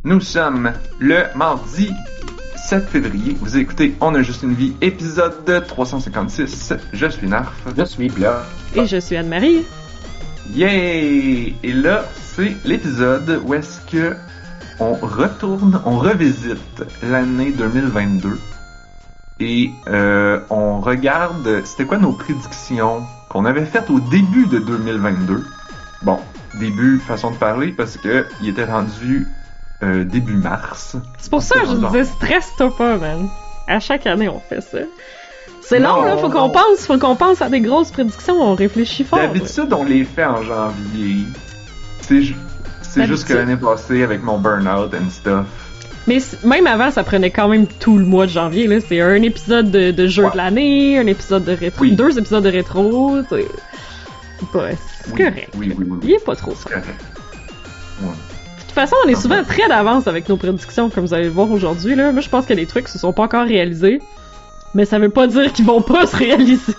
Nous sommes le mardi 7 février. Vous écoutez On a juste une vie, épisode 356. Je suis Narf. Je suis Bla. Et je suis Anne-Marie. Yay! Et là, c'est l'épisode où est-ce que on revisite l'année 2022 et on regarde c'était quoi nos prédictions qu'on avait faites au début de 2022. Bon, début, façon de parler, parce que il était rendu début mars. C'est pour ça que je disais, stresse-toi pas, man. À chaque année, on fait ça. C'est long, là, faut qu'on pense à des grosses prédictions, on réfléchit fort. D'habitude, on les fait en janvier. C'est juste que l'année passée, avec mon burn-out and stuff. Mais même avant, ça prenait quand même tout le mois de janvier, là. C'est un épisode de jeu de l'année, un épisode de rétro, 2 épisodes de rétro, c'est correct. Oui. Il est pas trop ça. C'est correct. Ouais. De toute façon, on est souvent très d'avance avec nos prédictions, comme vous allez le voir aujourd'hui, là. Moi, je pense que les trucs se sont pas encore réalisés. Mais ça veut pas dire qu'ils vont pas se réaliser.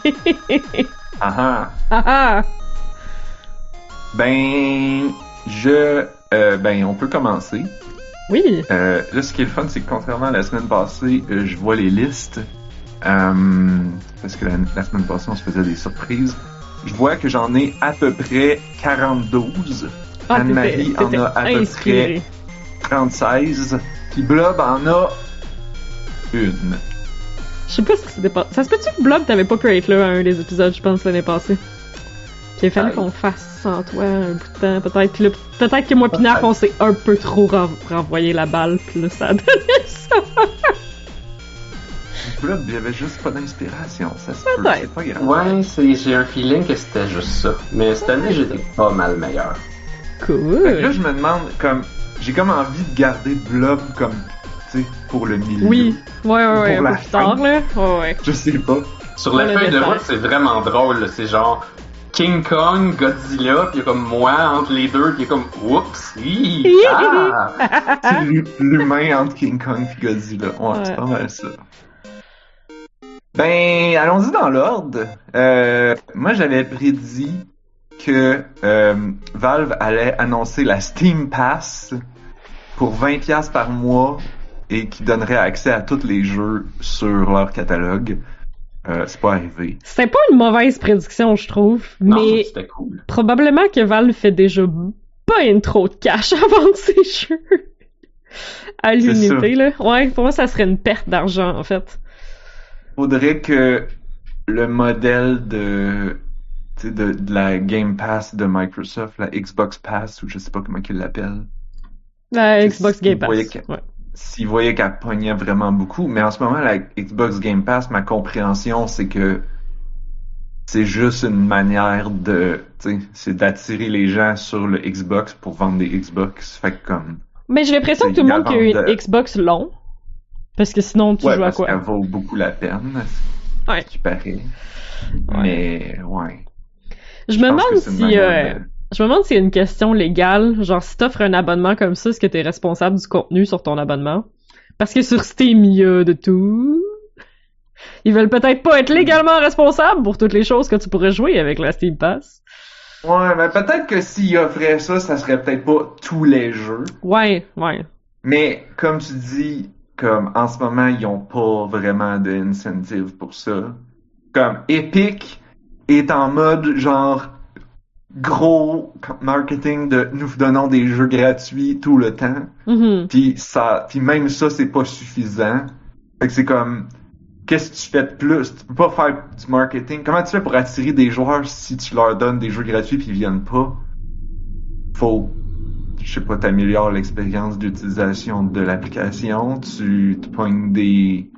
Ben, on peut commencer. Oui. Là, ce qui est le fun, c'est que contrairement à la semaine passée, je vois les listes. Parce que la semaine passée, on se faisait des surprises. Je vois que j'en ai à peu près 42. Anne-Marie en a à peu près 36. Puis Blob en a une. Je sais pas ce qui s'est dépassé. Ça se peut-tu que Blob t'avais pas pu être là à un des épisodes, je pense, l'année passée? Qu'il a fallu qu'on fasse sans toi un bout de temps, peut-être. Puis là, peut-être que moi pis Narf, on s'est un peu trop renvoyé la balle, pis là, ça a donné ça. Blob, j'avais juste pas d'inspiration, ça se peut, c'est pas grave. Ouais, j'ai un feeling que c'était juste ça. Mais cette année, j'étais pas mal meilleur. Cool. Fait que là, je me demande, j'ai comme envie de garder Blob comme, tu sais, pour le milieu. Oui, ouais, un peu plus tard, là. Ouais. Je sais pas. Sur la feuille de route, c'est vraiment drôle, là. C'est genre King Kong, Godzilla, pis y'a comme moi entre les deux, pis y'a comme oups, C'est l'humain entre King Kong et Godzilla. Ouais, c'est pas mal ça. Ben, allons-y dans l'ordre. Moi, j'avais prédit que Valve allait annoncer la Steam Pass pour 20$ par mois et qui donnerait accès à tous les jeux sur leur catalogue. C'est pas arrivé. C'était pas une mauvaise prédiction, je trouve, mais c'était cool. Probablement que Valve fait déjà pas une trop de cash à vendre ses jeux à l'unité, là. Ouais, pour moi, ça serait une perte d'argent, en fait. Faudrait que le modèle de la Game Pass de Microsoft, la Xbox Pass, ou je sais pas comment ils l'appellent. La Xbox Game Pass, S'ils voyaient qu'elle pognait vraiment beaucoup, mais en ce moment, la Xbox Game Pass, ma compréhension, c'est que c'est juste une manière c'est d'attirer les gens sur le Xbox pour vendre des Xbox. Fait que comme... Mais j'ai l'impression que tout le monde qui a une Xbox l'ont. Parce que sinon, tu joues à quoi? Elle vaut beaucoup la peine. Ce qui paraît. Mais, ouais. Je me demande s'il y a une question légale. Genre, si t'offres un abonnement comme ça, est-ce que t'es responsable du contenu sur ton abonnement? Parce que sur Steam, il y a de tout. Ils veulent peut-être pas être légalement responsables pour toutes les choses que tu pourrais jouer avec la Steam Pass. Ouais, mais peut-être que s'ils offraient ça, ça serait peut-être pas tous les jeux. Ouais. Mais, comme tu dis, comme en ce moment, ils ont pas vraiment d'incentive pour ça. Comme Epic est en mode genre gros marketing de nous donnons des jeux gratuits tout le temps. Puis même ça, c'est pas suffisant. Fait que c'est comme, qu'est-ce que tu fais de plus? Tu peux pas faire du marketing. Comment tu fais pour attirer des joueurs si tu leur donnes des jeux gratuits puis ils viennent pas? Faut, je sais pas, t'améliores l'expérience d'utilisation de l'application, tu pognes des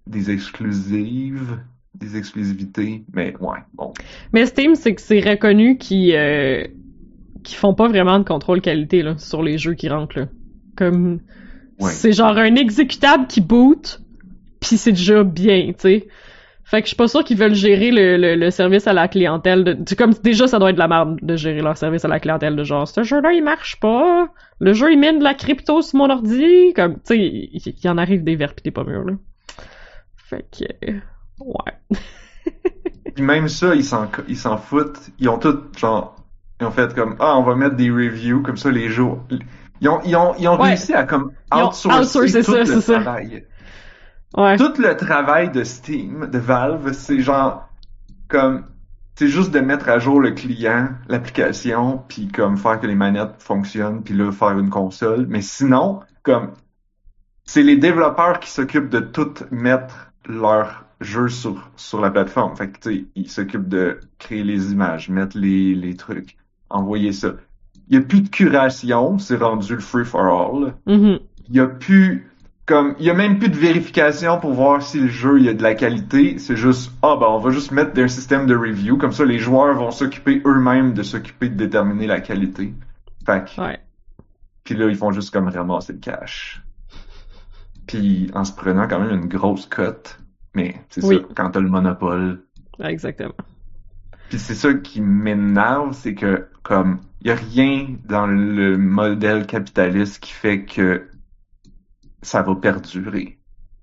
exclusivités, mais ouais, bon. Mais Steam, c'est que c'est reconnu qu'ils font pas vraiment de contrôle qualité là, sur les jeux qui rentrent là. Comme c'est genre un exécutable qui boot, pis c'est déjà bien, tu sais. Fait que je suis pas sûre qu'ils veulent gérer le service à la clientèle. Comme déjà, ça doit être de la merde de gérer leur service à la clientèle de genre, ce jeu-là, il marche pas. Le jeu, il mine de la crypto sur mon ordi. Comme, tu sais, il en arrive des verres pis des pas mûrs, là. Fait que, ouais. Puis même ça, ils s'en foutent. Ils ont tout, genre, ils ont fait comme, on va mettre des reviews, comme ça, les jeux, Ils ont Ouais. réussi à comme Ils ont outsourcer outsourcé tout ça, le c'est ça. travail. Ouais. Tout le travail de Steam, de Valve, c'est genre comme c'est juste de mettre à jour le client, l'application, puis comme faire que les manettes fonctionnent, puis là faire une console. Mais sinon, comme c'est les développeurs qui s'occupent de tout mettre leur jeu sur la plateforme. Fait que tu sais, ils s'occupent de créer les images, mettre les trucs, envoyer ça. Il y a plus de curation, c'est rendu le free for all. Mhm. Il y a même plus de vérification pour voir si le jeu il y a de la qualité. C'est juste, on va juste mettre un système de review. Comme ça, les joueurs vont s'occuper eux-mêmes de s'occuper de déterminer la qualité. Fait que, Ouais. puis là, ils font juste comme ramasser le cash. Puis en se prenant quand même une grosse cote. Mais c'est Oui. ça, quand t'as le monopole. Exactement. Puis c'est ça qui m'énerve, c'est que comme il y a rien dans le modèle capitaliste qui fait que ça va perdurer.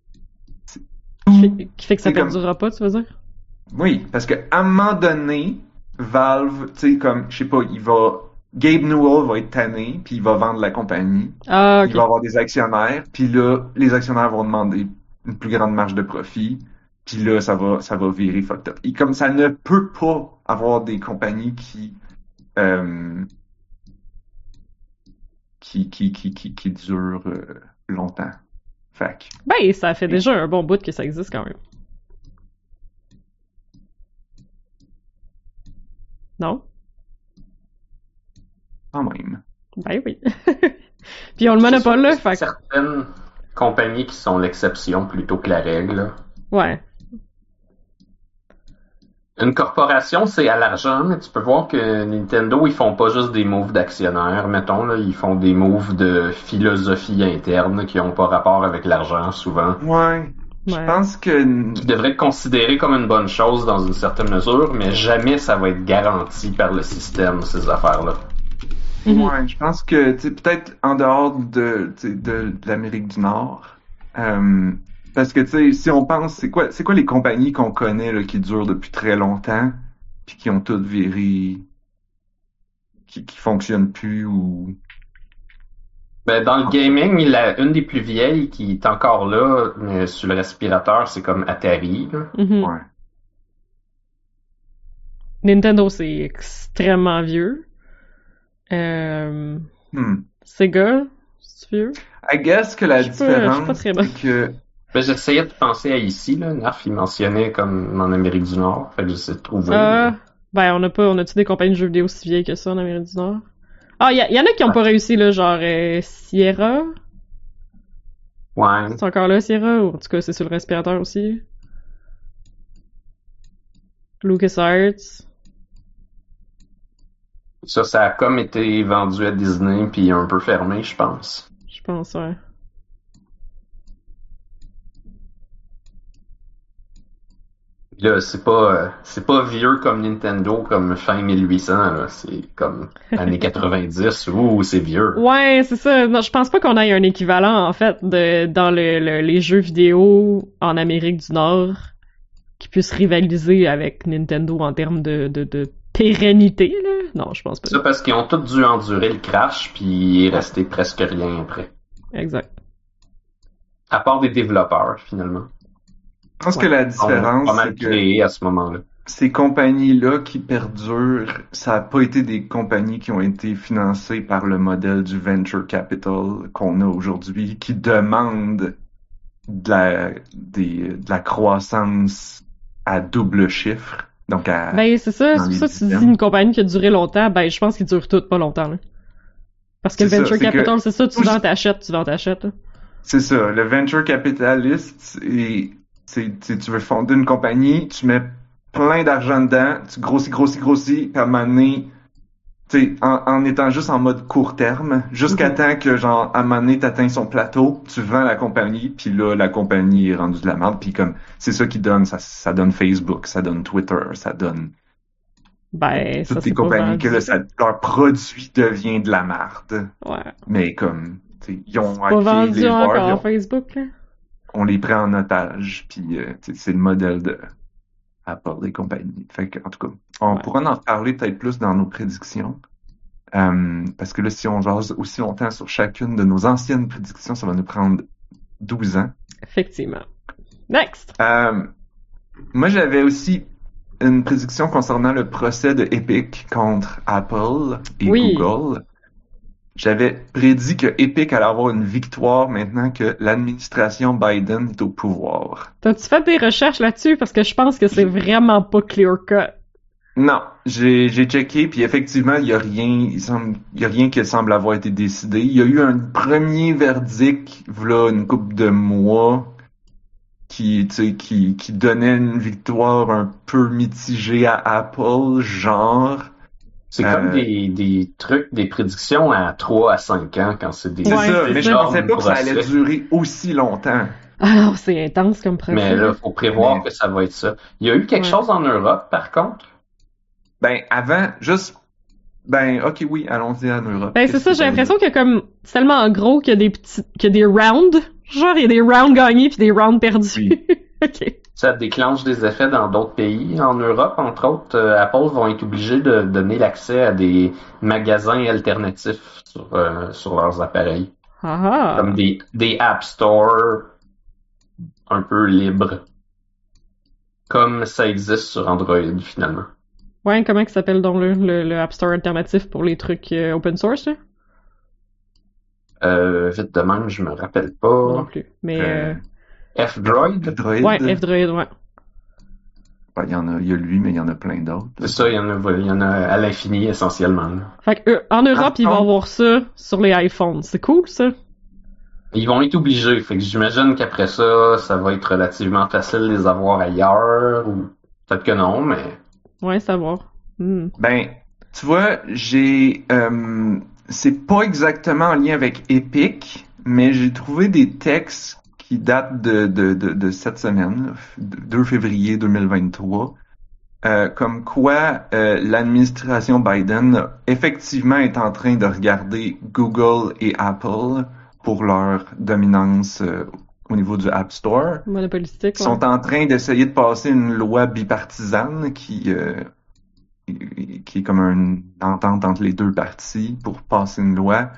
Qui fait que ça C'est comme- perdurera pas, tu veux dire? Oui, parce que à un moment donné, Valve, tu sais, comme, je sais pas, Gabe Newell va être tanné, puis il va vendre la compagnie. Ah, Il va ok. avoir des actionnaires, puis là, les actionnaires vont demander une plus grande marge de profit, puis là, ça va virer fucked up. Et comme ça ne peut pas avoir des compagnies qui durent longtemps. Fait que, Ben, ça fait déjà un bon bout que ça existe quand même. Non? quand même. Ben oui. Puis ils ont le monopole, là, fait que... Certaines compagnies qui sont l'exception plutôt que la règle. Là. Ouais. Une corporation, c'est à l'argent, mais tu peux voir que Nintendo, ils font pas juste des moves d'actionnaires, mettons, là, ils font des moves de philosophie interne qui ont pas rapport avec l'argent, souvent. Ouais. Je Ouais. pense que Qui devrait être considéré comme une bonne chose dans une certaine mesure, mais jamais ça va être garanti par le système, ces affaires-là. Mhm. Ouais, je pense que tu sais, peut-être en dehors tu sais, de l'Amérique du Nord. Parce que tu sais, si on pense, c'est quoi les compagnies qu'on connaît là, qui durent depuis très longtemps, puis qui ont toutes viré, qui fonctionnent plus ou. Ben, dans le gaming, une des plus vieilles qui est encore là, mais sur le respirateur, c'est comme Atari. Là. Mhm. Ouais. Nintendo, c'est extrêmement vieux. Sega, c'est vieux? I guess que la Je suis pas différence, très bonne. c'est que Ben, j'essayais de penser à ici, là. Narf, il mentionnait comme en Amérique du Nord. Fait que j'essaie de trouver. Ben, on a-tu des compagnies de jeux vidéo aussi vieilles que ça en Amérique du Nord? Ah, y en a qui ont pas réussi, là, genre Sierra. Ouais. C'est encore là, Sierra? Ou en tout cas, c'est sur le respirateur aussi. LucasArts. Ça a comme été vendu à Disney puis un peu fermé, je pense. Je pense, ouais. Là, c'est pas vieux comme Nintendo, comme fin 1800, là. C'est comme années 90. Ouh, c'est vieux. Ouais, c'est ça. Non, je pense pas qu'on ait un équivalent, en fait, dans les jeux vidéo en Amérique du Nord qui puisse rivaliser avec Nintendo en termes de pérennité, là. Non, je pense pas. Ça parce qu'ils ont tous dû endurer le crash puis il est resté presque rien après. Exact. À part des développeurs, finalement. je pense que la différence, Pas mal c'est que créé à ce moment-là. ces compagnies-là qui perdurent, ça n'a pas été des compagnies qui ont été financées par le modèle du venture capital qu'on a aujourd'hui, qui demandent de la croissance à double chiffre. Donc Ben, c'est ça. dans C'est pour les ça que tu dis dizaines. une compagnie qui a duré longtemps. Ben, je pense qu'ils durent toutes pas longtemps, là. Parce que le C'est ça, venture c'est capital, que- c'est ça, tu vends, t'achètes, là. C'est ça, le venture capitaliste, tu veux fonder une compagnie, tu mets plein d'argent dedans, tu grossis, puis à un moment donné, tu sais, en étant juste en mode court terme, jusqu'à Mhm. temps que, genre, à un moment donné, t'atteins son plateau, tu vends la compagnie, puis là, la compagnie est rendue de la merde, puis comme, c'est ça qui donne, ça donne Facebook, ça donne Twitter, ça donne Ben, ça, toutes c'est les pas compagnies vendu. que là, leur produit devient de la merde. Ouais. Mais comme, tu sais, ils ont Pas hacké vendu les joueurs, ils encore, ont- Facebook, là. on les prend en otage, puis c'est le modèle de Apple des compagnies. Fait que, en tout cas, on Ouais. pourra en reparler peut-être plus dans nos prédictions. Parce que là, si on jase aussi longtemps sur chacune de nos anciennes prédictions, ça va nous prendre 12 ans. Effectivement. Next! Moi, j'avais aussi une prédiction concernant le procès de Epic contre Apple et Google. J'avais prédit que Epic allait avoir une victoire maintenant que l'administration Biden est au pouvoir. T'as-tu fait des recherches là-dessus? Parce que je pense que c'est vraiment pas clear-cut. Non, j'ai checké, puis effectivement, il y a rien qui semble avoir été décidé. Il y a eu un premier verdict, voilà, une couple de mois, qui donnait une victoire un peu mitigée à Apple, genre. C'est comme des trucs, des prédictions à 3 à 5 ans quand c'est des... C'est ça, mais je pensais pas que ça allait durer aussi longtemps. Ah, c'est intense comme procès. Mais là, faut prévoir que ça va être ça. Il y a eu quelque chose en Europe, par contre? Ben, avant, ok, oui, allons-y en Europe. Ben, c'est ça, j'ai l'impression que comme, c'est tellement gros qu'il y a des rounds. Genre, il y a des rounds gagnés puis des rounds perdus. Oui. OK. Ça déclenche des effets dans d'autres pays. En Europe, entre autres, Apple vont être obligés de donner l'accès à des magasins alternatifs sur leurs appareils. Ah. Comme des App Store un peu libres. Comme ça existe sur Android, finalement. Ouais, comment ça s'appelle donc le App Store alternatif pour les trucs open source, là? Vite de même, je me rappelle pas. Non plus. Mais F-Droid? Ouais, F-Droid, ouais. Il y a lui, mais il y en a plein d'autres. C'est ça, il y en a à l'infini, essentiellement. Fait que, en Europe, ils vont avoir ça sur les iPhones. C'est cool, ça? Ils vont être obligés. Fait que j'imagine qu'après ça, ça va être relativement facile de les avoir ailleurs, ou peut-être que non, mais... Ouais, savoir. Ben, tu vois, c'est pas exactement en lien avec Epic, mais j'ai trouvé des textes qui datent de cette semaine, 2 février 2023, comme quoi l'administration Biden effectivement est en train de regarder Google et Apple pour leur dominance au niveau du App Store. Monopolistique, Ils sont en train d'essayer de passer une loi bipartisane qui est comme une entente entre les deux parties pour passer une loi.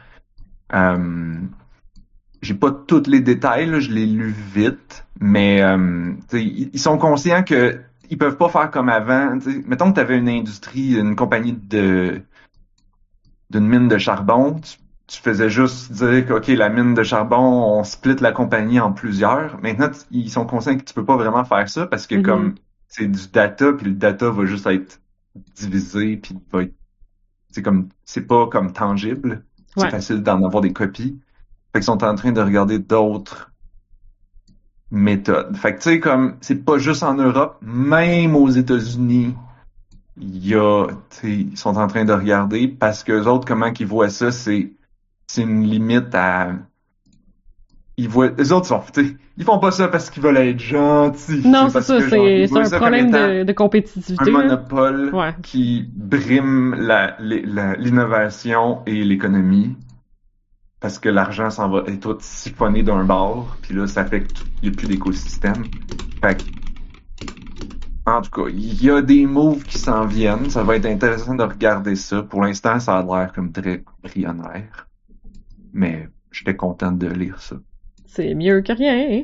J'ai pas tous les détails, là, je l'ai lu vite, mais ils sont conscients que ils peuvent pas faire comme avant. T'sais. Mettons que tu avais une industrie, une compagnie d'une mine de charbon, tu faisais juste dire que, OK, la mine de charbon, on split la compagnie en plusieurs. Maintenant, ils sont conscients que tu peux pas vraiment faire ça parce que comme c'est du data, puis le data va juste être divisé, puis va être... C'est pas comme tangible. C'est facile d'en avoir des copies. Fait qu'ils sont en train de regarder d'autres méthodes. Fait que tu sais, comme, c'est pas juste en Europe, même aux États-Unis, ils sont en train de regarder parce que eux autres, comment qu'ils voient ça, c'est une limite à... Les autres ils font pas ça parce qu'ils veulent être gentils. Non, c'est ça, c'est un problème de compétitivité. Un monopole qui brime l'innovation et l'économie. Parce que l'argent s'en va être tout siphonné d'un bord, puis là, ça fait qu'il n'y a plus d'écosystème. Fait que, en tout cas, il y a des moves qui s'en viennent. Ça va être intéressant de regarder ça. Pour l'instant, ça a l'air comme très embryonnaire. Mais j'étais content de lire ça. C'est mieux que rien,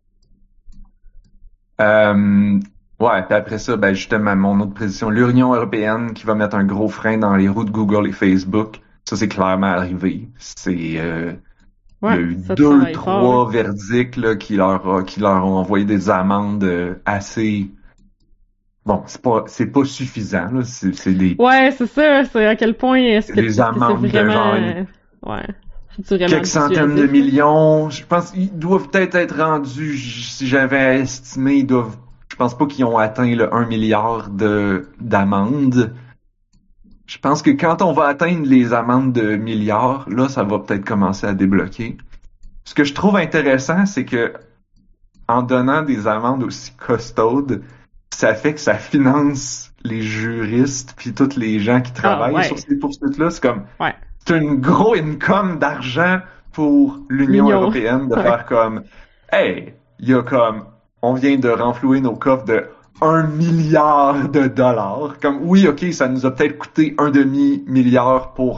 hein? Ouais, puis après ça, ben justement, mon autre prédiction, l'Union européenne qui va mettre un gros frein dans les roues de Google et Facebook. Ça, c'est clairement arrivé. Il y a eu 2-3 verdicts là, qui leur ont envoyé des amendes assez... Bon, c'est pas suffisant. Là. C'est des... Ouais, c'est ça. C'est à quel point est-ce que des amendes c'est vraiment... de genre... Ouais. Quelques centaines de millions. Je pense qu'ils doivent peut-être être rendus, si j'avais estimé, je pense pas qu'ils ont atteint le 1 milliard d'amendes. Je pense que quand on va atteindre les amendes de milliards, là, ça va peut-être commencer à débloquer. Ce que je trouve intéressant, c'est que en donnant des amendes aussi costaudes, ça fait que ça finance les juristes puis tous les gens qui travaillent sur ces poursuites-là. C'est comme c'est un gros income d'argent pour l'Union européenne de faire comme hey, il y a comme on vient de renflouer nos coffres de 1 milliard de dollars. Comme, oui, OK, ça nous a peut-être coûté un demi-milliard pour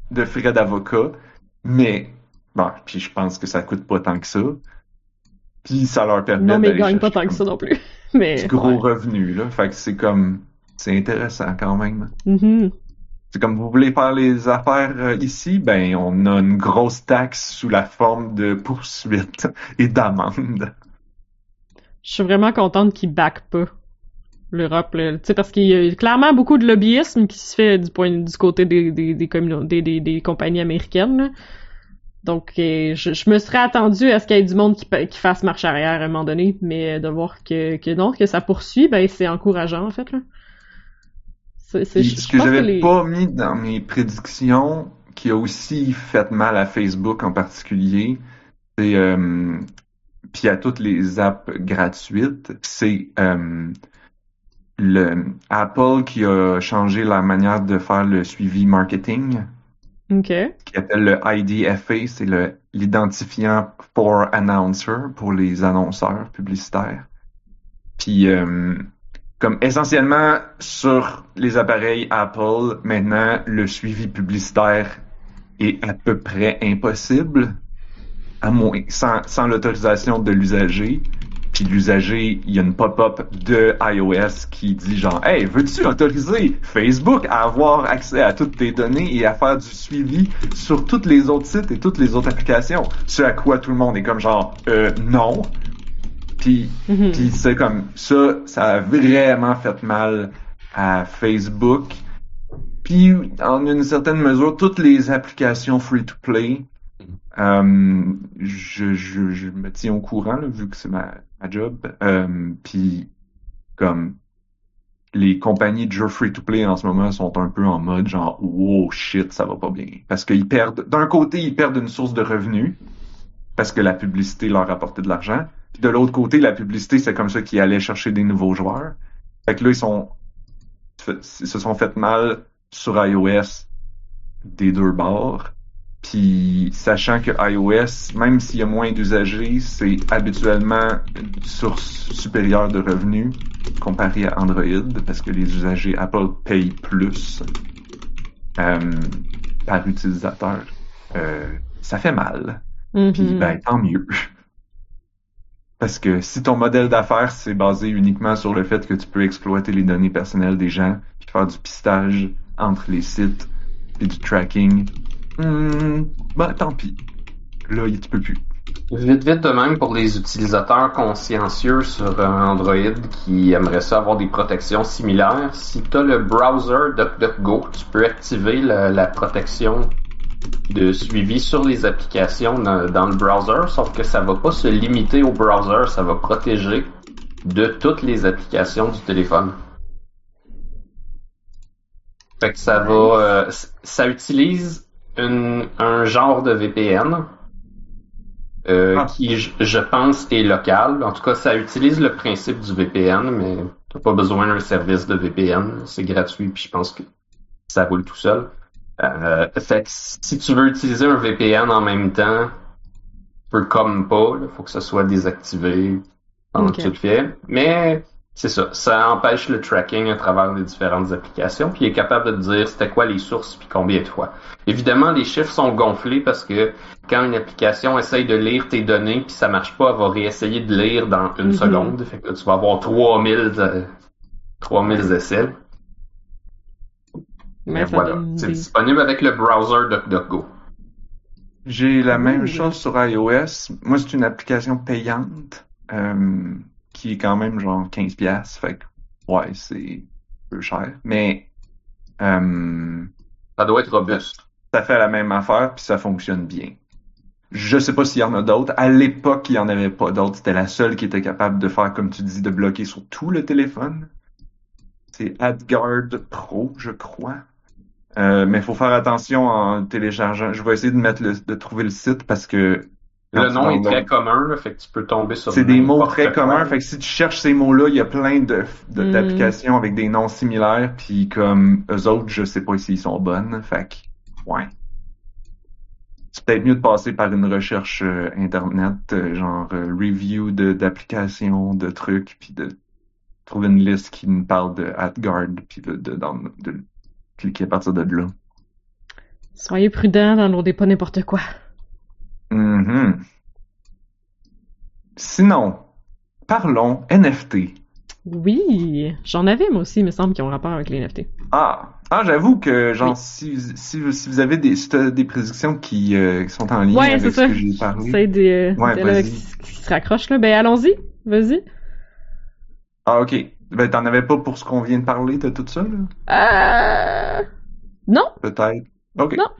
de frais d'avocat, mais bon, puis je pense que ça coûte pas tant que ça. Puis ça leur permet Non, mais ils d'aller gagnent pas chercher tant que ça comme non plus. Mais, du gros ouais. revenu, là. Fait que c'est intéressant quand même. Mhm. C'est comme vous voulez faire les affaires ici, ben on a une grosse taxe sous la forme de poursuites et d'amendes. Je suis vraiment contente qu'ils backent pas l'Europe, là. Tu sais, parce qu'il y a clairement beaucoup de lobbyisme qui se fait du côté des compagnies américaines, là. Donc, je me serais attendu à ce qu'il y ait du monde qui fasse marche arrière à un moment donné, mais de voir que non, que ça poursuit, ben c'est encourageant en fait, là. Puis, ce Je que pense que j'avais pas mis dans mes prédictions, qui a aussi fait mal à Facebook en particulier, c'est puis à toutes les apps gratuites, c'est le Apple qui a changé la manière de faire le suivi marketing, OK. qui appelle le IDFA, c'est l'identifiant for announcer pour les annonceurs publicitaires. Puis comme essentiellement sur les appareils Apple, maintenant le suivi publicitaire est à peu près impossible, à moins sans l'autorisation de l'usager. Puis l'usager, il y a une pop-up de iOS qui dit genre hey, veux-tu autoriser Facebook à avoir accès à toutes tes données et à faire du suivi sur tous les autres sites et toutes les autres applications? Ce à quoi tout le monde est comme genre non. Puis c'est comme ça a vraiment fait mal à Facebook. Puis en une certaine mesure, toutes les applications free-to-play, je me tiens au courant là, vu que c'est ma job. Puis comme les compagnies de jeux free-to-play en ce moment sont un peu en mode genre wow shit, ça va pas bien. Parce qu'ils perdent, d'un côté, ils perdent une source de revenus parce que la publicité leur apportait de l'argent. Puis de l'autre côté, la publicité, c'est comme ça qu'ils allaient chercher des nouveaux joueurs. Fait que là, ils se sont fait mal sur iOS des deux bords. Puis sachant que iOS, même s'il y a moins d'usagers, c'est habituellement une source supérieure de revenus comparé à Android, parce que les usagers Apple payent plus par utilisateur. Ça fait mal. Puis ben tant mieux. Parce que si ton modèle d'affaires c'est basé uniquement sur le fait que tu peux exploiter les données personnelles des gens, puis faire du pistage entre les sites, puis du tracking, ben tant pis. Là, tu peux plus. Vite de même pour les utilisateurs consciencieux sur Android qui aimeraient ça avoir des protections similaires. Si tu as le browser DuckDuckGo, tu peux activer la protection de suivi sur les applications dans le browser, sauf que ça va pas se limiter au browser, ça va protéger de toutes les applications du téléphone. Fait que ça va, ça utilise un genre de VPN qui, je pense, est local. En tout cas, ça utilise le principe du VPN, mais t'as pas besoin d'un service de VPN, c'est gratuit, puis je pense que ça roule tout seul. Fait que si tu veux utiliser un VPN en même temps, tu peux comme pas, il faut que ça soit désactivé pendant que tu le fais. Mais c'est ça, ça empêche le tracking à travers les différentes applications, puis il est capable de te dire c'était quoi les sources puis combien de fois. Évidemment, les chiffres sont gonflés parce que quand une application essaye de lire tes données puis ça marche pas, elle va réessayer de lire dans une seconde. Fait que là, tu vas avoir 3000 essais. Mais voilà, c'est disponible avec le browser DuckDuckGo. J'ai la même chose sur iOS. Moi, c'est une application payante qui est quand même genre 15$. Fait que, ouais, c'est un peu cher. Mais ça doit être robuste. Ça fait la même affaire, puis ça fonctionne bien. Je sais pas s'il y en a d'autres. À l'époque, il y en avait pas d'autres. C'était la seule qui était capable de faire, comme tu dis, de bloquer sur tout le téléphone. C'est AdGuard Pro, je crois. Mais il faut faire attention en téléchargeant. Je vais essayer de trouver le site parce que le nom est très commun, là, fait que tu peux tomber sur. C'est des mots très communs, fait que si tu cherches ces mots-là, il y a plein d'applications avec des noms similaires, puis comme eux autres, je sais pas s'ils sont bonnes, fait que ouais. C'est peut-être mieux de passer par une recherche internet, genre review d'applications, de trucs, puis de trouver une liste qui nous parle de AdGuard, puis de cliquer à partir de là. Soyez prudents, downloadez pas n'importe quoi. Sinon, parlons NFT. Oui, j'en avais moi aussi, il me semble, qui ont rapport avec les NFT. J'avoue que, genre, Oui. si vous avez si t'as des prédictions qui sont en lien avec c'est ce ça. que j'ai parlé. J'essaie de là, vas-y. qui se raccroche, là. Ben, allons-y. Vas-y. Ok. Ben, t'en avais pas pour ce qu'on vient de parler de tout ça, là? Non. Peut-être. Ok. Non.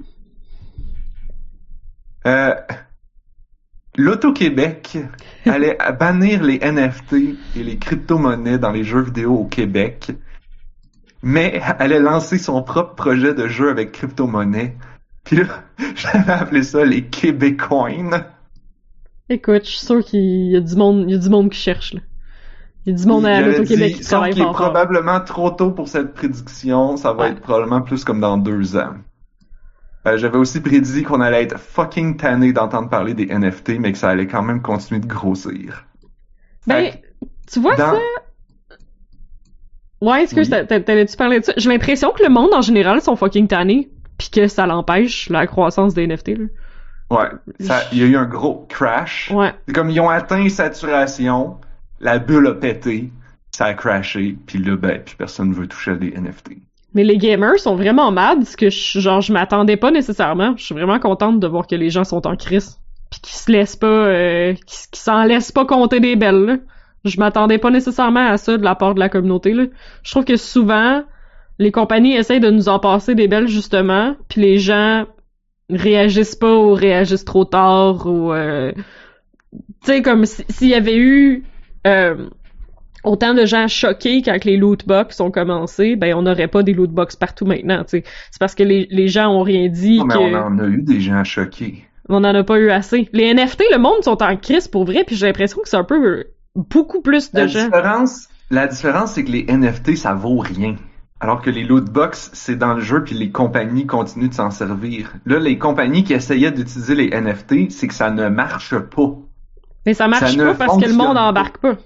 L'Auto-Québec allait bannir les NFT et les crypto-monnaies dans les jeux vidéo au Québec, mais allait lancer son propre projet de jeu avec crypto-monnaie. Puis là, j'avais appelé ça les Québécoins. Écoute, je suis sûr qu'il y a du monde qui cherche, là. Il y a du monde à l'Auto-Québec qui travaille qu'il est fort. probablement trop tôt pour cette prédiction. Ça va être probablement plus comme dans 2 ans. J'avais aussi prédit qu'on allait être fucking tanné d'entendre parler des NFT, mais que ça allait quand même continuer de grossir. Ben, tu vois ça? Ouais, excuse, t'allais-tu parler de ça? J'ai l'impression que le monde, en général, sont fucking tannés, pis que ça l'empêche, la croissance des NFT, là. Ouais, il y a eu un gros crash. Ouais. C'est comme, ils ont atteint saturation, la bulle a pété, ça a crashé, puis là, ben, plus personne veut toucher à des NFT. Mais les gamers sont vraiment mad, ce que je m'attendais pas nécessairement. Je suis vraiment contente de voir que les gens sont en crise, puis qu'ils se laissent pas, qu'ils s'en laissent pas compter des belles, là. Je m'attendais pas nécessairement à ça de la part de la communauté, là. Je trouve que souvent, les compagnies essayent de nous en passer des belles, justement, puis les gens réagissent pas ou réagissent trop tard, ou... tu sais, comme s'il y avait eu... autant de gens choqués quand les lootbox ont commencé, ben on n'aurait pas des lootbox partout maintenant, tu sais. C'est parce que les gens ont rien dit. Non, mais on en a eu des gens choqués. On n'en a pas eu assez. Les NFT, le monde sont en crise pour vrai, puis j'ai l'impression que c'est un peu beaucoup plus de gens. La différence, c'est que les NFT, ça vaut rien. Alors que les lootbox, c'est dans le jeu, puis les compagnies continuent de s'en servir. Là, les compagnies qui essayaient d'utiliser les NFT, c'est que ça ne marche pas. Mais ça marche pas parce que le monde embarque pas.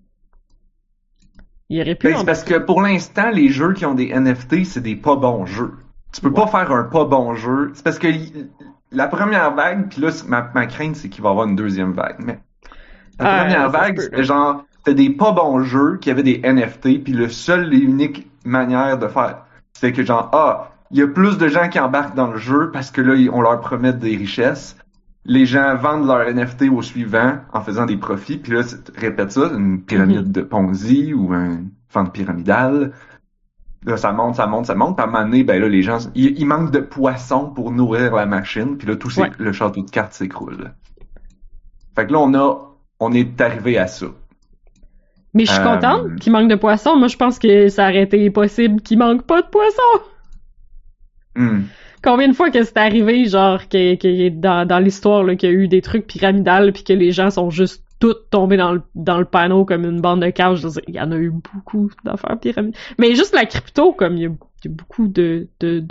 Il aurait pu c'est parce que pour l'instant, les jeux qui ont des NFT, c'est des pas bons jeux. Tu peux pas faire un pas bon jeu. C'est parce que la première vague, puis là, ma crainte, c'est qu'il va y avoir une deuxième vague. Mais la première vague, c'était genre, c'était des pas bons jeux qui avaient des NFT, puis le seul et unique manière de faire, c'était que genre, il y a plus de gens qui embarquent dans le jeu parce que là, on leur promet des richesses. Les gens vendent leur NFT au suivant en faisant des profits, puis là, répète ça, une pyramide de Ponzi ou un vente pyramidale. Là, ça monte, puis à un moment donné, ben là, les gens, il manque de poissons pour nourrir la machine, puis là, le château de cartes s'écroule. Fait que là, on est arrivé à ça. Mais je suis contente qu'il manque de poissons. Moi, je pense que ça aurait été possible qu'il manque pas de poissons. Combien de fois que c'est arrivé, genre, dans l'histoire, là, qu'il y a eu des trucs pyramidales puis que les gens sont juste tous tombés dans le panneau comme une bande de cages. Il y en a eu beaucoup d'affaires pyramidales. Mais juste la crypto, comme il y a beaucoup de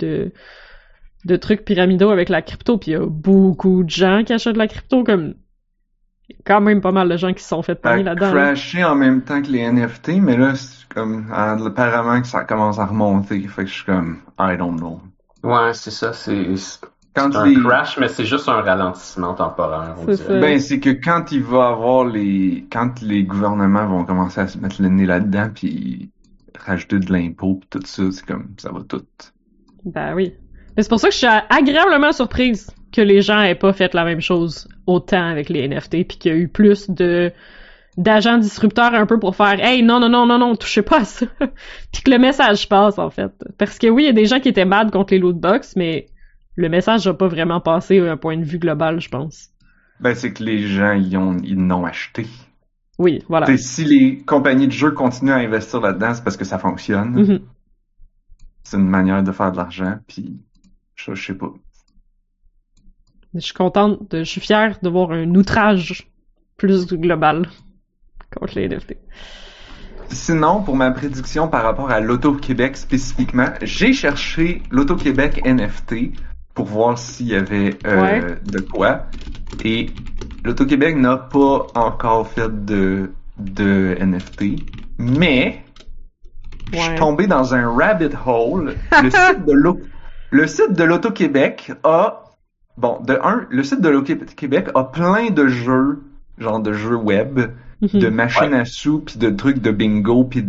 trucs pyramidaux avec la crypto, puis il y a beaucoup de gens qui achètent la crypto, comme quand même pas mal de gens qui se sont fait pogner là-dedans. Crashé en même temps que les NFT, mais là, c'est comme, apparemment que ça commence à remonter. Fait que je suis comme, I don't know. Ouais, c'est ça, c'est un crash, mais c'est juste un ralentissement temporaire, on dirait. Ben, c'est que quand il va avoir quand les gouvernements vont commencer à se mettre le nez là-dedans puis rajouter de l'impôt pis tout ça, c'est comme, ça va tout. Ben oui. Mais c'est pour ça que je suis agréablement surprise que les gens aient pas fait la même chose autant avec les NFT puis qu'il y a eu plus d'agents disrupteurs un peu pour faire « Hey, non, touchez pas à ça! » Puis que le message passe, en fait. Parce que oui, il y a des gens qui étaient mad contre les lootbox, mais le message n'a pas vraiment passé d'un point de vue global, je pense. Ben, c'est que les gens, ils n'ont acheté. Oui, voilà. T'sais, si les compagnies de jeux continuent à investir là-dedans, c'est parce que ça fonctionne. Mm-hmm. C'est une manière de faire de l'argent, puis je sais pas. Je suis fière de voir un outrage plus global contre les NFT. Sinon, pour ma prédiction par rapport à l'Auto-Québec spécifiquement, j'ai cherché l'Auto-Québec NFT pour voir s'il y avait de quoi. Et l'Auto-Québec n'a pas encore fait de NFT, mais je suis tombé dans un rabbit hole. Le le site de l'Auto-Québec le site de l'Auto-Québec a plein de jeux, genre de jeux web, de machines à sous, puis de trucs de bingo, puis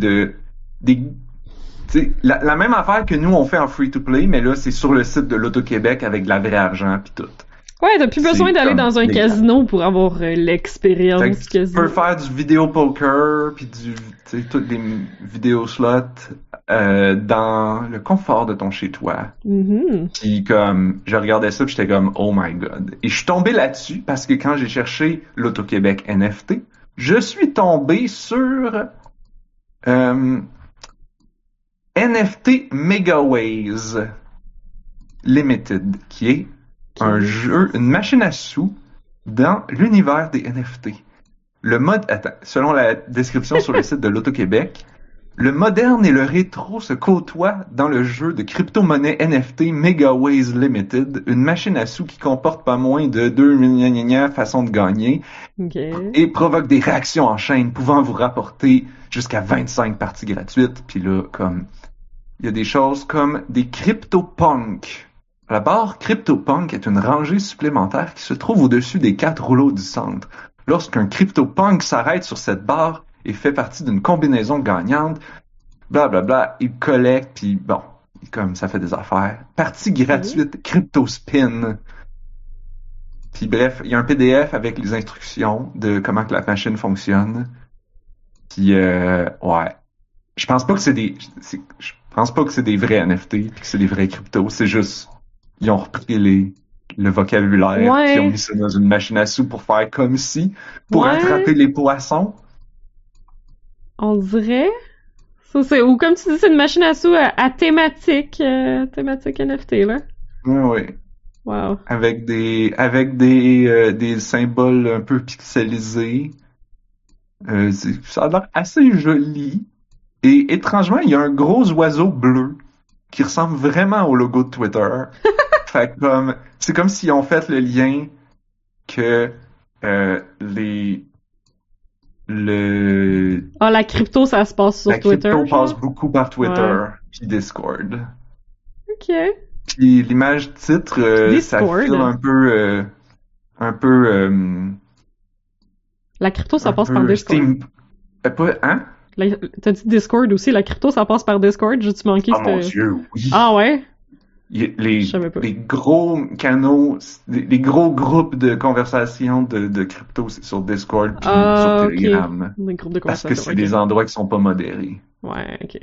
la même affaire que nous on fait en free-to-play, mais là c'est sur le site de l'Auto-Québec avec de la vraie argent puis tout. Ouais, t'as plus besoin d'aller dans un casino pour avoir l'expérience casino. Tu peux faire du vidéo poker puis toutes les vidéo slots dans le confort de ton chez-toi. Puis comme je regardais ça, puis j'étais comme oh my god. Et je suis tombé là-dessus parce que quand j'ai cherché l'Auto-Québec NFT, je suis tombé sur NFT Megaways Limited, qui est un jeu, une machine à sous dans l'univers des NFT. Selon la description sur le site de l'Auto-Québec, le moderne et le rétro se côtoient dans le jeu de crypto-monnaie NFT Megaways Limited, une machine à sous qui comporte pas moins de 2 façons de gagner et provoque des réactions en chaîne pouvant vous rapporter jusqu'à 25 parties gratuites. Puis là, comme il y a des choses comme des CryptoPunk. La barre CryptoPunk est une rangée supplémentaire qui se trouve au-dessus des 4 rouleaux du centre. Lorsqu'un CryptoPunk s'arrête sur cette barre et fait partie d'une combinaison gagnante, blablabla, il collecte, puis bon, comme ça fait des affaires. Partie gratuite CryptoSpin. Puis bref, il y a un PDF avec les instructions de comment que la machine fonctionne. Puis ouais, je pense pas que c'est des vrais NFT puis que c'est des vrais cryptos, c'est juste ils ont repris le vocabulaire puis ils ont mis ça dans une machine à sous pour faire comme si pour attraper les poissons. On dirait ça, c'est ou comme tu dis, c'est une machine à sous à thématique NFT là. Oui. Wow. Avec des symboles un peu pixelisés. Ça a l'air assez joli. Et étrangement, il y a un gros oiseau bleu qui ressemble vraiment au logo de Twitter. Fait que c'est comme s'ils ont fait le lien que la crypto, ça se passe sur Twitter. La crypto passe beaucoup par Twitter puis Discord. Ok. Puis l'image titre, ça file un peu. La crypto, ça passe par Discord. Hein? T'as dit Discord aussi, la crypto, ça passe par Discord, j'ai-tu manqué? Oh mon Dieu, oui. Ah ouais? Les gros canaux, les gros groupes de conversation de crypto, c'est sur Discord puis sur Telegram. Les groupes de conversation. Parce que c'est des endroits qui sont pas modérés. Ouais, ok.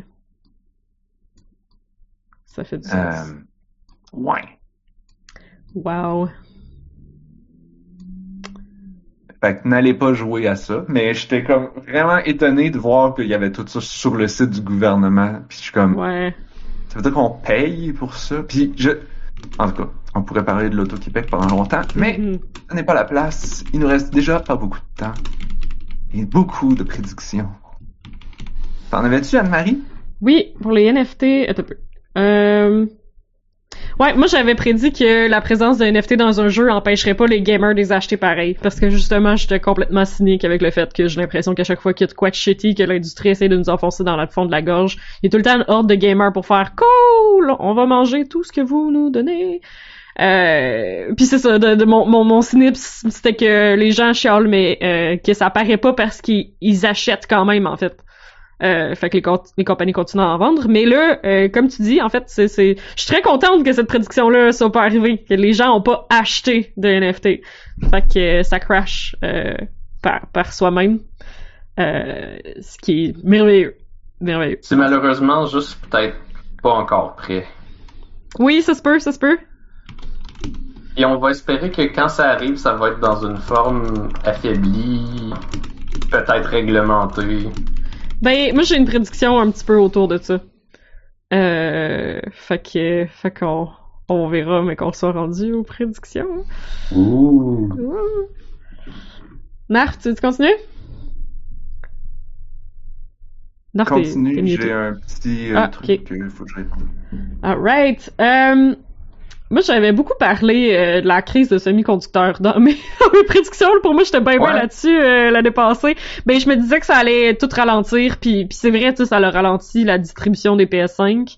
Ça fait du sens. Ouais. Wow. Fait que n'allez pas jouer à ça, mais j'étais comme vraiment étonné de voir qu'il y avait tout ça sur le site du gouvernement, puis je suis comme ça veut dire qu'on paye pour ça, puis en tout cas, on pourrait parler de l'Auto-Québec pendant longtemps, mais ce n'est pas la place, il nous reste déjà pas beaucoup de temps et beaucoup de prédictions. T'en avais-tu, Anne-Marie? Oui, pour les NFT, attends un peu. Ouais, moi j'avais prédit que la présence d'un NFT dans un jeu empêcherait pas les gamers de les acheter pareil, parce que justement j'étais complètement cynique avec le fait que j'ai l'impression qu'à chaque fois qu'il y a de quoi de shitty que l'industrie essaie de nous enfoncer dans le fond de la gorge, il y a tout le temps une horde de gamers pour faire cool, on va manger tout ce que vous nous donnez. Puis c'est ça, mon cynisme, c'était que les gens chialent mais que ça apparaît pas parce qu'ils achètent quand même en fait. Fait que les compagnies continuent à en vendre. Mais là, comme tu dis, en fait, je suis très contente que cette prédiction-là soit pas arrivée, que les gens ont pas acheté de NFT. Fait que ça crash par soi-même. Ce qui est merveilleux. Merveilleux. C'est malheureusement juste peut-être pas encore prêt. Oui, ça se peut. Et on va espérer que quand ça arrive, ça va être dans une forme affaiblie, peut-être réglementée. Ben, moi j'ai une prédiction un petit peu autour de ça. Fait qu'on verra, mais qu'on soit rendu aux prédictions. Ouh. Narf, tu veux continuer? Narf, continue, j'ai un petit truc qu'il faut que je réponde. Alright. Moi, j'avais beaucoup parlé de la crise de semi-conducteurs dans mes prédictions. Pour moi, j'étais bien là-dessus l'année passée. Ben, je me disais que ça allait tout ralentir, puis c'est vrai, tu sais, ça a ralenti la distribution des PS5.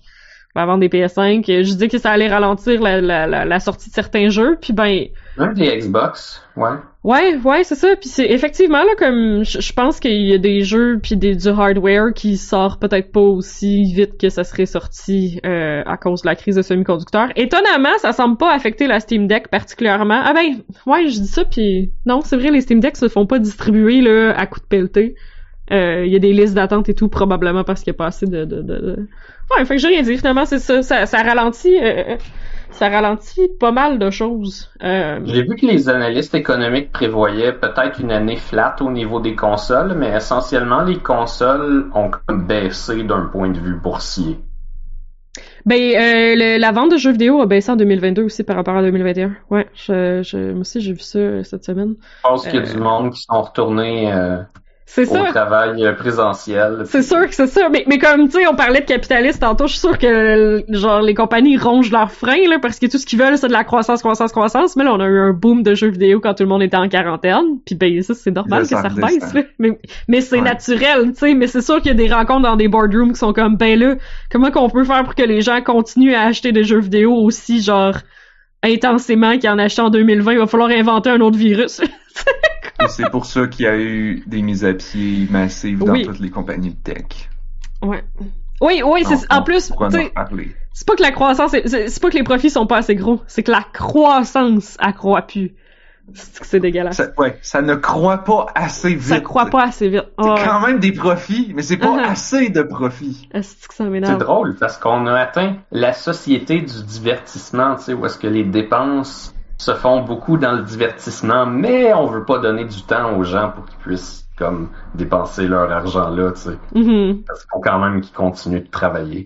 la vente des PS5. Je dis que ça allait ralentir la sortie de certains jeux, puis ben... Même des Xbox, ouais. Ouais, c'est ça. Puis c'est effectivement là comme je pense qu'il y a des jeux puis du hardware qui sort peut-être pas aussi vite que ça serait sorti à cause de la crise de semi-conducteurs. Étonnamment, ça semble pas affecter la Steam Deck particulièrement. Ah ben, ouais, je dis ça puis non, c'est vrai, les Steam Decks se font pas distribuer là à coup de pelleté. Il y a des listes d'attente et tout, probablement parce qu'il y a pas assez de... Ouais, fait que j'ai rien dit. Finalement, c'est ça ralentit... ça ralentit pas mal de choses. J'ai vu que les analystes économiques prévoyaient peut-être une année flat au niveau des consoles, mais essentiellement, les consoles ont comme baissé d'un point de vue boursier. Ben, la vente de jeux vidéo a baissé en 2022 aussi par rapport à 2021. Ouais, moi aussi, j'ai vu ça cette semaine. Je pense qu'il y a du monde qui sont retournés c'est au travail présentiel. C'est sûr que c'est ça. Mais comme, tu sais, on parlait de capitalisme tantôt, je suis sûr que, genre, les compagnies rongent leurs freins, là, parce que tout ce qu'ils veulent, c'est de la croissance. Mais là, on a eu un boom de jeux vidéo quand tout le monde était en quarantaine. Puis ben, ça, c'est normal que ça rebaisse, là. Mais c'est naturel, tu sais. Mais c'est sûr qu'il y a des rencontres dans des boardrooms qui sont comme, ben là, comment qu'on peut faire pour que les gens continuent à acheter des jeux vidéo aussi, genre, intensément qu'ils en achètent en 2020? Il va falloir inventer un autre virus. Et c'est pour ça qu'il y a eu des mises à pied massives dans toutes les compagnies de tech. Ouais. Oui, c'est en plus, c'est pas que la croissance, c'est pas que les profits sont pas assez gros, c'est que la croissance accroît plus. C'est dégueulasse. Ça ne croît pas assez vite. Ça croît pas assez vite. C'est quand même des profits, mais c'est pas assez de profits. C'est drôle parce qu'on a atteint la société du divertissement, tu sais, où est-ce que les dépenses se font beaucoup dans le divertissement, mais on veut pas donner du temps aux gens pour qu'ils puissent comme dépenser leur argent là, tu sais. Mm-hmm. Parce qu'il faut quand même qu'ils continuent de travailler.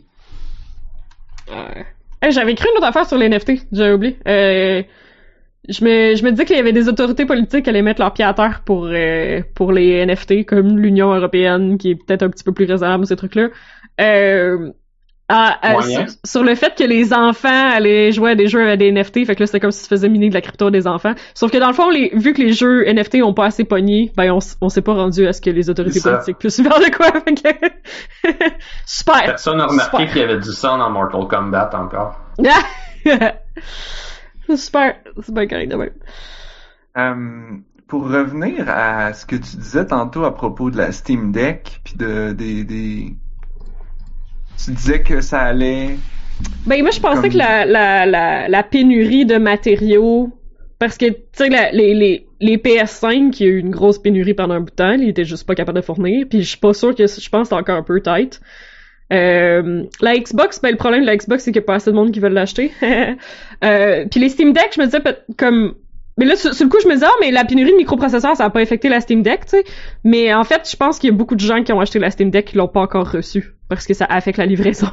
J'avais écrit une autre affaire sur les NFT, j'avais oublié. Je me disais qu'il y avait des autorités politiques qui allaient mettre leur pied à terre pour les NFT, comme l'Union européenne, qui est peut-être un petit peu plus raisonnable ces trucs-là. Sur le fait que les enfants allaient jouer à des jeux à des NFT, fait que là c'était comme si tu faisais miner de la crypto des enfants. Sauf que dans le fond, vu que les jeux NFT ont pas assez pogné, ben on s'est pas rendu à ce que les autorités politiques puissent faire de quoi. Fait que... Super. Personne n'a remarqué qu'il y avait du sang dans Mortal Kombat encore. Super, c'est bien correct de même. Pour revenir à ce que tu disais tantôt à propos de la Steam Deck, puis tu disais que ça allait... Ben moi je pensais que la pénurie de matériaux, parce que tu sais les PS5 qui a eu une grosse pénurie pendant un bout de temps, ils étaient juste pas capables de fournir, puis je suis pas sûre que je pense que c'est encore un peu tight. La Xbox, ben le problème de la Xbox c'est qu'il y a pas assez de monde qui veut l'acheter. Puis les Steam Deck, je me disais comme mais là sur le coup je me disais mais la pénurie de microprocesseurs ça a pas affecté la Steam Deck, tu sais. Mais en fait, je pense qu'il y a beaucoup de gens qui ont acheté la Steam Deck qui l'ont pas encore reçue parce que ça affecte la livraison.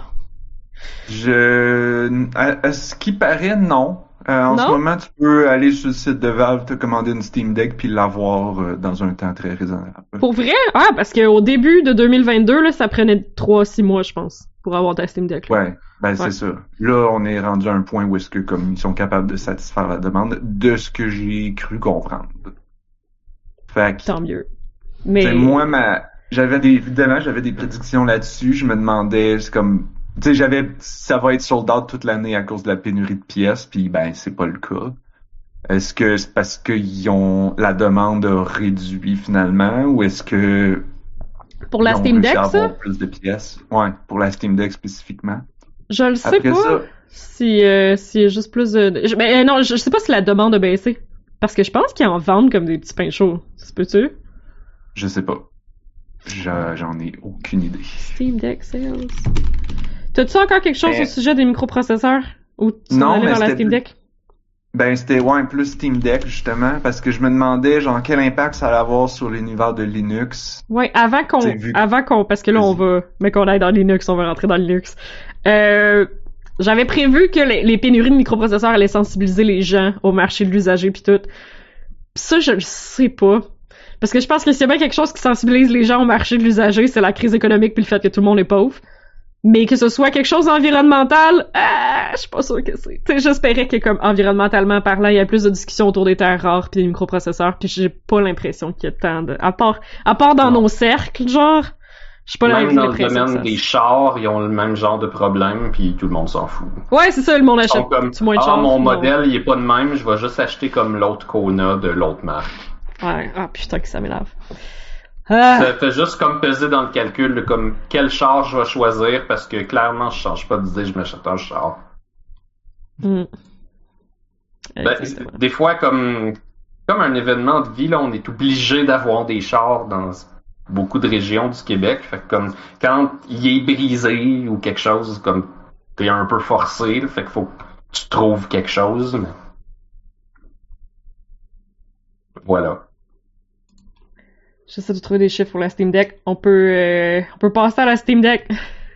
À ce qui paraît, non. En ce moment, tu peux aller sur le site de Valve, te commander une Steam Deck puis l'avoir dans un temps très raisonnable. Pour vrai? Ah, parce qu'au début de 2022, là, ça prenait 3-6 mois, je pense, pour avoir ta Steam Deck. Là. Ouais, c'est ça. Là, on est rendu à un point où est-ce que comme ils sont capables de satisfaire la demande de ce que j'ai cru comprendre. Fait que, tant mieux. Mais moi, j'avais des prédictions là-dessus. Je me demandais, c'est comme, tu sais, ça va être sold out toute l'année à cause de la pénurie de pièces, puis ben c'est pas le cas. Est-ce que c'est parce la demande a réduit finalement, ou est-ce que pour la Steam Deck ça plus de pièces? Ouais, pour la Steam Deck spécifiquement. Je le sais pas. Si y a juste plus de non, je sais pas si la demande a baissé, parce que je pense qu'ils en vendent comme des petits pains chauds. Ça se peut-tu? Je sais pas. J'en ai aucune idée. Steam Deck sales. T'as-tu encore quelque chose au sujet des microprocesseurs? Ou tu vas aller vers la Steam Deck? Ben, c'était, plus Steam Deck, justement, parce que je me demandais, genre, quel impact ça allait avoir sur l'univers de Linux. Ouais, avant qu'on, parce que là, mais qu'on aille dans Linux, on va rentrer dans Linux. J'avais prévu que les pénuries de microprocesseurs allaient sensibiliser les gens au marché de l'usager pis tout. Pis ça, je le sais pas. Parce que je pense que s'il y a bien quelque chose qui sensibilise les gens au marché de l'usager, c'est la crise économique puis le fait que tout le monde est pauvre. Mais que ce soit quelque chose d'environnemental, je suis pas sûre que c'est. Tu sais, j'espérais que comme environnementalement parlant, il y a plus de discussions autour des terres rares puis des microprocesseurs, puis j'ai pas l'impression qu'il y a tant de à part dans nos cercles, genre, Je suis pas là avec Même dans le le principe, domaine ça. des chars, ils ont le même genre de problème, puis tout le monde s'en fout. Ouais, c'est ça, le monde Ils achète sont comme, tout moins de chars. mon non. modèle, il est pas de même, je vais juste acheter comme l'autre Kona de l'autre marque. Ouais, putain que ça m'énerve. Ah. Ça fait juste comme peser dans le calcul de comme quel char je vais choisir, parce que clairement, je change pas d'idée, je m'achète un char. Des fois, comme un événement de vie, là, on est obligé d'avoir des chars dans beaucoup de régions du Québec. Fait que comme quand il est brisé ou quelque chose, comme t'es un peu forcé, là, fait qu'il faut que tu trouves quelque chose. Mais... Voilà. J'essaie de trouver des chiffres pour la Steam Deck. On peut passer à la Steam Deck.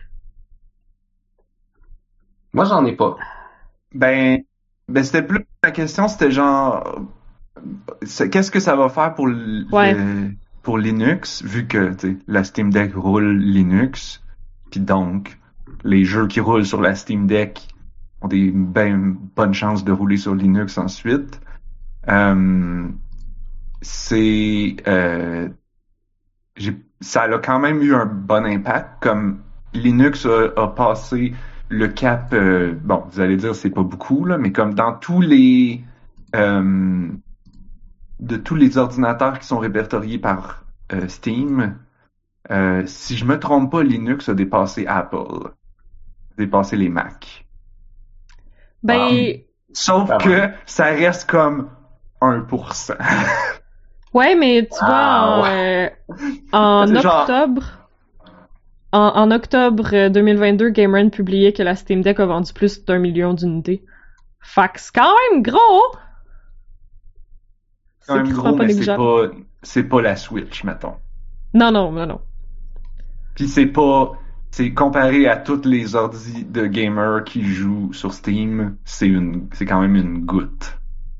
Moi, j'en ai pas. Ben c'était plus la question, c'était genre qu'est-ce que ça va faire pour pour Linux, vu que la Steam Deck roule Linux, puis donc les jeux qui roulent sur la Steam Deck ont des bonnes chances de rouler sur Linux ensuite. Ça a quand même eu un bon impact, comme Linux a passé le cap, bon, vous allez dire c'est pas beaucoup, là, mais comme dans tous les de tous les ordinateurs qui sont répertoriés par Steam, si je me trompe pas, Linux a dépassé Apple, dépassé les Mac. Sauf que ça reste comme 1%. Ouais, mais tu vois, en octobre, en octobre 2022, GameRant publiait que la Steam Deck a vendu plus d'1 million d'unités. Fait que c'est quand même gros! C'est quand même gros, mais c'est pas la Switch, mettons. Non. Puis c'est comparé à toutes les ordis de gamers qui jouent sur Steam, c'est quand même une goutte.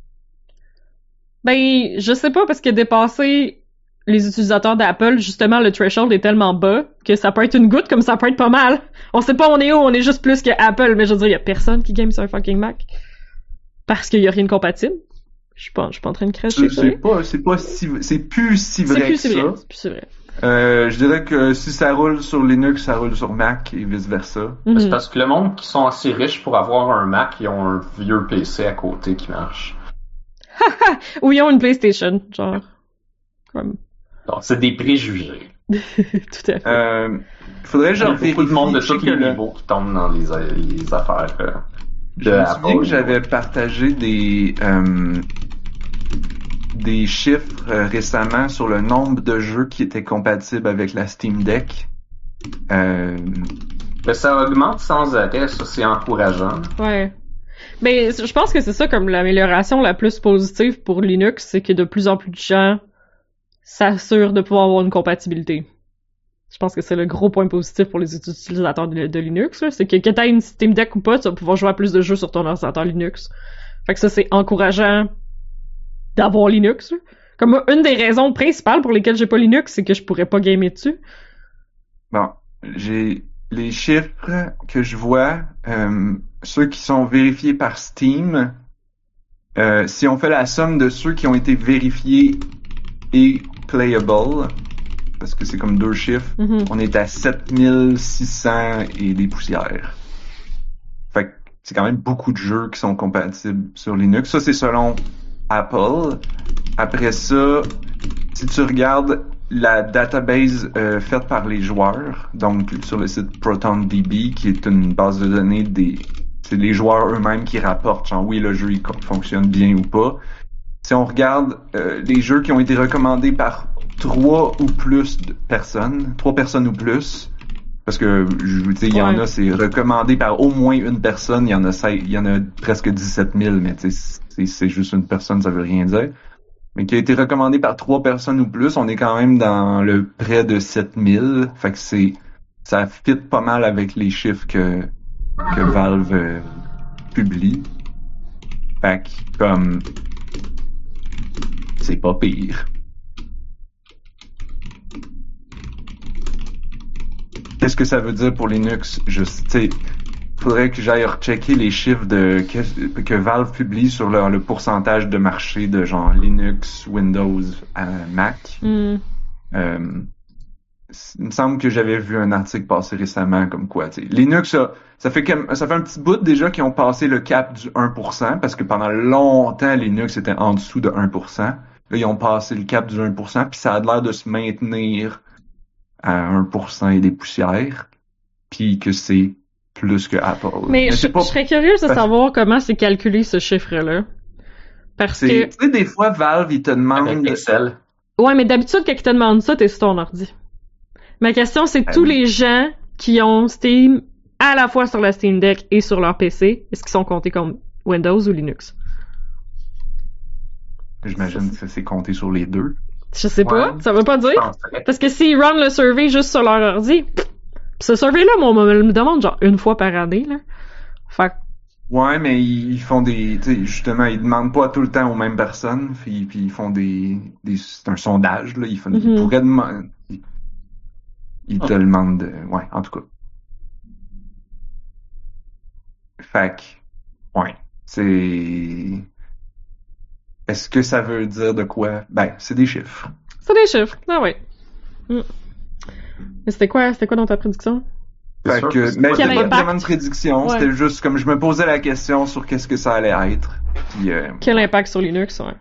Ben, je sais pas, parce que dépasser les utilisateurs d'Apple, justement, le threshold est tellement bas que ça peut être une goutte comme ça peut être pas mal. On sait pas on est où, on est juste plus que Apple, mais je veux dire, y a personne qui game sur un fucking Mac. Parce qu'il y a rien de compatible. Je suis pas en train de cracher. C'est plus si vrai que ça. C'est plus si vrai. Je dirais que si ça roule sur Linux, ça roule sur Mac et vice-versa. Mm-hmm. C'est parce que le monde qui sont assez riches pour avoir un Mac, ils ont un vieux PC à côté qui marche. Ou ils ont une PlayStation, genre. Comme... Donc, c'est des préjugés. Tout à fait. Faudrait genre il y a beaucoup de monde de tous les niveaux qui tombent dans les affaires je me souviens que j'avais partagé des chiffres récemment sur le nombre de jeux qui étaient compatibles avec la Steam Deck. Ça augmente sans arrêt, ça c'est encourageant. Ouais. Mais je pense que c'est ça comme l'amélioration la plus positive pour Linux, c'est que de plus en plus de gens s'assurent de pouvoir avoir une compatibilité. Je pense que c'est le gros point positif pour les utilisateurs de Linux, là. C'est que t'aies une Steam Deck ou pas, tu vas pouvoir jouer à plus de jeux sur ton ordinateur Linux. Fait que ça, c'est encourageant d'avoir Linux, là. Comme moi, une des raisons principales pour lesquelles j'ai pas Linux, c'est que je pourrais pas gamer dessus. Bon, j'ai les chiffres que je vois, ceux qui sont vérifiés par Steam, si on fait la somme de ceux qui ont été vérifiés et playable, parce que c'est comme deux chiffres, on est à 7600 et des poussières. Fait que c'est quand même beaucoup de jeux qui sont compatibles sur Linux. Ça, c'est selon Apple. Après ça, si tu regardes la database faite par les joueurs, donc sur le site ProtonDB, qui est une base de données c'est les joueurs eux-mêmes qui rapportent, genre oui, le jeu il fonctionne bien ou pas. Si on regarde les jeux qui ont été recommandés par 3 personnes ou plus, parce que il y en a, c'est recommandé par au moins une personne, il y en a presque 17 000, mais c'est juste une personne, ça veut rien dire. Mais qui a été recommandé par 3 personnes ou plus, on est quand même dans le près de 7000. Fait que ça fit pas mal avec les chiffres que Valve publie. Fait que, comme, c'est pas pire. Qu'est-ce que ça veut dire pour Linux? Faudrait que j'aille rechecker les chiffres que Valve publie sur le pourcentage de marché de genre Linux, Windows, Mac. il me semble que j'avais vu un article passer récemment comme quoi, tu sais, Linux, ça fait un petit bout déjà qu'ils ont passé le cap du 1%, parce que pendant longtemps, Linux était en dessous de 1%. Là, ils ont passé le cap du 1%, puis ça a l'air de se maintenir à 1% et des poussières, puis que c'est plus que Apple. Mais je serais curieuse de savoir comment c'est calculé ce chiffre-là. Parce que... Tu sais, des fois, Valve, ils te demandent... Avec Excel. Ouais, mais d'habitude, quand ils te demandent ça, t'es sur ton ordi. Ma question, c'est tous les gens qui ont Steam à la fois sur la Steam Deck et sur leur PC, est-ce qu'ils sont comptés comme Windows ou Linux? J'imagine que c'est compté sur les deux. Je sais pas, ça veut pas dire. Parce que s'ils run le survey juste sur leur ordi, ce survey-là, on me demande genre une fois par année, là. Fait ouais, mais ils font des, tu sais, justement, ils demandent pas tout le temps aux mêmes personnes, puis ils font c'est un sondage, là, ils pourraient demander, ils te demandent ouais, en tout cas. Fait que, ouais, est-ce que ça veut dire de quoi? Ben, c'est des chiffres. C'est des chiffres, ah ouais. Mais c'était quoi dans ta prédiction? Fait que, mais c'était pas vraiment une prédiction, ouais. C'était juste comme je me posais la question sur qu'est-ce que ça allait être. Puis, quel impact sur Linux, ouais.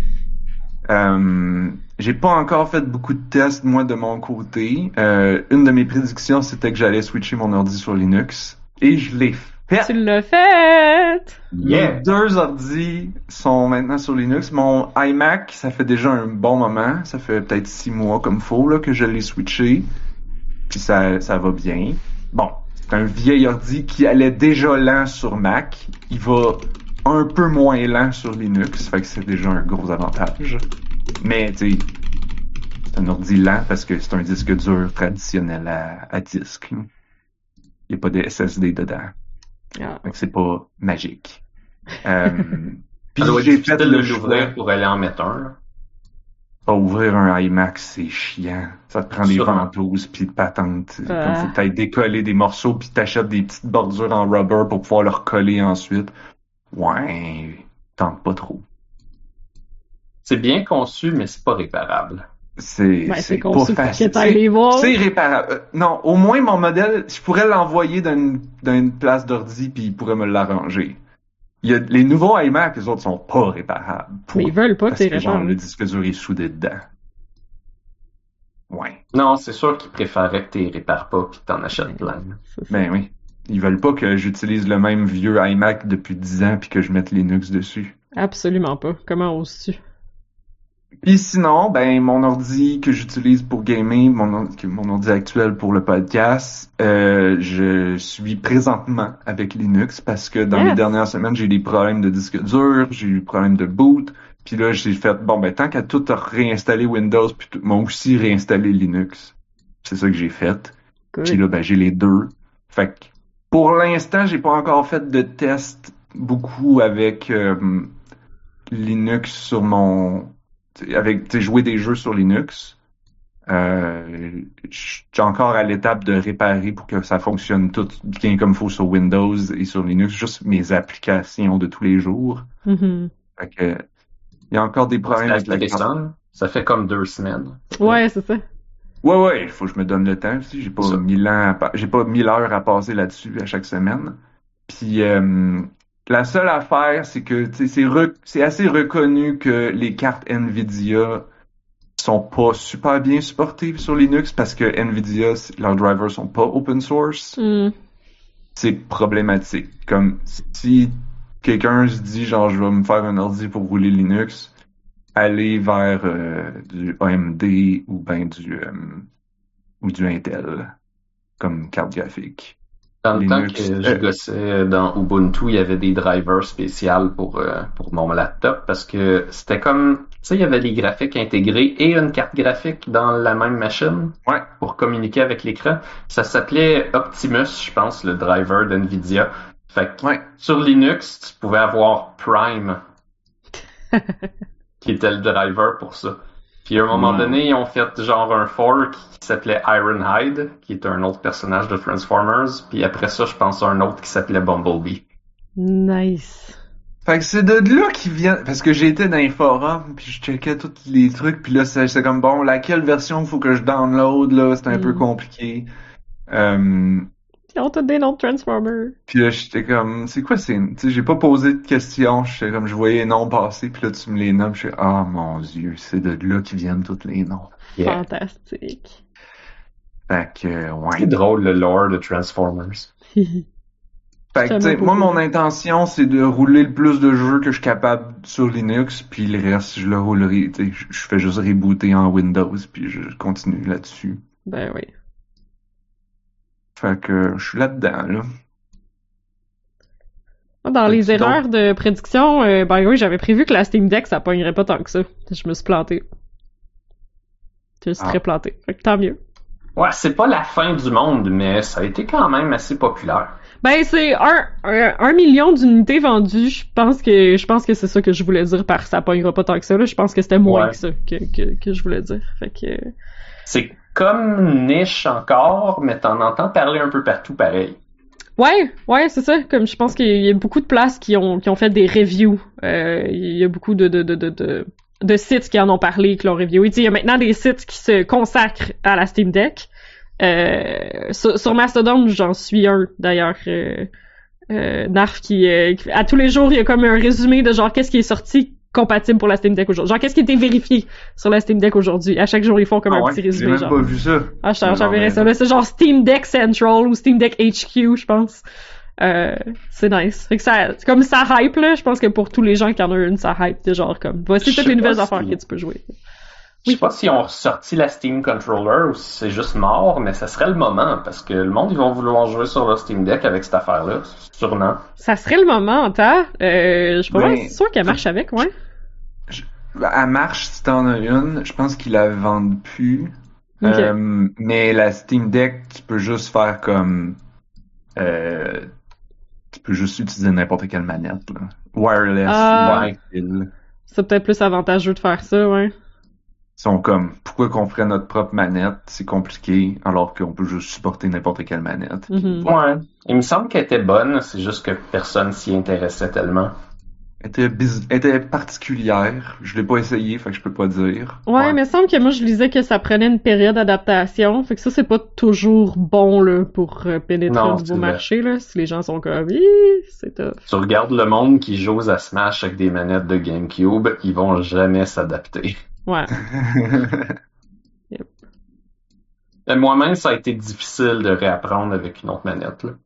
J'ai pas encore fait beaucoup de tests, moi, de mon côté. Une de mes prédictions, c'était que j'allais switcher mon ordi sur Linux. Et je l'ai fait! Tu l'as fait! Yeah! Les 2 ordis sont maintenant sur Linux. Mon iMac, ça fait déjà un bon moment. Ça fait peut-être 6 mois comme faut, là, que je l'ai switché. Puis ça va bien. Bon, c'est un vieil ordi qui allait déjà lent sur Mac. Il va un peu moins lent sur Linux, fait que c'est déjà un gros avantage. Mais, tu sais, c'est un ordi lent parce que c'est un disque dur traditionnel à disque. Il n'y a pas de SSD dedans. Donc c'est pas magique. Puis j'ai fait l'ouvrir pour aller en mettre un. Ouvrir un iMac, c'est chiant. Ça te prend des ventouses pis de patentes. Comme faut que t'ailles décoller des morceaux pis t'achètes des petites bordures en rubber pour pouvoir le recoller ensuite. Ouais, tente pas trop. C'est bien conçu, mais c'est pas réparable. C'est pas facile. C'est réparable. Non, au moins mon modèle, je pourrais l'envoyer d'une place d'ordi puis il pourrait me l'arranger. Les nouveaux iMac, les autres sont pas réparables. Mais ils veulent pas que t'es réparé. Le disque dur est soudé dedans. Ouais. Non, c'est sûr qu'ils préféraient que t'es répares pas pis que t'en achètes plein. Ben oui. Ils veulent pas que j'utilise le même vieux iMac depuis 10 ans puis que je mette Linux dessus. Absolument pas. Comment oses-tu? Puis sinon, ben mon ordi que j'utilise pour gamer, mon ordi actuel pour le podcast, je suis présentement avec Linux parce que dans les dernières semaines, j'ai eu des problèmes de disque dur, j'ai eu des problèmes de boot, puis là j'ai fait bon ben tant qu'à tout réinstaller Windows, puis moi aussi réinstaller Linux. C'est ça que j'ai fait. Puis là ben j'ai les deux. Fait que pour l'instant, j'ai pas encore fait de test beaucoup avec Linux sur jouer des jeux sur Linux. Je suis encore à l'étape de réparer pour que ça fonctionne tout bien comme il faut sur Windows et sur Linux, juste mes applications de tous les jours. Mm-hmm. Fait que, il y a encore des problèmes avec la carte. Ça fait comme 2 semaines. Ouais, c'est ça. Ouais, il faut que je me donne le temps aussi. J'ai pas 1000 heures à passer là-dessus à chaque semaine. Puis la seule affaire, c'est que c'est assez reconnu que les cartes Nvidia sont pas super bien supportées sur Linux parce que Nvidia, leurs drivers sont pas open source. C'est problématique. Comme si quelqu'un se dit genre je vais me faire un ordi pour rouler Linux, aller vers du AMD ou ben du Intel comme carte graphique. Dans le temps que je gossais dans Ubuntu, il y avait des drivers spéciaux pour mon laptop parce que c'était comme, tu sais, il y avait les graphiques intégrés et une carte graphique dans la même machine pour communiquer avec l'écran. Ça s'appelait Optimus, je pense, le driver d'NVIDIA. Fait que sur Linux, tu pouvais avoir Prime, qui était le driver pour ça. Puis à un moment donné, ils ont fait genre un fork qui s'appelait Ironhide, qui est un autre personnage de Transformers. Puis après ça, je pense à un autre qui s'appelait Bumblebee. Nice. Fait que c'est de là qu'ils viennent, parce que j'étais dans les forums, puis je checkais tous les trucs, puis là c'est comme bon, laquelle version faut que je download là, c'est un peu compliqué. Ils ont tous des noms de Transformers. Puis là j'étais comme, c'est quoi c'est, tu sais, j'ai pas posé de questions, j'étais comme, je voyais les noms passer, puis là tu me les nommes, je suis, ah mon Dieu, c'est de là qu'ils viennent tous les noms. Yeah. Fantastique. Fait que ouais. C'est drôle le lore de Transformers. Fait que, tu sais, moi, mon intention, c'est de rouler le plus de jeux que je suis capable sur Linux, puis le reste, je le roulerai, tu sais, je fais juste rebooter en Windows, puis je continue là-dessus. Ben oui. Fait que, je suis là-dedans, là. Dans les erreurs de prédiction, ben oui, j'avais prévu que la Steam Deck, ça pognerait pas tant que ça. Je me suis planté. Je me suis très planté. Fait que tant mieux. Ouais, c'est pas la fin du monde, mais ça a été quand même assez populaire. Ben, c'est 1 million d'unités vendues. Je pense que c'est ça que je voulais dire par ça pognera pas tant que ça, là. Je pense que c'était moins que ça que je voulais dire. Fait que... C'est comme niche encore, mais t'en entends parler un peu partout pareil. Ouais, c'est ça. Comme je pense qu'il y a beaucoup de places qui ont fait des reviews. Il y a beaucoup de sites qui en ont parlé, qui l'ont reviewé. Il y a maintenant des sites qui se consacrent à la Steam Deck. Sur Mastodon, j'en suis un d'ailleurs. Narf qui à tous les jours, il y a comme un résumé de genre qu'est-ce qui est sorti compatible pour la Steam Deck aujourd'hui. Genre qu'est-ce qui a été vérifié sur la Steam Deck aujourd'hui. À chaque jour, ils font comme un petit résumé. J'ai même pas vu ça. Ah, j'enverrai ça. Là, c'est genre Steam Deck Central ou Steam Deck HQ, je pense. C'est nice. Fait que c'est comme ça hype, là. Je pense que pour tous les gens qui en ont une, ça hype de genre comme voici toutes les nouvelles affaires que tu peux jouer. Je sais pas si on ressorti la Steam Controller ou si c'est juste mort, mais ça serait le moment, parce que le monde, ils vont vouloir jouer sur leur Steam Deck avec cette affaire-là, sûrement. Ça serait le moment, je suis pas sûr qu'elle marche avec, ouais. Elle marche si t'en as une, je pense qu'ils la vendent plus. Okay. Mais la Steam Deck, tu peux juste faire comme... tu peux juste utiliser n'importe quelle manette, là. Wireless, fil. C'est peut-être plus avantageux de faire ça, ouais. Ils sont comme, pourquoi qu'on ferait notre propre manette? C'est compliqué, alors qu'on peut juste supporter n'importe quelle manette. Ouais. Il me semble qu'elle était bonne, c'est juste que personne s'y intéressait tellement. Elle était particulière. Je l'ai pas essayé, fait que je peux pas dire. Ouais, mais il me semble que moi, je lisais que ça prenait une période d'adaptation. Fait que ça, c'est pas toujours bon, là, pour pénétrer un nouveau marché, là. Si les gens sont comme, c'est tough. Tu regardes le monde qui joue à Smash avec des manettes de GameCube, ils vont jamais s'adapter. Ouais. Yep. Moi-même, ça a été difficile de réapprendre avec une autre manette, là.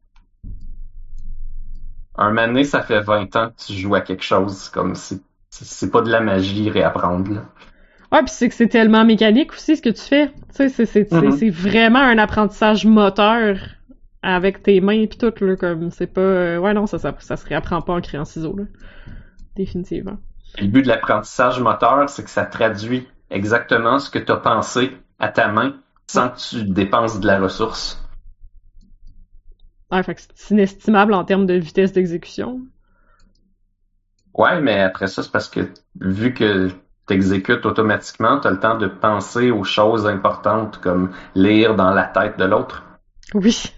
Un mané, ça fait 20 ans que tu joues à quelque chose, comme c'est pas de la magie réapprendre, là. Ouais, pis c'est que c'est tellement mécanique aussi ce que tu fais. Tu sais, c'est vraiment un apprentissage moteur avec tes mains pis tout, là, comme c'est pas... ouais, non, ça se réapprend pas en criant ciseaux, là. Définitivement. Le but de l'apprentissage moteur, c'est que ça traduit exactement ce que tu as pensé à ta main sans que tu dépenses de la ressource. Ouais, fait que c'est inestimable en termes de vitesse d'exécution. Ouais, mais après ça, c'est parce que vu que t'exécutes automatiquement, t'as le temps de penser aux choses importantes comme lire dans la tête de l'autre. Oui.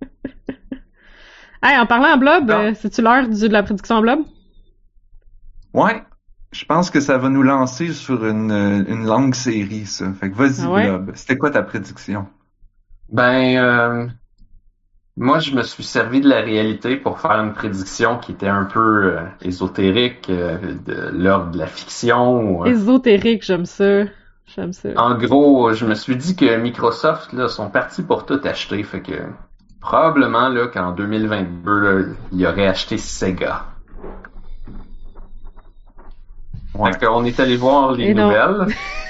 Hey, en parlant en blob, c'est-tu l'heure de la prédiction en blob? Ouais. Je pense que ça va nous lancer sur une longue série, ça. Fait que vas-y, Blob. C'était quoi ta prédiction? Moi, je me suis servi de la réalité pour faire une prédiction qui était un peu ésotérique, de l'ordre de la fiction. Ésotérique, j'aime ça. En gros, je me suis dit que Microsoft, là, sont partis pour tout acheter. Fait que probablement là qu'en 2022, là, il aurait acheté Sega. Ouais. Fait qu'on est allé voir les nouvelles.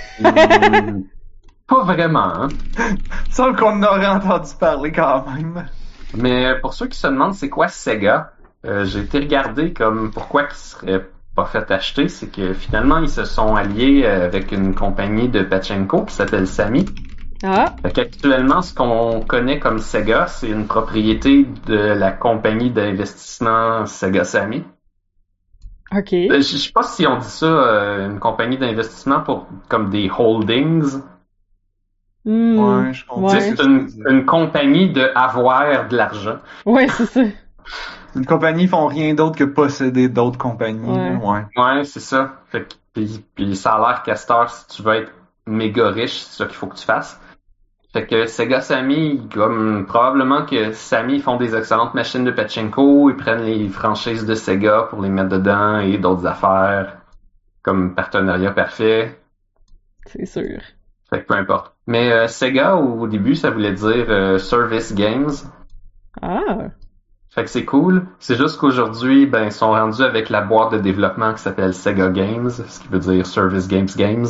Pas vraiment, hein. Sauf qu'on aurait entendu parler quand même. Mais pour ceux qui se demandent c'est quoi Sega, j'ai été regarder comme pourquoi ils seraient pas fait acheter, c'est que finalement ils se sont alliés avec une compagnie de pachinko qui s'appelle Sammy. Ah. Fait qu'actuellement, ce qu'on connaît comme Sega, c'est une propriété de la compagnie d'investissement Sega Sammy. OK. Je sais pas si on dit ça, une compagnie d'investissement pour comme des holdings. Ouais, je comprends. C'est une compagnie de avoir de l'argent. Ouais, c'est ça. Une compagnie font rien d'autre que posséder d'autres compagnies. Ouais. Ouais. Ouais, c'est ça. Fait que, puis ça a l'air qu'à cette heure, si tu veux être méga riche, c'est ça qu'il faut que tu fasses. Fait que Sega Sammy, comme probablement que Sammy font des excellentes machines de pachinko, ils prennent les franchises de Sega pour les mettre dedans et d'autres affaires comme partenariat parfait. C'est sûr. Fait que peu importe. Mais Sega au début ça voulait dire Service Games. Ah! Fait que c'est cool. C'est juste qu'aujourd'hui, ben ils sont rendus avec la boîte de développement qui s'appelle Sega Games, ce qui veut dire Service Games Games.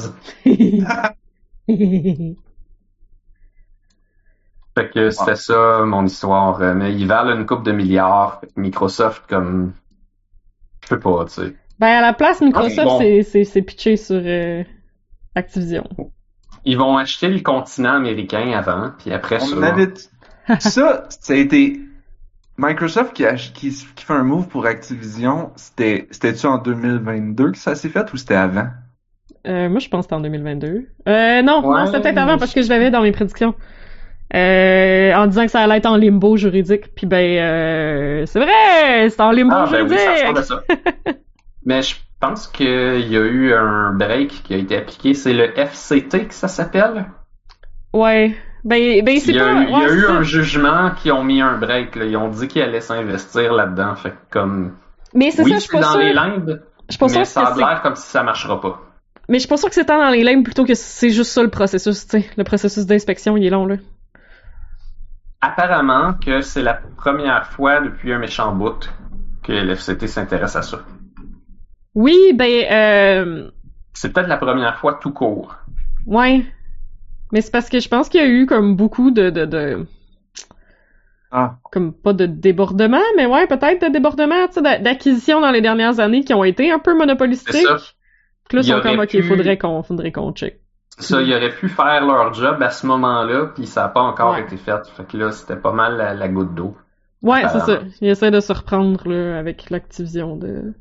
Fait que c'était ça, mon histoire. Mais ils valent une couple de milliards. Fait que Microsoft, comme... Je sais pas, tu sais. Ben, à la place, Microsoft, bon. c'est pitché sur Activision. Ils vont acheter le continent américain avant, puis après ça... Ça a été... Microsoft qui fait un move pour Activision, c'était-tu en 2022 que ça s'est fait ou c'était avant? Moi, je pense que c'était en 2022. Non, c'était peut-être avant parce que je l'avais dans mes prédictions. En disant que ça allait être en limbo juridique. Puis c'est vrai, c'est en limbo juridique. Oui, ça ressemble à ça. Mais je pense qu'il y a eu un break qui a été appliqué. C'est le FCT que ça s'appelle? Ouais. Ben c'est pas... Il y a eu un jugement qui ont mis un break. Là. Ils ont dit qu'ils allaient s'investir là-dedans. Fait que comme... Mais c'est oui, ça, je suis pas dans sûre. les limbes, mais ça a l'air comme si ça marchera pas. Mais je suis pas sûre que c'est tant dans les limbes plutôt que c'est juste ça le processus, tu sais. Le processus d'inspection, il est long, là. Apparemment que c'est la première fois depuis un méchant bout que l'FCT s'intéresse à ça. Oui, c'est peut-être la première fois tout court. Ouais. Mais c'est parce que je pense qu'il y a eu comme beaucoup comme pas de débordement, mais ouais, peut-être de débordement, tu sais, d'acquisitions dans les dernières années qui ont été un peu monopolistiques. C'est ça. Puis là, ils sont comme, ok, faudrait qu'on check. Ça, ils auraient pu faire leur job à ce moment-là, puis ça n'a pas encore été fait. Fait que là, c'était pas mal la goutte d'eau. Ouais, c'est ça. Ils essaient de se reprendre là, avec l'acquisition de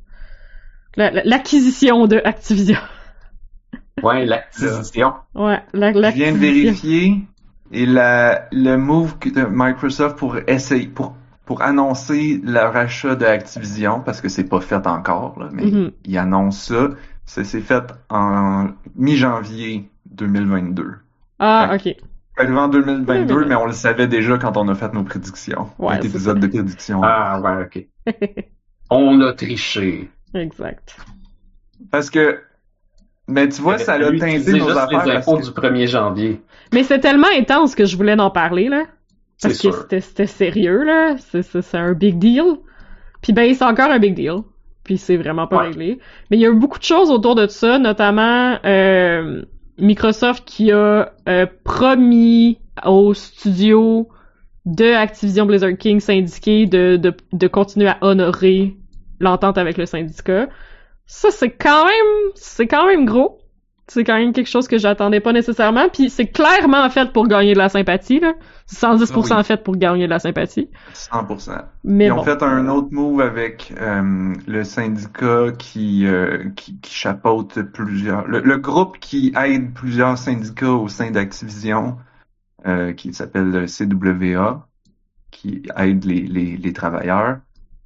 Activision. Ouais, l'acquisition. Ouais, l'acquisition. Je viens de vérifier et le move de Microsoft pour annoncer leur achat de Activision, parce que c'est pas fait encore, là, mais ils annoncent ça s'est fait en mi-janvier 2022. Ah, ok. Arrivé en 2022, mais on le savait déjà quand on a fait nos prédictions. Ouais, notre épisode de prédiction. Ah, ouais, ok. On a triché. Exact. Parce que, mais tu vois, ça a teinté nos affaires. Les infos du 1er janvier. Mais c'est tellement intense que je voulais en parler, là. Parce que c'était sérieux, là. C'est un big deal. Puis c'est encore un big deal. Puis c'est vraiment pas réglé. Mais il y a eu beaucoup de choses autour de ça, notamment Microsoft qui a promis aux studios de Activision Blizzard King syndiqués de continuer à honorer l'entente avec le syndicat. Ça, c'est quand même gros. C'est quand même quelque chose que j'attendais pas nécessairement, puis c'est clairement fait pour gagner de la sympathie, là. C'est 110% fait pour gagner de la sympathie. 100%. Mais ils ont fait un autre move avec le syndicat qui chapeaute plusieurs... Le groupe qui aide plusieurs syndicats au sein d'Activision, qui s'appelle le CWA, qui aide les travailleurs.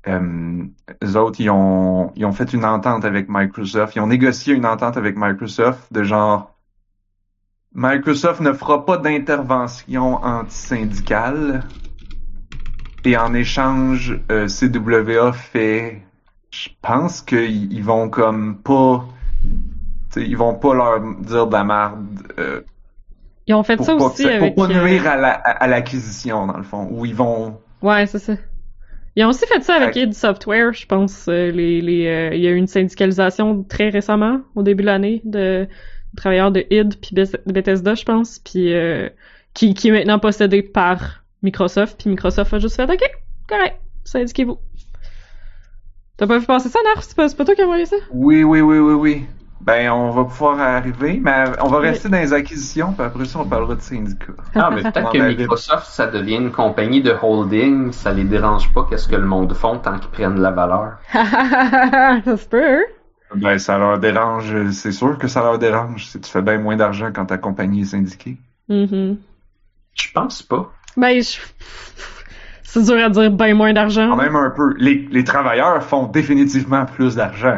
Eux autres, ils ont fait une entente avec Microsoft. Ils ont négocié une entente avec Microsoft de genre Microsoft ne fera pas d'intervention anti-syndicale et en échange, CWA fait, je pense qu'ils vont comme pas, ils vont pas leur dire de la merde. Ils ont fait ça aussi avec... Pour pas nuire à l'acquisition, dans le fond, où ils vont... Ouais, c'est ça. Ils ont aussi fait ça avec id Software, je pense. Il y a eu une syndicalisation très récemment, au début de l'année, de travailleurs de id puis Bethesda, je pense, puis qui est maintenant possédé par Microsoft, puis Microsoft a juste fait « OK, correct, syndiquez-vous ». T'as pas vu passer ça, Narf? C'est pas toi qui as envoyé ça? Oui. Ben, on va pouvoir arriver, mais on va rester dans les acquisitions, puis après ça, on parlera de syndicats. Ah, mais peut-être que Microsoft, ça devient une compagnie de holding, ça les dérange pas qu'est-ce que le monde font tant qu'ils prennent de la valeur. Ça se peut. Ben, ça leur dérange, c'est sûr que ça leur dérange. Si tu fais bien moins d'argent quand ta compagnie est syndiquée. Mm-hmm. Je pense pas. Ben, C'est dur à dire bien moins d'argent. Quand même un peu. Les travailleurs font définitivement plus d'argent.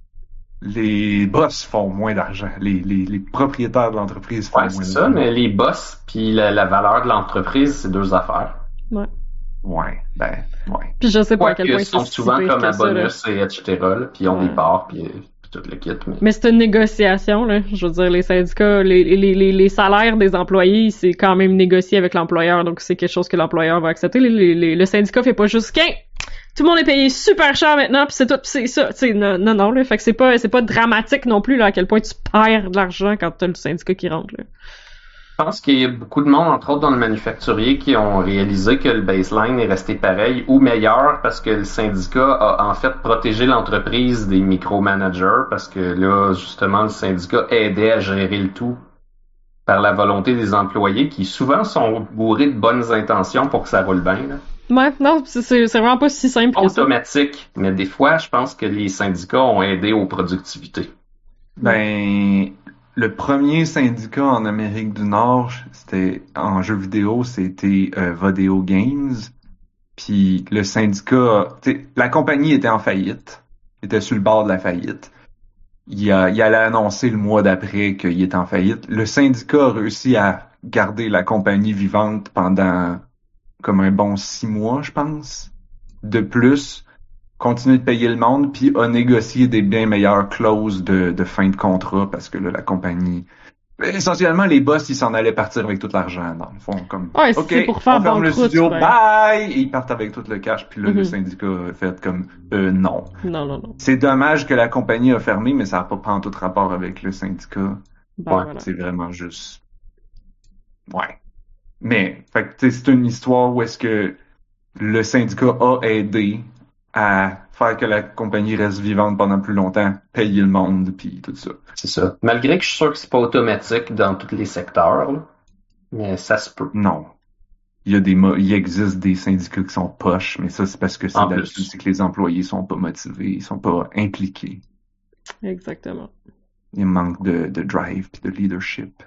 Les boss font moins d'argent. Les propriétaires de l'entreprise font moins d'argent. Ouais, c'est ça, mais les boss puis la valeur de l'entreprise, c'est deux affaires. Ouais. Ouais. Puis je sais pas Ouais, à quel point ils sont souvent comme à bonus et etc. Là, puis ils ont des parts puis tout le kit. Mais c'est une négociation, là. Je veux dire, les syndicats, les salaires des employés, c'est quand même négocié avec l'employeur, donc c'est quelque chose que l'employeur va accepter. Le syndicat fait pas juste qu'un. Tout le monde est payé super cher maintenant, puis c'est tout, pis c'est ça. Tu sais, non, là. Fait que c'est pas dramatique non plus, là, à quel point tu perds de l'argent quand t'as le syndicat qui rentre, là. Je pense qu'il y a beaucoup de monde, entre autres dans le manufacturier, qui ont réalisé que le baseline est resté pareil ou meilleur parce que le syndicat a en fait protégé l'entreprise des micromanagers parce que là, justement, le syndicat aidait à gérer le tout par la volonté des employés qui souvent sont bourrés de bonnes intentions pour que ça roule bien. Là. Ouais, non, c'est vraiment pas si simple que ça. Automatique, mais des fois, je pense que les syndicats ont aidé aux productivités. Ben, le premier syndicat en Amérique du Nord, c'était en jeux vidéo, c'était Vodeo Games. Puis le syndicat, la compagnie était en faillite, était sur le bord de la faillite. Il allait annoncer le mois d'après qu'il était en faillite. Le syndicat a réussi à garder la compagnie vivante pendant comme un bon 6 mois, je pense. De plus, continuer de payer le monde, puis a négocié des bien meilleures clauses de fin de contrat parce que là, la compagnie... Essentiellement, les boss, ils s'en allaient partir avec tout l'argent, dans le fond. Comme, ouais, OK, c'est pour faire on ferme le banqueroute, studio, ouais. bye! Et ils partent avec tout le cash, puis là, le syndicat a fait comme, non. Non. C'est dommage que la compagnie a fermé, mais ça n'a pas en tout rapport avec le syndicat. Ben, Ouais, voilà. c'est vraiment juste... Ouais. Mais, fait que, c'est une histoire où est-ce que le syndicat a aidé à faire que la compagnie reste vivante pendant plus longtemps, payer le monde, puis tout ça. C'est ça. Malgré que je suis sûr que c'est pas automatique dans tous les secteurs, là, mais ça se peut. Non. Il existe des syndicats qui sont poches, mais ça, c'est parce que c'est que les employés sont pas motivés, ils sont pas impliqués. Exactement. Il manque de drive puis de leadership.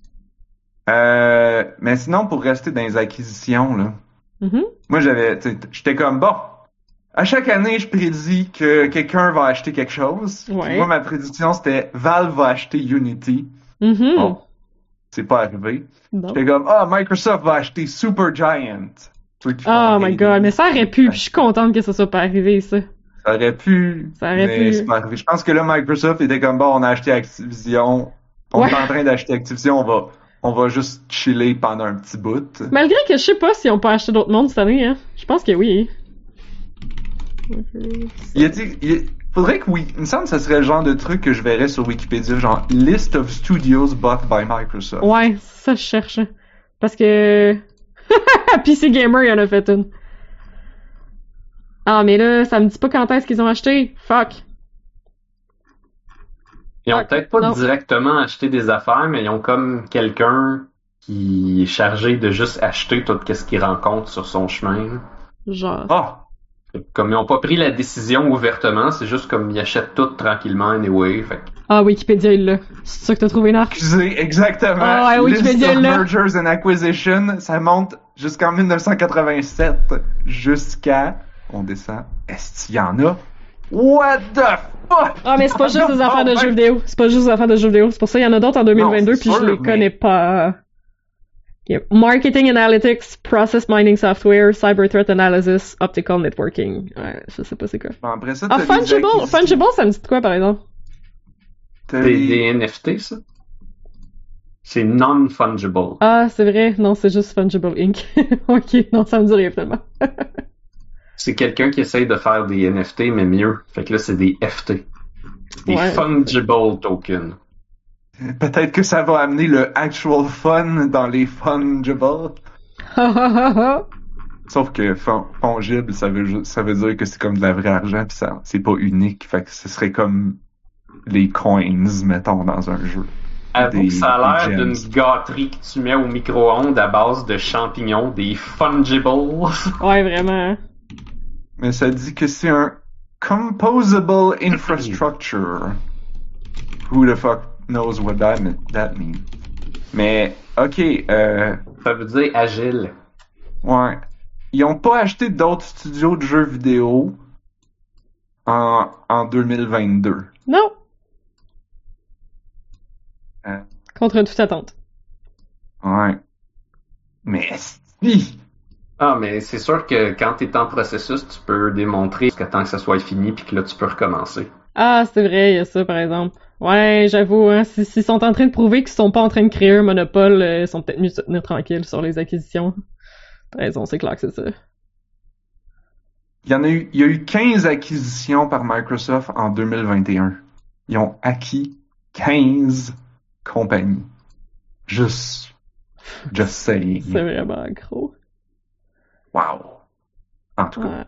Mais sinon, pour rester dans les acquisitions, là, moi, j'étais comme, bon, à chaque année, je prédis que quelqu'un va acheter quelque chose. Ouais. Moi, ma prédiction, c'était Valve va acheter Unity. Bon, c'est pas arrivé. J'étais comme, Microsoft va acheter Supergiant. Oh my god, mais ça aurait pu, puis je suis contente que ça soit pas arrivé, ça. Ça aurait pu, mais c'est pas arrivé. Je pense que là, Microsoft était comme, bon, on a acheté Activision. On est en train d'acheter Activision, on va juste chiller pendant un petit bout. Malgré que je sais pas si on peut acheter d'autres mondes cette année, hein. Je pense que oui. Faudrait que oui. Il me semble que ça serait le genre de truc que je verrais sur Wikipédia, genre List of Studios Bought by Microsoft. Ouais, ça je cherche. Parce que PC Gamer, il en a fait une. Ah, mais là, ça me dit pas quand est-ce qu'ils ont acheté. Fuck. Ils ont peut-être pas directement acheté des affaires, mais ils ont comme quelqu'un qui est chargé de juste acheter tout ce qu'il rencontre sur son chemin. Genre. Ah! Comme ils ont pas pris la décision ouvertement, c'est juste comme ils achètent tout tranquillement anyway. Fait. Ah, Wikipédia, il l'a. C'est ça que t'as trouvé, Narc? Excusez, exactement. Ah, ouais, Wikipédia, List of là. Mergers and Acquisition, ça monte jusqu'en 1987. Jusqu'à... On descend. Est-ce qu'il y en a? What the fuck? Ah, mais c'est pas juste des affaires de jeux vidéo. C'est pas juste des affaires de jeux vidéo. C'est pour ça qu'il y en a d'autres en 2022, puis je les connais pas. Yep. Marketing Analytics, Process Mining Software, Cyber Threat Analysis, Optical Networking. Ouais, je sais pas c'est quoi. Bon, après ça, Fungible! Fungible, ça me dit quoi, par exemple? C'est des NFT, ça? C'est non-fungible. Ah, c'est vrai. Non, c'est juste Fungible Inc. Ok, non, ça me dit rien, finalement. C'est quelqu'un qui essaye de faire des NFT, mais mieux. Fait que là, c'est des FT. Des Fungible Tokens. Peut-être que ça va amener le actual fun dans les fungible. Sauf que fungible, ça veut dire que c'est comme de la vraie argent, pis ça, c'est pas unique. Fait que ce serait comme les coins, mettons, dans un jeu. Avoue que ça a l'air d'une gâterie que tu mets au micro-ondes à base de champignons, des fungibles. Ouais, vraiment. Mais ça dit que c'est un composable infrastructure. Who the fuck knows what that means? Mais, ok, ça veut dire agile. Ouais. ils ont pas acheté d'autres studios de jeux vidéo en 2022. Non. Euh. Contre toute attente. Ouais. Mais si! Ah, mais c'est sûr que quand t'es en processus, tu peux démontrer jusqu'à temps que ça soit fini, puis que là, tu peux recommencer. Ah, c'est vrai, il y a ça, par exemple. Ouais, j'avoue, hein, s'ils sont en train de prouver qu'ils sont pas en train de créer un monopole, ils sont peut-être mieux de se tenir tranquilles sur les acquisitions. T'as raison, c'est clair que c'est ça. Il y a eu 15 acquisitions par Microsoft en 2021. Ils ont acquis 15 compagnies. Just saying. C'est vraiment gros. Wow. En tout cas.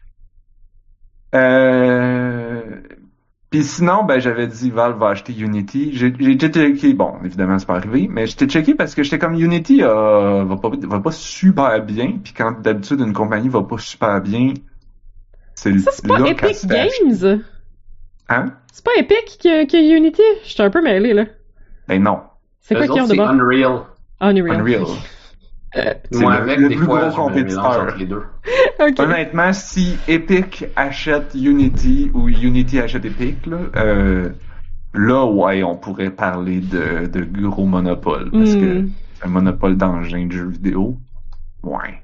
Ouais. Puis sinon, ben j'avais dit Valve va acheter Unity. J'ai checké, bon, évidemment c'est pas arrivé, mais j'étais checké parce que j'étais comme Unity va pas super bien. Puis quand d'habitude une compagnie va pas super bien, ça c'est pas là Epic Games. Hein? C'est pas Epic qui a Unity? J'étais un peu mêlé là. Ben non. C'est quoi qui ont de bon? Unreal. Unreal. Moi, avec le des plus fois, gros je me compétiteur. mélange entre les deux. Okay. Honnêtement, si Epic achète Unity ou Unity achète Epic, là, ouais, on pourrait parler de gros monopole. Parce que c'est un monopole d'engins de jeux vidéo. Ouais.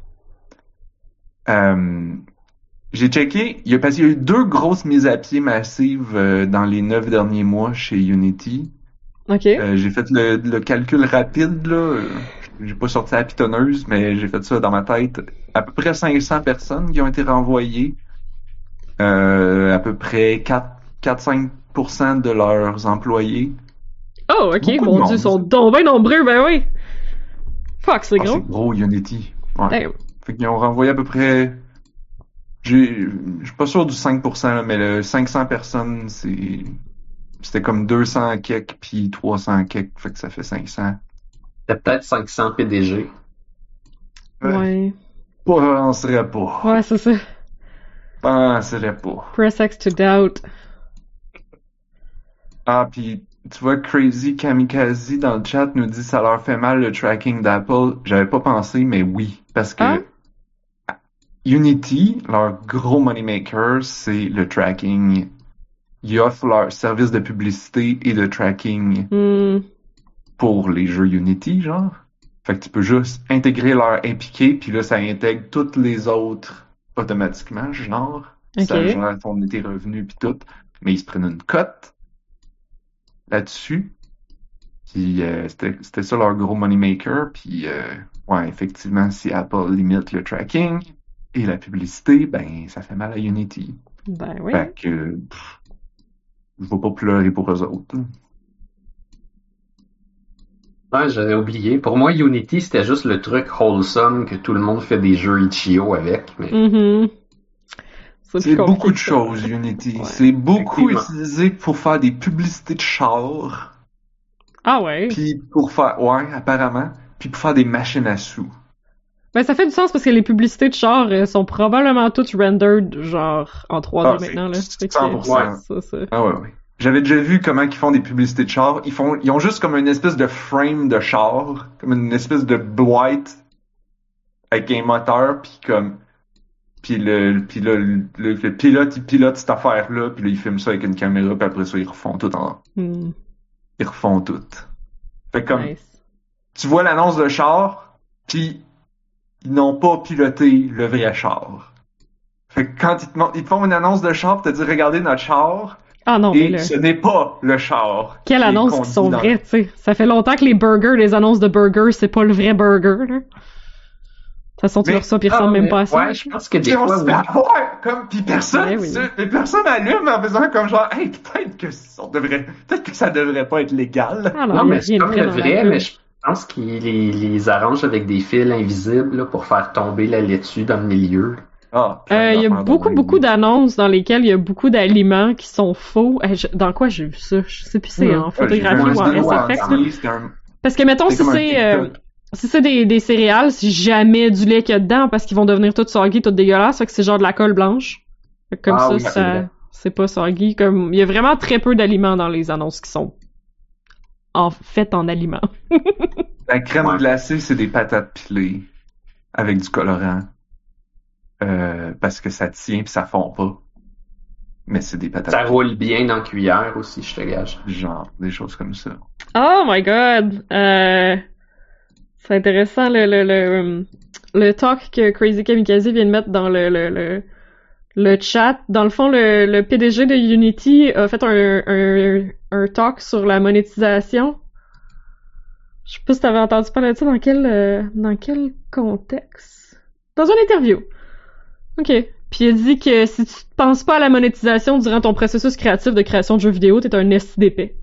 J'ai checké, parce qu'il y a eu 2 grosses mises à pied massives dans les 9 derniers mois chez Unity. OK. J'ai fait le calcul rapide, là. J'ai pas sorti la pitonneuse, mais j'ai fait ça dans ma tête. À peu près 500 personnes qui ont été renvoyées. À peu près 4-5% de leurs employés. Oh, ok, mon Dieu, ils sont donc bien nombreux, ben oui! Fuck, c'est gros. C'est gros, Unity. Ouais. Damn. Fait qu'ils ont renvoyé à peu près... Je suis pas sûr du 5%, là, mais le 500 personnes, c'était comme 200 kek puis 300 kek, fait que ça fait 500. C'est peut-être 500 PDG. Ouais. Penserais pas. Ouais, c'est ça. Penserais pas. Press X to doubt. Ah, puis tu vois, Crazy Kamikaze dans le chat nous dit ça leur fait mal le tracking d'Apple. J'avais pas pensé, mais oui, parce que Unity, leur gros moneymaker, c'est le tracking. Ils offrent leur service de publicité et de tracking pour les jeux Unity, genre. Fait que tu peux juste intégrer leur APK, puis là, ça intègre toutes les autres automatiquement, genre. Okay. Ça gère ton été revenu puis tout. Mais ils se prennent une cote là-dessus. Puis c'était ça leur gros moneymaker. Puis ouais, effectivement, si Apple limite le tracking et la publicité, ben ça fait mal à Unity. Ben oui. Fait que je vais pas pleurer pour eux autres. Ouais, j'avais oublié. Pour moi, Unity, c'était juste le truc wholesome que tout le monde fait des jeux itch.io avec. Mais... C'est beaucoup de choses, Unity. Ouais. C'est beaucoup utilisé pour faire des publicités de chars. Ah ouais? Puis pour faire... Ouais, apparemment. Puis pour faire des machines à sous. Ben ça fait du sens parce que les publicités de chars sont probablement toutes rendered genre en 3D maintenant. Là. 100%. Ah ouais. J'avais déjà vu comment ils font des publicités de chars. Ils ont juste comme une espèce de frame de char, comme une espèce de boîte avec un moteur, puis le pilote, il pilote cette affaire-là, puis là, il filme ça avec une caméra, puis après ça, ils refont tout Ils refont tout. Fait comme, tu vois l'annonce de char, puis ils n'ont pas piloté le vrai char. Fait que quand ils te font une annonce de char, puis te disent, regardez notre char, ah non, et ce n'est pas le char. Quelle annonce qui sont vraies, tu sais. Ça fait longtemps que les annonces de burgers, c'est pas le vrai burger, là. De toute façon, tu leur ça, pis ils ressemblent même pas à ça. Ouais, je pense que des fois, oui. Comme, pis personne, personne allume en faisant comme genre, hey, peut-être que ça devrait pas être légal. Ah non, mais c'est comme le vrai, mais je pense qu'ils les arrangent avec des fils invisibles, là, pour faire tomber la laitue dans le milieu. Il y a beaucoup d'annonces dans lesquelles il y a beaucoup d'aliments qui sont faux. Dans quoi j'ai vu ça? Je sais plus si c'est en photographie ou en SFX. Parce que, mettons, si c'est des céréales, c'est jamais du lait qu'il y a dedans parce qu'ils vont devenir toutes soggy, toutes dégueulasses. Fait que c'est genre de la colle blanche. Fait que comme c'est pas soggy. Comme, il y a vraiment très peu d'aliments dans les annonces qui sont faites en aliments. La crème glacée, c'est des patates pilées avec du colorant. parce que ça tient pis ça fond pas. Mais c'est des patates. Ça roule bien dans la cuillère aussi, je te gage. Genre, des choses comme ça. Oh my god! C'est intéressant le talk que Crazy Kamikaze vient de mettre dans le chat. Dans le fond, le PDG de Unity a fait un talk sur la monétisation. Je sais pas si t'avais entendu parler de ça dans quel contexte? Dans une interview. Ok. Puis il a dit que si tu penses pas à la monétisation durant ton processus créatif de création de jeux vidéo, t'es un esti d'épais.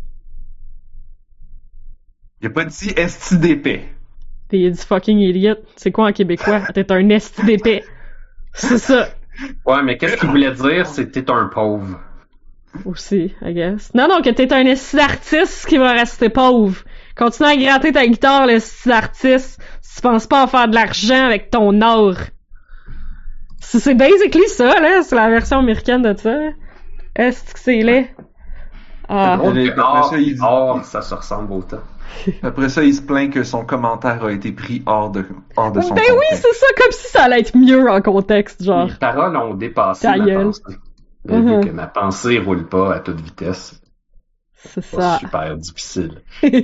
Il a pas dit esti d'épais. T'es du fucking idiot. C'est quoi en québécois? T'es un esti d'épais. C'est ça. Ouais, mais qu'est-ce qu'il voulait dire? C'est que t'es un pauvre. Aussi, I guess. Non, que t'es un esti d'artiste qui va rester pauvre. Continue à gratter ta guitare, l'esti d'artiste, si tu penses pas à faire de l'argent avec ton art. C'est basically ça, là. C'est la version américaine de ça. Est-ce que c'est laid? Ah. Ça se ressemble autant. Après ça, il se plaint que son commentaire a été pris hors de son Ben contexte. oui, c'est ça, comme si ça allait être mieux en contexte, genre. Les paroles ont dépassé Ta ma gueule. pensée. Vu que ma pensée roule pas à toute vitesse, C'est c'est pas ça. super difficile.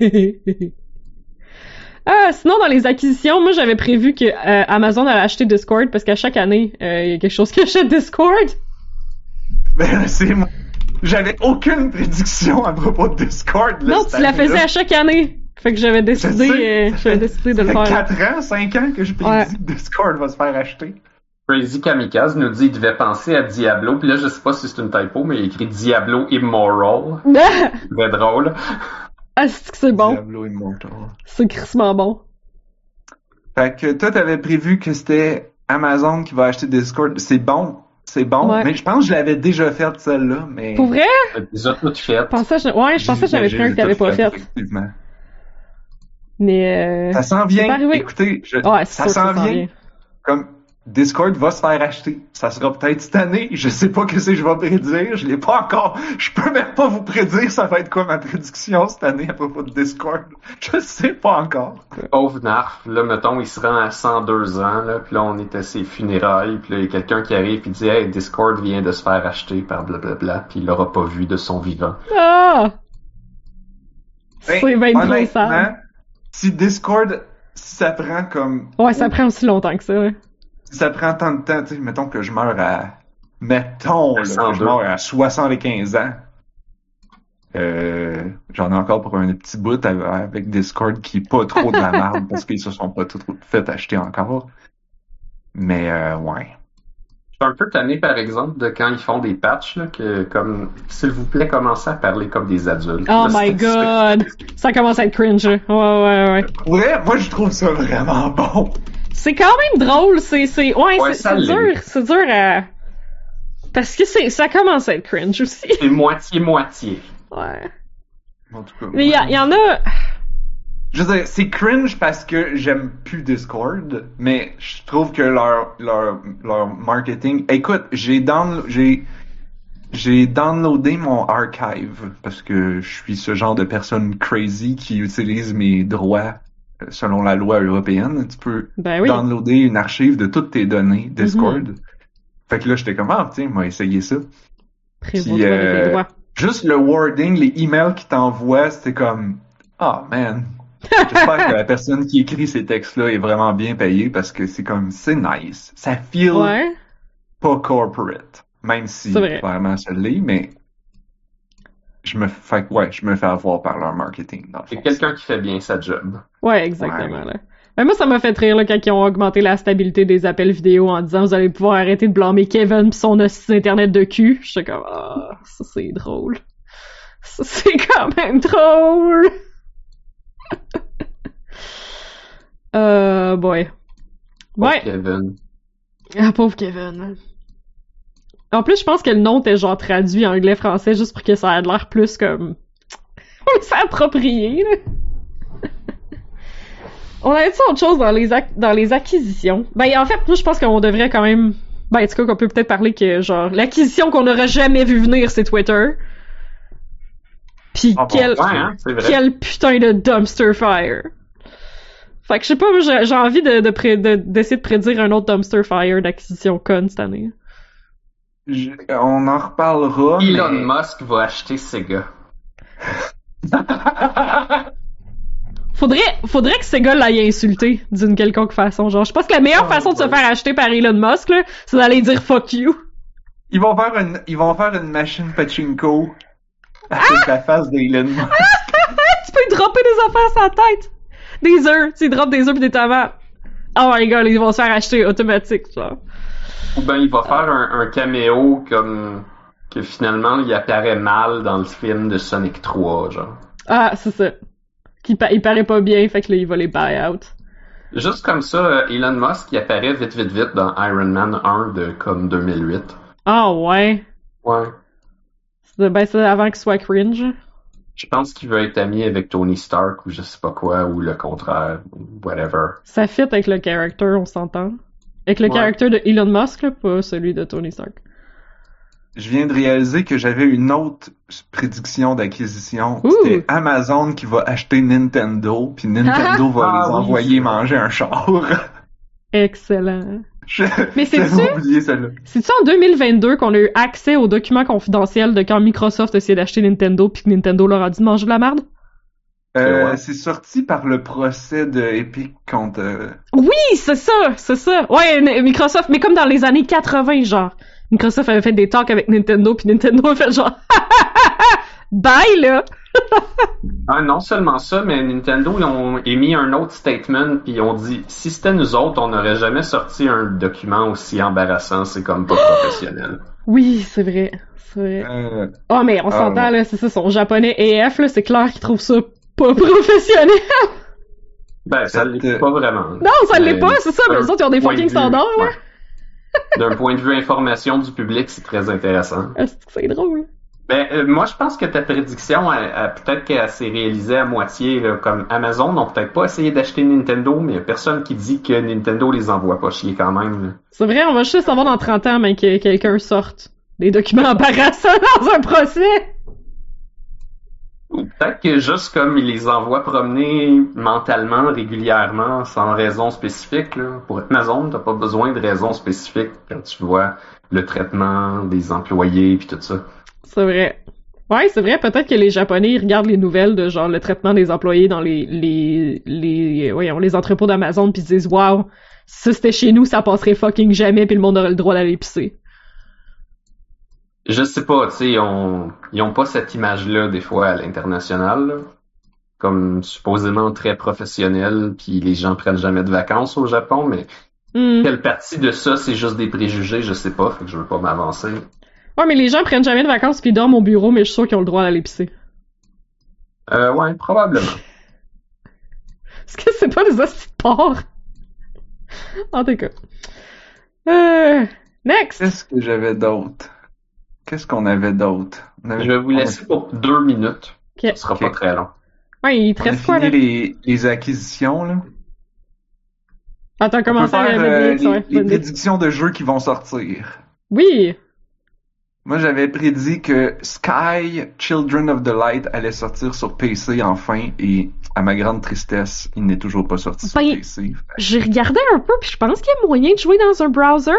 Sinon, dans les acquisitions, moi, j'avais prévu que Amazon allait acheter Discord parce qu'à chaque année, il y a quelque chose qui achète Discord. Ben, c'est moi. J'avais aucune prédiction à propos de Discord. Là, Non, tu la faisais à chaque année. Fait que j'avais décidé de le faire. 4 ans, 5 ans que je prédis Ouais. que Discord va se faire acheter. Crazy Kamikaze nous dit qu'il devait penser à Diablo, puis là je sais pas si c'est une typo, mais il écrit Diablo Immoral. Très drôle. Ah, c'est que c'est bon. Diablo Immortal. C'est crissement bon. Fait que toi, t'avais prévu que c'était Amazon qui va acheter Discord. C'est bon. Ouais. Mais je pense que je l'avais déjà fait celle-là, mais... Pour vrai? Déjà tout fait. Je pensais que j'avais pris un que t'avais pas fait. Effectivement. Mais Ça s'en c'est vient. pas arrivé. Écoutez, Ouais, c'est ça sûr s'en que vient. Comme Discord va se faire acheter. Ça sera peut-être cette année. Je sais pas que je vais prédire. Je l'ai pas encore. Je peux même pas vous prédire ça va être quoi ma prédiction cette année à propos de Discord. Je sais pas encore. Pauvre Narf, là mettons il se rend à 102 ans, là, puis là on est à ses funérailles, puis là il y a quelqu'un qui arrive et dit hey Discord vient de se faire acheter par blablabla, puis il l'aura pas vu de son vivant. Ah! C'est bien trop honnêtement, sad. si Discord, si ça prend comme... Ouais, ça prend aussi longtemps que ça, ouais. Si ça prend tant de temps, tu sais, mettons que je meurs à... Mettons là, que 102. je meurs à 75 ans. J'en ai encore pour un petit bout avec Discord qui est pas trop de la merde parce qu'ils se sont pas tout fait acheter encore. Mais ouais. Je suis un peu tanné par exemple de quand ils font des patchs, là, que comme s'il vous plaît commencez à parler comme des adultes. Oh Là, my c'est- god! Ça commence à être cringe. Ouais. Ouais, moi je trouve ça vraiment bon. C'est quand même drôle, c'est ça l'est. c'est dur à... Parce que ça commence à être cringe aussi. C'est moitié-moitié. Ouais. En tout cas, Mais il y en a... je veux dire, c'est cringe parce que j'aime plus Discord, mais je trouve que leur marketing... Écoute, j'ai downloadé mon archive parce que je suis ce genre de personne crazy qui utilise mes droits selon la loi européenne. Tu peux Ben oui. downloader une archive de toutes tes données Discord. Fait que là, j'étais comme, tiens, on va essayer ça. Prévaut-toi de tes droits. Juste le wording, les emails qu'ils t'envoient, c'était comme, man. J'espère que la personne qui écrit ces textes-là est vraiment bien payée parce que c'est comme, c'est nice. Ça feel Ouais. pas corporate. Même si, C'est vrai. clairement, ça l'est, mais je me fais avoir par leur marketing, dans le C'est fond. quelqu'un qui fait bien sa job. Ouais, exactement, Ouais. là. Mais moi, ça m'a fait rire, là, quand ils ont augmenté la stabilité des appels vidéo en disant, vous allez pouvoir arrêter de blâmer Kevin pis son hostie internet de cul. J'étais comme, ça c'est drôle. Ça c'est quand même drôle. Boy. Pauvre Ouais. Kevin. Ah, pauvre Kevin. En plus, je pense que le nom était genre traduit anglais-français juste pour que ça ait l'air plus comme... On s'est approprié, là. On avait dit autre chose dans les acquisitions. Ben, en fait, moi, je pense qu'on devrait quand même... Ben, en tout cas, qu'on peut peut-être parler que, genre, l'acquisition qu'on n'aurait jamais vu venir, c'est Twitter. Puis Ah bon, quel Ouais, hein, c'est vrai. putain de dumpster fire. Fait que je sais pas, moi, j'ai envie d'essayer de prédire un autre dumpster fire d'acquisition con cette année. On en reparlera, Elon mais... Musk va acheter Sega. Faudrait que Sega l'aille insulter d'une quelconque façon. Genre, je pense que la meilleure façon de se faire acheter par Elon Musk, là, c'est d'aller dire fuck you. Ils vont faire une machine pachinko avec la face d'Elon Musk. Tu peux lui dropper des affaires sur la tête. Des œufs. Tu droppes des œufs pis des tomates. Oh my god, ils vont se faire acheter automatique, genre. Ou ben il va faire un caméo comme que finalement il apparaît mal dans le film de Sonic 3, genre. Ah, c'est ça. Il paraît pas bien, fait que là, il va les buy out. Juste comme ça, Elon Musk, il apparaît vite dans Iron Man 1 de comme 2008. Ah ouais. Ouais. C'est avant qu'il soit cringe. Je pense qu'il veut être ami avec Tony Stark ou je sais pas quoi, ou le contraire, whatever. Ça fit avec le character, on s'entend. Avec le character de Elon Musk, là, pas celui de Tony Stark. Je viens de réaliser que j'avais une autre prédiction d'acquisition. Ouh. C'était Amazon qui va acheter Nintendo, puis Nintendo va les envoyer manger un char. Excellent. Mais c'est-tu? Oublié celle-là. C'est-tu en 2022 qu'on a eu accès aux documents confidentiels de quand Microsoft essayait d'acheter Nintendo puis que Nintendo leur a dit de manger de la merde? C'est sorti par le procès de Epic contre... Oui, c'est ça. Ouais, Microsoft, mais comme dans les années 80, genre. Microsoft avait fait des talks avec Nintendo puis Nintendo a fait genre bye là. Non seulement ça, mais Nintendo ils ont émis un autre statement puis ils ont dit si c'était nous autres, on n'aurait jamais sorti un document aussi embarrassant, c'est comme pas professionnel. Oui, c'est vrai. Oh mais on s'entend là, c'est ça, son japonais AF là, c'est clair qu'ils trouvent ça pas professionnel. Ben ça l'est pas vraiment. Non, ça l'est pas, c'est ça, mais les autres ils ont des fucking standards là. Ouais. D'un point de vue information du public, c'est très intéressant. C'est drôle. Ben, moi, je pense que ta prédiction, peut-être qu'elle s'est réalisée à moitié. Là, comme Amazon n'ont peut-être pas essayé d'acheter Nintendo, mais il n'y a personne qui dit que Nintendo les envoie pas chier quand même. Là. C'est vrai, on va juste savoir dans 30 ans, mais que quelqu'un sorte des documents embarrassants dans un procès. Ou peut-être que juste comme ils les envoient promener mentalement, régulièrement, sans raison spécifique. Là. Pour Amazon, t'as pas besoin de raison spécifique quand tu vois le traitement des employés puis tout ça. C'est vrai. Ouais, c'est vrai, peut-être que les Japonais ils regardent les nouvelles de genre le traitement des employés dans les entrepôts d'Amazon puis ils se disent waouh, si ça c'était chez nous, ça passerait fucking jamais puis le monde aurait le droit d'aller pisser. Je sais pas, tu sais, ils ont pas cette image-là des fois à l'international, là. Comme supposément très professionnel, puis les gens prennent jamais de vacances au Japon, mais quelle partie de ça c'est juste des préjugés, je sais pas, fait que je veux pas m'avancer. Ouais, mais les gens prennent jamais de vacances puis ils dorment au bureau, mais je suis sûr qu'ils ont le droit d'aller pisser. Ouais, probablement. Est-ce que c'est pas des hosties de porc? En tout cas. Next! Qu'est-ce que j'avais d'autre? Qu'est-ce qu'on avait d'autre? Je vais vous laisser pour 2 minutes. Okay. Ce sera pas très long. Ouais, il te reste quoi, là? les acquisitions, là. Attends, comment ça? Les prédictions de jeux qui vont sortir. Oui! Moi, j'avais prédit que Sky, Children of the Light allait sortir sur PC enfin, et à ma grande tristesse, il n'est toujours pas sorti sur PC. J'ai regardé un peu, puis je pense qu'il y a moyen de jouer dans un browser.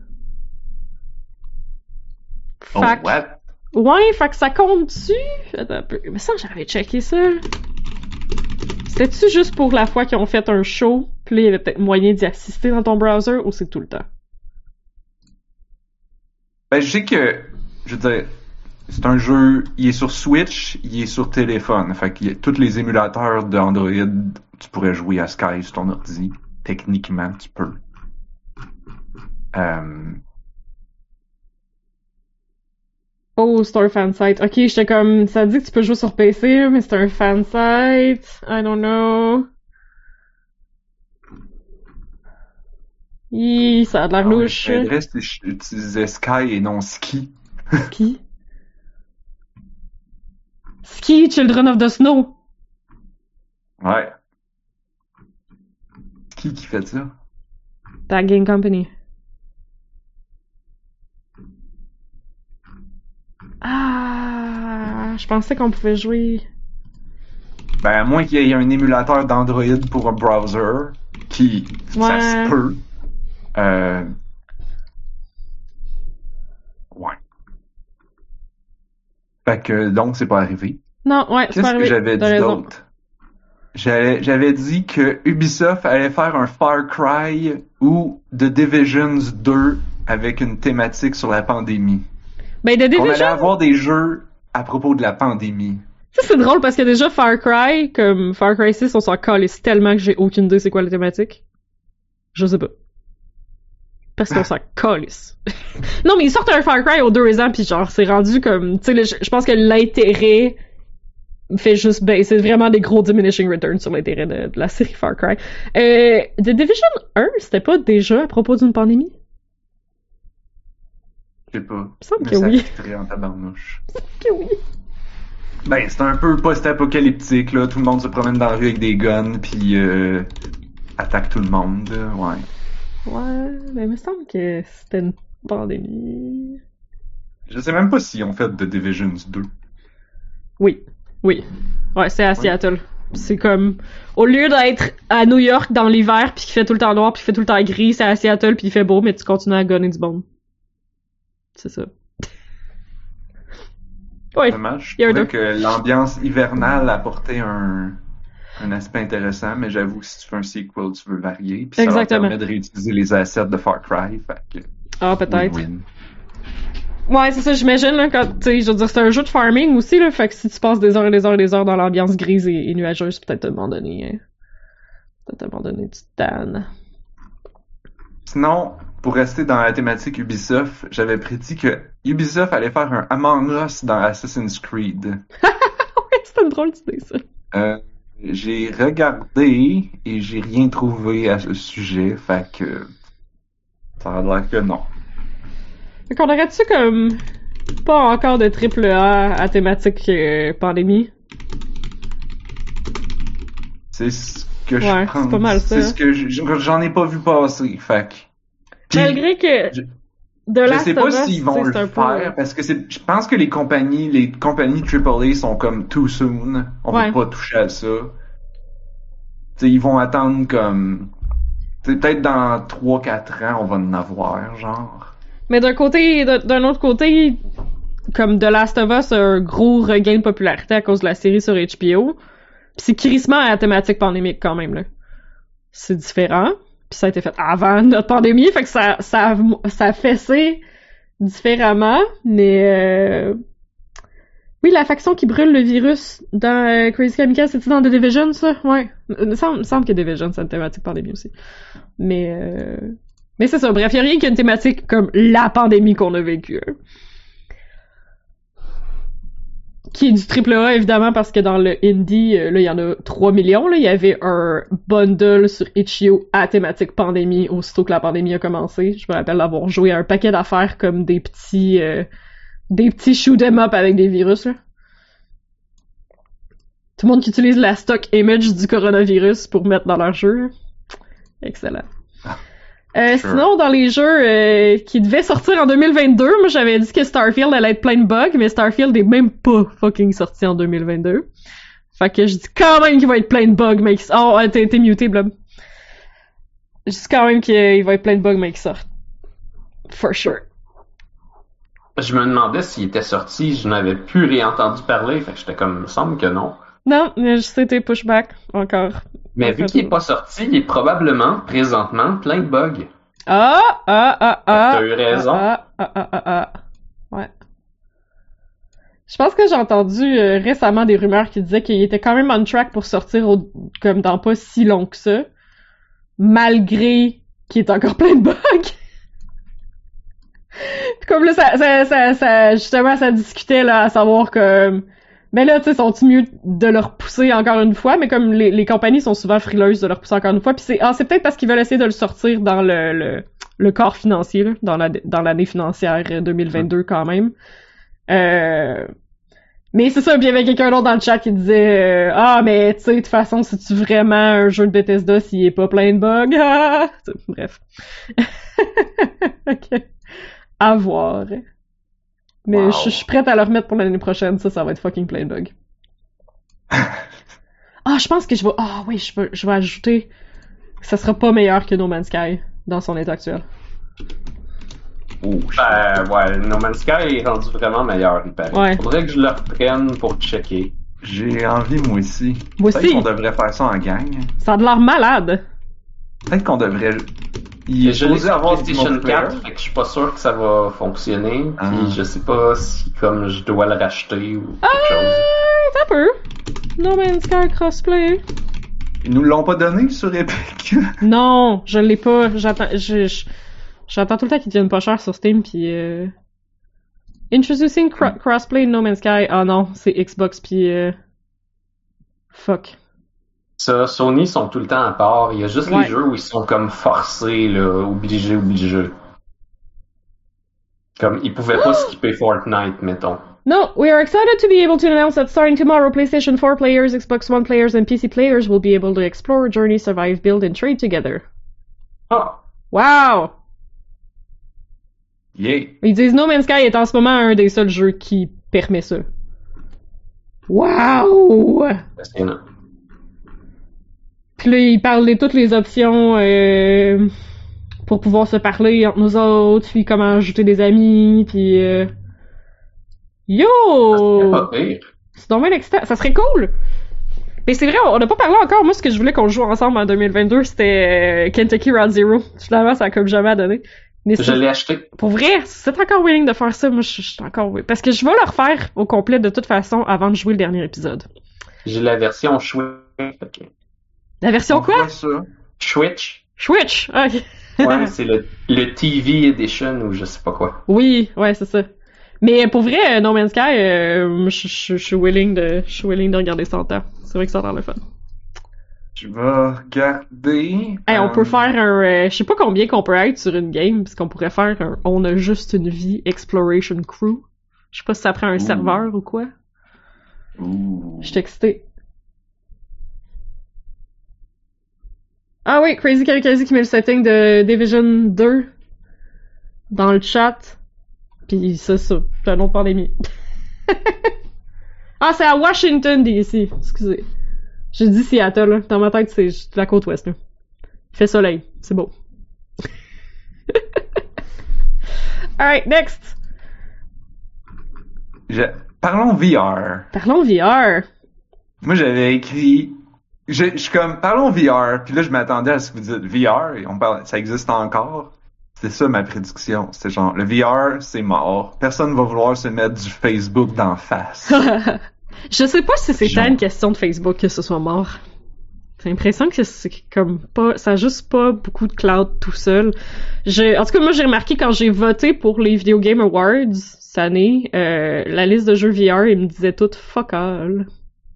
What? Ouais, fait que ça compte-tu? Attends un peu. Mais ça, j'avais checké ça. C'était-tu juste pour la fois qu'ils ont fait un show, puis là, il y avait peut-être moyen d'y assister dans ton browser, ou c'est tout le temps? Ben, je sais que, je veux dire, c'est un jeu, il est sur Switch, il est sur téléphone. Fait que tous les émulateurs d'Android, tu pourrais jouer à Sky sur ton ordi. Techniquement, tu peux. Oh, c'est un fansite. Ok, j'étais comme, ça dit que tu peux jouer sur PC, mais c'est un fansite. I don't know. Ça a de l'air louche. Le reste, j'utilisais Sky et non Ski. Ski? Ski, Children of the Snow. Ouais. Qui fait ça? That Game Company. Ah, je pensais qu'on pouvait jouer. Ben, à moins qu'il y ait un émulateur d'Android pour un browser, qui, ça se peut. Ouais. Fait que, donc, c'est pas arrivé. Non, ouais, c'est pas arrivé. Qu'est-ce que j'avais dit d'autre? J'avais dit que Ubisoft allait faire un Far Cry ou The Division 2 avec une thématique sur la pandémie. Ben, The Division... On allait avoir des jeux à propos de la pandémie. Ça, c'est drôle parce que déjà Far Cry, comme Far Cry 6, on s'en calisse tellement que j'ai aucune idée c'est quoi la thématique. Je sais pas. Parce qu'on s'en calisse. Non, mais ils sortent un Far Cry aux 2 ans, pis genre, c'est rendu comme... Tu sais, je pense que l'intérêt fait juste... Ben, c'est vraiment des gros diminishing returns sur l'intérêt de la série Far Cry. The Division 1, c'était pas déjà à propos d'une pandémie? Je sais pas. Il me semble que oui. En tabarnouche. Il me semble que oui. Ben, c'est un peu post-apocalyptique, là. Tout le monde se promène dans la rue avec des guns, puis attaque tout le monde, ouais. Ouais, mais il me semble que c'était une pandémie. Je sais même pas s'ils ont fait The Division 2. Oui. Ouais, c'est à Seattle. C'est comme... Au lieu d'être à New York dans l'hiver, puis qu'il fait tout le temps noir, puis qu'il fait tout le temps gris, c'est à Seattle, puis il fait beau, mais tu continues à gonner du monde. C'est ça. Ouais. Dommage. Je trouvais que l'ambiance hivernale apportait un aspect intéressant, mais j'avoue que si tu fais un sequel, tu veux varier, puis ça leur permet de réutiliser les assets de Far Cry, fait que... Ah, peut-être. Win-win. Ouais, c'est ça, j'imagine, là, quand, tu sais, je veux dire, c'est un jeu de farming aussi, là, fait que si tu passes des heures et des heures et des heures dans l'ambiance grise et nuageuse, peut-être à un moment donné, tu te tannes. Sinon, pour rester dans la thématique Ubisoft, j'avais prédit que Ubisoft allait faire un Among Us dans Assassin's Creed. Ouais, c'est une drôle d'idée, ça. J'ai regardé et j'ai rien trouvé à ce sujet, fait que ça a l'air que non. Fait qu'on aurait-tu comme pas encore de triple A à thématique pandémie? C'est ce que je pense. C'est pas mal ça. C'est ce que j'en ai pas vu passer, fait que... Malgré que je sais pas s'ils vont le faire, parce que je pense que les compagnies AAA sont comme too soon. On peut pas toucher à ça. T'sais, ils vont attendre comme... peut-être dans 3-4 ans, on va en avoir, genre. Mais d'un autre côté, comme The Last of Us a un gros regain de popularité à cause de la série sur HBO. Pis c'est crissement à la thématique pandémique quand même, là. C'est différent. Puis ça a été fait avant notre pandémie, fait que ça a fessé différemment, mais oui, la faction qui brûle le virus dans Crazy Kamikaze, c'était dans The Division, ça? Ouais. Il me semble que Division, c'est une thématique pandémie aussi. Mais c'est ça, bref, il y a rien qu'une thématique comme la pandémie qu'on a vécue. Hein. Qui est du AAA, évidemment, parce que dans le indie, là, il y en a 3 millions, là. Il y avait un bundle sur itch.io à thématique pandémie, aussitôt que la pandémie a commencé. Je me rappelle d'avoir joué à un paquet d'affaires comme des petits shoot 'em up avec des virus, là. Tout le monde qui utilise la stock image du coronavirus pour mettre dans leur jeu. Là. Excellent. Sure. Sinon, dans les jeux qui devaient sortir en 2022, moi j'avais dit que Starfield allait être plein de bugs, mais Starfield est même pas fucking sorti en 2022. Fait que je dis quand même qu'il va être plein de bugs, mais oh, t'es muté, Blob. Je dis quand même qu'il va être plein de bugs, mais qu'il sortent. For sure. Je me demandais s'il était sorti, je n'avais plus réentendu parler, fait que j'étais comme, il me semble que non. Non, mais c'était pushback, encore. Mais vu qu'il est pas sorti, il est probablement, présentement, plein de bugs. T'as eu raison. Ouais. Je pense que j'ai entendu récemment des rumeurs qui disaient qu'il était quand même on track pour sortir comme dans pas si long que ça, malgré qu'il est encore plein de bugs. Comme là, ça justement, ça discutait là, à savoir que mais là, tu sais, sont-ils mieux de le repousser encore une fois? Mais comme les compagnies sont souvent frileuses de le repousser encore une fois, puis c'est peut-être parce qu'ils veulent essayer de le sortir dans le corps financier, là, dans l'année financière 2022 quand même. Mais c'est ça, puis il y avait quelqu'un d'autre dans le chat qui disait mais tu sais, de toute façon, c'est-tu vraiment un jeu de Bethesda s'il est pas plein de bugs? Bref. Ok. À voir. Mais je suis prête à le remettre pour l'année prochaine, ça va être fucking plein de bugs. Ah, je pense que je vais... Ah oui, je vais ajouter... Ça sera pas meilleur que No Man's Sky dans son état actuel. Oh, Ouais, No Man's Sky est rendu vraiment meilleur, il paraît. Ouais. Faudrait que je le reprenne pour checker. j'ai envie, moi aussi. Moi Peut-être aussi. qu'on devrait faire ça en gang. Ça a de l'air malade. Peut-être qu'on devrait... Il est Je l'ai supposé sur avoir du PlayStation multiplayer. 4, fait que je suis pas sûr que ça va fonctionner. Ah. Puis je sais pas si comme je dois le racheter ou quelque chose. Ça peut. No Man's Sky crossplay. Ils nous l'ont pas donné sur Epic. Non, je l'ai pas. J'attends tout le temps qu'ils deviennent pas chers sur Steam, puis Introducing crossplay No Man's Sky. Ah non, c'est Xbox, puis fuck. Ça, Sony sont tout le temps à part. Il y a juste Ouais. les jeux où ils sont comme forcés, là, obligés. Comme, ils pouvaient pas skipper Fortnite, mettons. No, we are excited to be able to announce that starting tomorrow, PlayStation 4 players, Xbox One players, and PC players will be able to explore, journey, survive, build, and trade together. Ah! Wow! Yeah. Ils disent No Man's Sky est en ce moment un des seuls jeux qui permet ça. Wow! Passionnant. Puis là, ils parlent de toutes les options pour pouvoir se parler entre nous autres, puis comment ajouter des amis, puis yo! C'est pas pire. C'est donc bien excitant. Ça serait cool! Mais c'est vrai, on n'a pas parlé encore. Moi, ce que je voulais qu'on joue ensemble en 2022, c'était Kentucky Route Zero. Finalement, ça a comme jamais donné. Mais Je l'ai acheté. pour vrai, si c'est encore willing de faire ça, moi, je suis encore willing. Parce que je vais le refaire au complet de toute façon avant de jouer le dernier épisode. J'ai la version Switch. La version On quoi? voit ça. Switch. Switch! Ok. Ouais, c'est le TV Edition ou je sais pas quoi. Oui, ouais, c'est ça. Mais pour vrai, No Man's Sky, je suis willing de regarder ça en temps. C'est vrai que ça a l'air le fun. Je vais regarder. Hey, on peut faire un, je sais pas combien qu'on peut être sur une game, parce qu'on pourrait faire un On a juste une vie Exploration Crew. Je sais pas si ça prend un serveur ou quoi. Ouh. Je suis excitée. Ah oui, Crazy Kamikaze qui met le setting de Division 2 dans le chat. Pis ça, c'est une autre pandémie. Ah, c'est à Washington DC. Excusez. J'ai dit Seattle, là. Dans ma tête, c'est la côte ouest, là. Il fait soleil. C'est beau. Alright, next. Parlons VR. Parlons VR. Moi, j'avais écrit... Je suis comme, parlons VR, puis là, je m'attendais à ce que vous dites VR, et on parle, ça existe encore. C'est ça ma prédiction. C'est genre, le VR, c'est mort. Personne va vouloir se mettre du Facebook d'en face. Je sais pas si c'est Genre. tant une question de Facebook que ce soit mort. J'ai l'impression que c'est comme pas, ça a juste pas beaucoup de cloud tout seul. En tout cas, moi, j'ai remarqué quand j'ai voté pour les Video Game Awards cette année, la liste de jeux VR, ils me disaient toutes fuck all.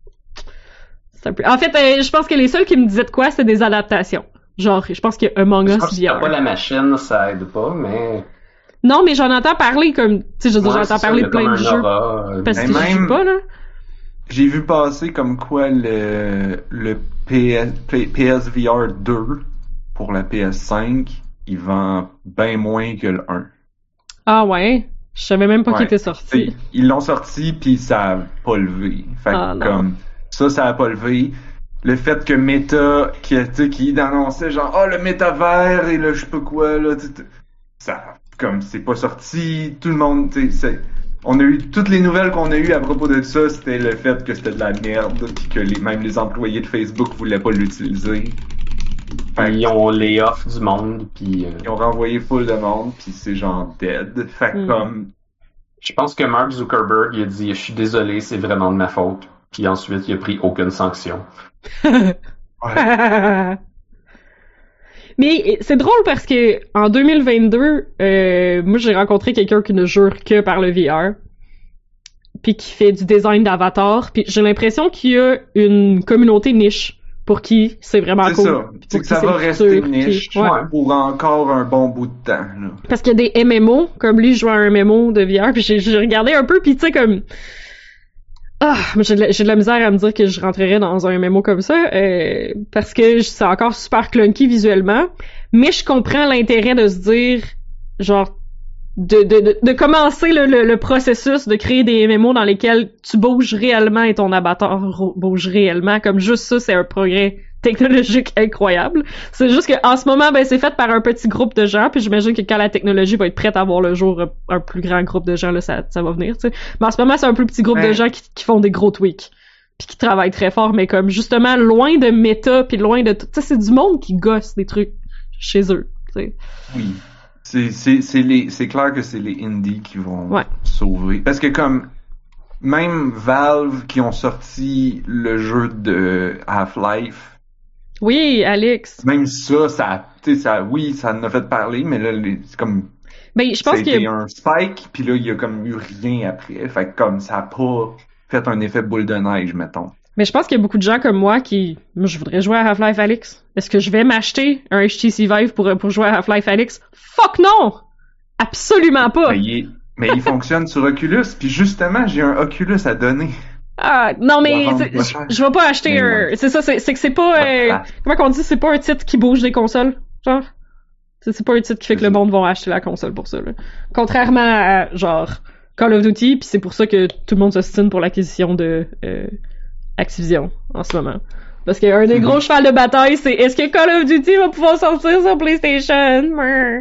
En fait, je pense que les seuls qui me disaient de quoi, c'était des adaptations. Genre, je pense qu'il y a Among Je Us pense que t'as VR. pas la machine, ça aide pas, mais... Non, mais j'en entends parler comme, tu sais, je veux dire, Ouais, j'entends c'est ça, parler il y de a plein comme de un jeux. aura, Parce Mais que je même- joue pas, là. J'ai vu passer comme quoi le PSVR 2 pour la PS5, il vend bien moins que le 1. Ah ouais? Je savais même pas qu'il Ouais. était sorti. Ils l'ont sorti puis ça a pas levé. Fait que Ah, non. comme ça a pas levé. Le fait que Meta qui annonçait genre le métavers et le je sais pas quoi là, ça comme c'est pas sorti, tout le monde on a eu toutes les nouvelles qu'on a eues à propos de ça, c'était le fait que c'était de la merde puis que même les employés de Facebook voulaient pas l'utiliser. Fait que Ils ont lay off du monde, puis ils ont renvoyé full de monde puis c'est genre dead. Fait que comme je pense que Mark Zuckerberg il a dit « Je suis désolé, c'est vraiment de ma faute ». Puis ensuite, il a pris aucune sanction. ouais. Mais c'est drôle parce que en 2022, moi j'ai rencontré quelqu'un qui ne jure que par le VR, puis qui fait du design d'avatar, puis j'ai l'impression qu'il y a une communauté niche pour qui c'est vraiment C'est cool. ça. Puis C'est pour que qui ça va le rester futur, niche puis- ouais. pour encore un bon bout de temps. Là. Parce qu'il y a des MMO, comme lui, je joue à un MMO de VR, puis j'ai regardé un peu, puis tu sais, comme... Ah, mais j'ai de la misère à me dire que je rentrerais dans un MMO comme ça, parce que c'est encore super clunky visuellement, mais je comprends l'intérêt de se dire, genre, de commencer le processus de créer des MMO dans lesquels tu bouges réellement et ton avatar bouge réellement. Comme juste ça, c'est un progrès technologique incroyable. C'est juste qu'en ce moment, ben, c'est fait par un petit groupe de gens, puis j'imagine que quand la technologie va être prête à voir le jour, un plus grand groupe de gens, là, ça va venir, tu sais. Mais en ce moment, c'est un plus petit groupe de gens qui font des gros tweaks, puis qui travaillent très fort, mais comme, justement, loin de méta, puis loin de tout, tu sais, c'est du monde qui gosse des trucs chez eux, tu sais. Oui. C'est clair que c'est les indies qui vont sauver. Parce que comme, même Valve qui ont sorti le jeu de Half-Life. Oui, Alex. Même ça, tu sais, oui, ça en a fait parler, mais là, c'est comme, ben, je pense c'était un spike, puis là, il y a comme eu rien après. Fait que comme, ça a pas fait un effet boule de neige, mettons. Mais je pense qu'il y a beaucoup de gens comme moi moi, je voudrais jouer à Half-Life Alyx. Est-ce que je vais m'acheter un HTC Vive pour jouer à Half-Life Alyx? Fuck non! Absolument pas! Mais il fonctionne sur Oculus, puis justement, j'ai un Oculus à donner. Ah, non, mais je vais pas acheter un... C'est ça, c'est que c'est pas... comment qu'on dit? C'est pas un titre qui bouge des consoles, genre? C'est pas un titre qui fait que le monde va acheter la console pour ça, là. Contrairement à, genre, Call of Duty, puis c'est pour ça que tout le monde s'ostine pour l'acquisition de Activision, en ce moment. Parce qu'un des gros chevals de bataille, c'est est-ce que Call of Duty va pouvoir sortir sur PlayStation?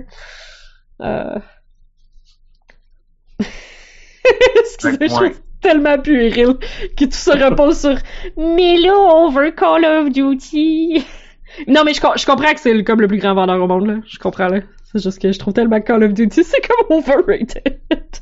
Excusez, je suis tellement puéril que tout se repose sur mais là, on veut Call of Duty. Non, mais je comprends que c'est comme le plus grand vendeur au monde, là. Je comprends, là. C'est juste que je trouve tellement que Call of Duty, c'est comme overrated.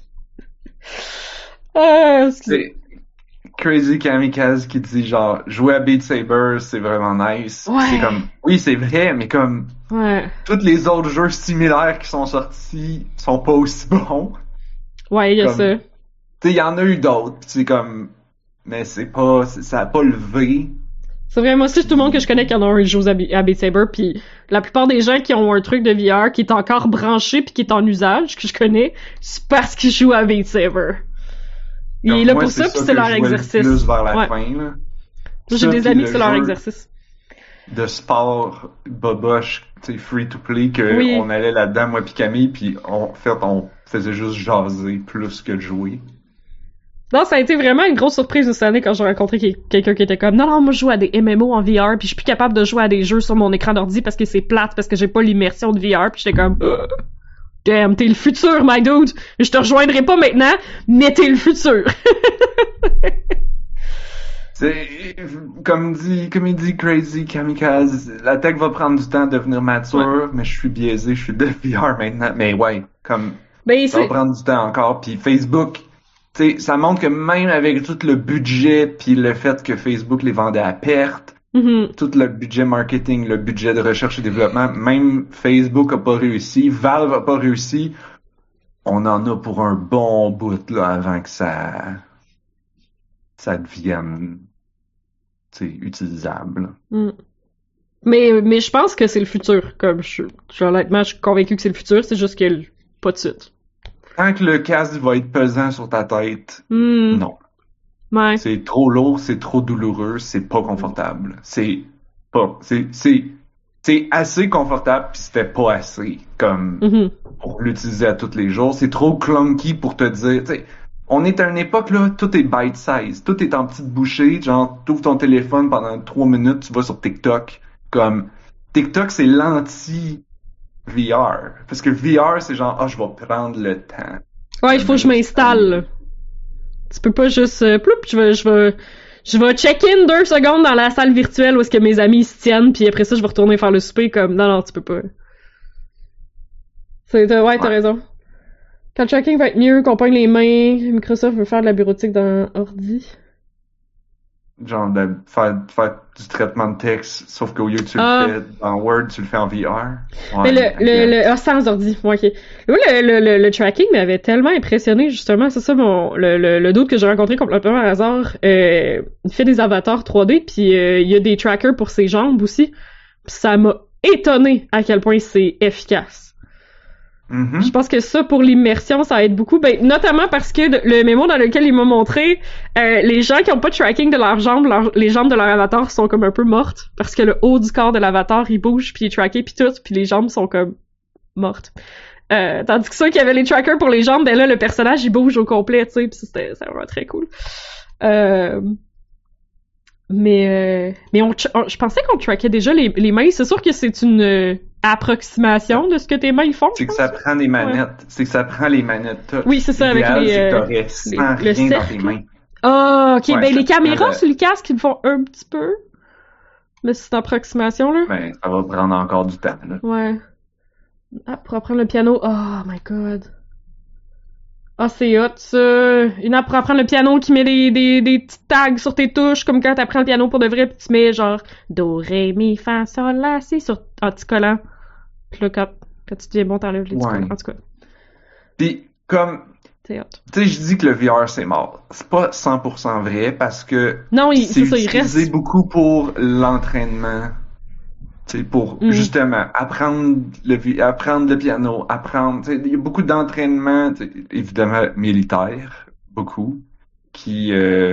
Excusez. Crazy Kamikaze qui dit genre jouer à Beat Saber c'est vraiment nice. Ouais. C'est comme oui c'est vrai mais comme tous les autres jeux similaires qui sont sortis sont pas aussi bons. Ouais il y a comme, ça. Tu sais il y en a eu d'autres c'est comme mais ça a pas levé. C'est vrai moi aussi tout le monde que je connais qui en a joué à Beat Saber puis la plupart des gens qui ont un truc de VR qui est encore branché puis qui est en usage que je connais c'est parce qu'ils jouent à Beat Saber. Il est là pour ça, puis c'est leur exercice. Plus vers la fin, là. J'ai des amis qui c'est leur exercice. De sport boboche, tu sais, free to play, on allait là-dedans, moi pis Camille, puis on faisait juste jaser plus que de jouer. Non, ça a été vraiment une grosse surprise cette année quand j'ai rencontré quelqu'un qui était comme non, moi je joue à des MMO en VR, puis je suis plus capable de jouer à des jeux sur mon écran d'ordi parce que c'est plate, parce que j'ai pas l'immersion de VR, puis j'étais comme damn, t'es le futur, my dude. Je te rejoindrai pas maintenant, mais t'es le futur. C'est comme il dit Crazy Kamikaze, la tech va prendre du temps de devenir mature, mais je suis biaisé, je suis de VR maintenant. Mais ouais, comme ça va prendre du temps encore. Puis Facebook, tu sais, ça montre que même avec tout le budget, puis le fait que Facebook les vendait à perte. Tout le budget marketing, le budget de recherche et développement, même Facebook a pas réussi, Valve a pas réussi. On en a pour un bon bout là avant que ça devienne utilisable. Mais je pense que c'est le futur. Comme honnêtement, je suis convaincu que c'est le futur, c'est juste que pas de suite. Tant que le casque va être pesant sur ta tête, non. Ouais. C'est trop lourd, c'est trop douloureux, c'est pas confortable. C'est assez confortable pis c'était pas assez comme pour l'utiliser à tous les jours. C'est trop clunky pour te dire, tu sais, on est à une époque là, tout est bite size, tout est en petites bouchées, genre t'ouvres ton téléphone pendant 3 minutes, tu vas sur TikTok. Comme TikTok c'est l'anti VR parce que VR c'est genre je vais prendre le temps. Ouais, il faut que je m'installe. Tu peux pas juste ploup, je vais check-in 2 secondes dans la salle virtuelle où est-ce que mes amis se tiennent, puis après ça je vais retourner faire le souper comme non tu peux pas. T'as raison. Quand le tracking va être mieux, qu'on pogne les mains, Microsoft veut faire de la bureautique dans ordi. Genre de faire du traitement de texte, sauf qu'au lieu que tu le fais dans Word, tu le fais en VR. Ouais, mais sans ordi, ok. Le tracking m'avait tellement impressionné, justement, c'est ça le doute que j'ai rencontré complètement par hasard. Il fait des avatars 3D, puis il y a des trackers pour ses jambes aussi. Ça m'a étonné à quel point c'est efficace. Je pense que ça, pour l'immersion, ça aide beaucoup. Ben, notamment parce que le mémo dans lequel il m'a montré, les gens qui ont pas de tracking de leurs jambes, les jambes de leur avatar sont comme un peu mortes. Parce que le haut du corps de l'avatar, il bouge, puis il est tracké, puis tout, puis les jambes sont comme mortes. Tandis que ceux qui avaient les trackers pour les jambes, ben là, le personnage, il bouge au complet, tu sais, pis c'était vraiment très cool. Mais je pensais qu'on trackait déjà les mains. C'est sûr que c'est une approximation de ce que tes mains font. C'est que ça prend les manettes. Ouais. C'est que ça prend les manettes touch. Oui, c'est ça, avec les... c'est que t'aurais sans rien dans tes mains. Ah, ok. Ouais, ben, les caméras sur le casque, ils le font un petit peu. Mais c'est une approximation, là. Ben, ça va prendre encore du temps, là. Ouais. Ah, pour apprendre le piano. Oh my god. Ah, c'est hot, ça. Une app pour apprendre le piano qui met des petits tags sur tes touches, comme quand t'apprends le piano pour de vrai, pis tu mets genre Do, Ré, Mi, Fa, Sol, La, Si sur anticollant. Pis là, quand tu deviens bon, t'enlèves les collants. En tout cas. Pis, comme... C'est hot. Tu sais, je dis que le VR, c'est mort. C'est pas 100% vrai, parce que... Non, c'est ça, il utilisé reste... beaucoup pour l'entraînement. Tu sais, pour, justement, apprendre le piano, tu sais, il y a beaucoup d'entraînement, évidemment, militaire, beaucoup, qui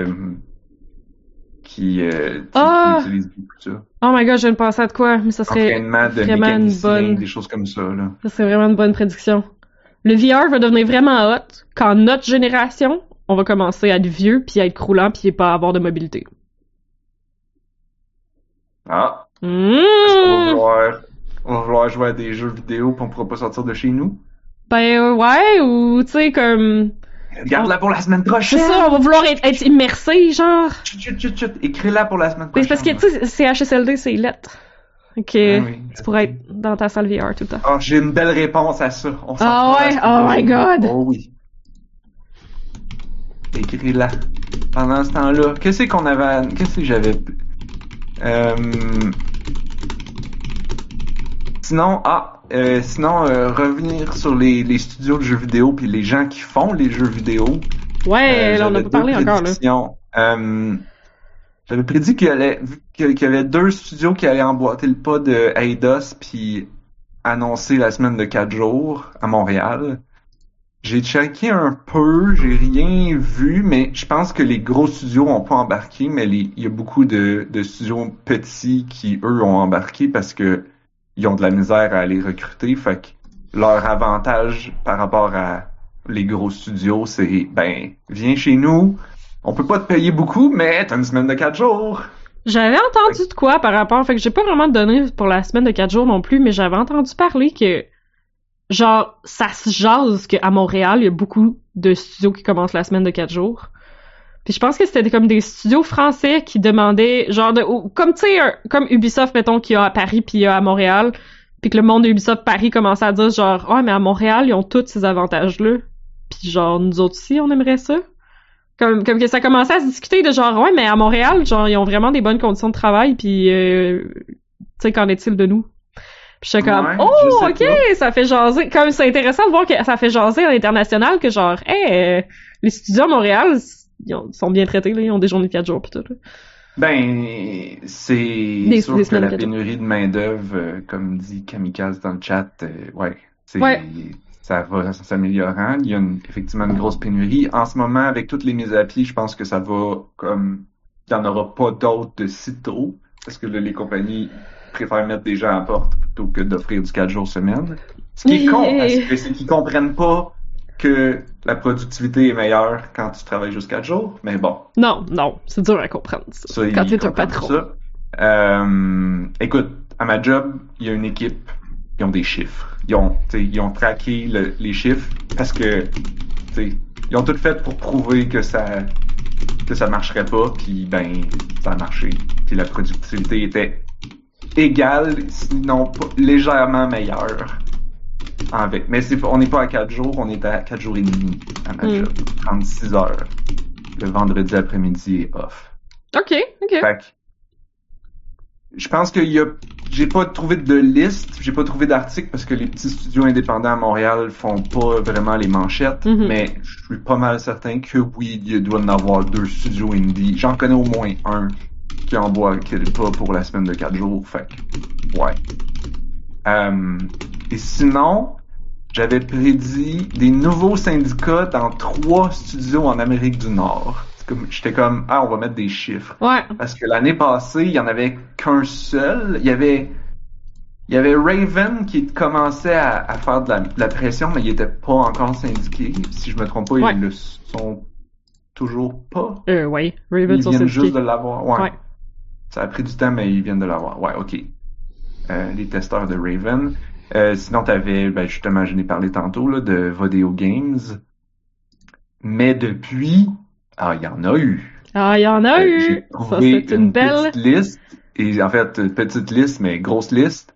utilisent beaucoup ça. Oh my god, je viens de penser à de quoi, mais ça serait entraînement de vraiment une bonne... des choses comme ça, là. Ça serait vraiment une bonne prédiction. Le VR va devenir vraiment hot quand notre génération, on va commencer à être vieux, puis à être croulant, puis pas avoir de mobilité. Ah! On va vouloir jouer à des jeux vidéo pis on pourra pas sortir de chez nous? Ben ouais, ou tu sais comme... Garde-la pour la semaine prochaine! C'est ça, on va vouloir être immersé, genre... Chut, écris-la pour la semaine prochaine. Mais c'est parce que, tu sais, CHSLD, c'est lettre. Ok, tu pourrais être dans ta salle VR tout le temps. Oh, j'ai une belle réponse à ça. Ah ouais? Oh my god! Oh oui. Écris-la. Pendant ce temps-là, qu'est-ce que j'avais... Sinon, revenir sur les studios de jeux vidéo puis les gens qui font les jeux vidéo. Ouais, là, on a pas parlé encore, là. J'avais prédit qu'il y avait 2 studios qui allaient emboîter le pas de Eidos puis annoncer la semaine de 4 jours à Montréal. J'ai checké un peu, j'ai rien vu, mais je pense que les gros studios ont pas embarqué, mais il y a beaucoup de studios petits qui, eux, ont embarqué parce que ils ont de la misère à aller recruter. Fait que leur avantage par rapport à les gros studios, c'est, viens chez nous, on peut pas te payer beaucoup, mais t'as une semaine de 4 jours. J'avais entendu de quoi par rapport, fait que j'ai pas vraiment donné pour la semaine de 4 jours non plus, mais j'avais entendu parler que genre, ça se jase qu'à Montréal, il y a beaucoup de studios qui commencent la semaine de 4 jours. Puis je pense que c'était comme des studios français qui demandaient, genre, comme tu sais, comme Ubisoft, mettons, qu'il y a à Paris puis il y a à Montréal, puis que le monde de Ubisoft Paris commençait à dire, genre, mais à Montréal, ils ont tous ces avantages-là. Puis genre, nous autres aussi, on aimerait ça. Comme que ça commençait à se discuter de genre, mais à Montréal, genre, ils ont vraiment des bonnes conditions de travail, puis tu sais, qu'en est-il de nous? Pis j'étais comme, ok, pas. Ça fait jaser. Comme c'est intéressant de voir que ça fait jaser à l'international que genre, les studios à Montréal, ils sont bien traités, là, ils ont des journées de 4 jours pis tout. Là. C'est sûr que la pénurie de main-d'œuvre, comme dit Kamikaze dans le chat, ça va s'améliorant. Il y a effectivement une grosse pénurie. En ce moment, avec toutes les mises à pied, je pense que ça va comme, il n'y en aura pas d'autres de sitôt, parce que là, les compagnies préfèrent mettre des gens à la porte plutôt que d'offrir du 4 jours semaine. Ce qui est con, parce que c'est qu'ils comprennent pas que la productivité est meilleure quand tu travailles juste 4 jours, mais bon. Non, c'est dur à comprendre, ça quand tu es un patron. Ça. Écoute, à ma job, il y a une équipe, ils ont des chiffres. Ils ont traqué les chiffres parce que, ils ont tout fait pour prouver que ça marcherait pas, puis ça a marché. Puis la productivité était égale, sinon légèrement meilleure. Mais on n'est pas à 4 jours, on est à 4 jours et demi à ma job. 36 heures. Le vendredi après-midi est off. OK. Fait que, je pense que j'ai pas trouvé de liste, j'ai pas trouvé d'article parce que les petits studios indépendants à Montréal font pas vraiment les manchettes, mais je suis pas mal certain que oui, il doit y en avoir 2 studios indie. J'en connais au moins un qui emboîte le pas pour la semaine de 4 jours, fait que, ouais. Et sinon, j'avais prédit des nouveaux syndicats dans 3 studios en Amérique du Nord. J'étais comme, on va mettre des chiffres. Ouais. Parce que l'année passée, il y en avait qu'un seul. Il y avait Il y avait Raven qui commençait à faire de la pression, mais il était pas encore syndiqué. Si je me trompe pas, Ouais. ils le sont toujours pas. Ouais. Raven Ils sont viennent syndiqués. juste de l'avoir. Ouais. Ouais. Ça a pris du temps, mais ils viennent de l'avoir. Ouais, ok. Les testeurs de Raven. Sinon, t'avais, ben justement, je n'ai parlé tantôt, là, de Vodeo Games. Mais depuis, il y en a eu. Ah, il y en a J'ai eu! Ça, trouvé c'est une belle... petite liste. Et en fait, petite liste, mais grosse liste.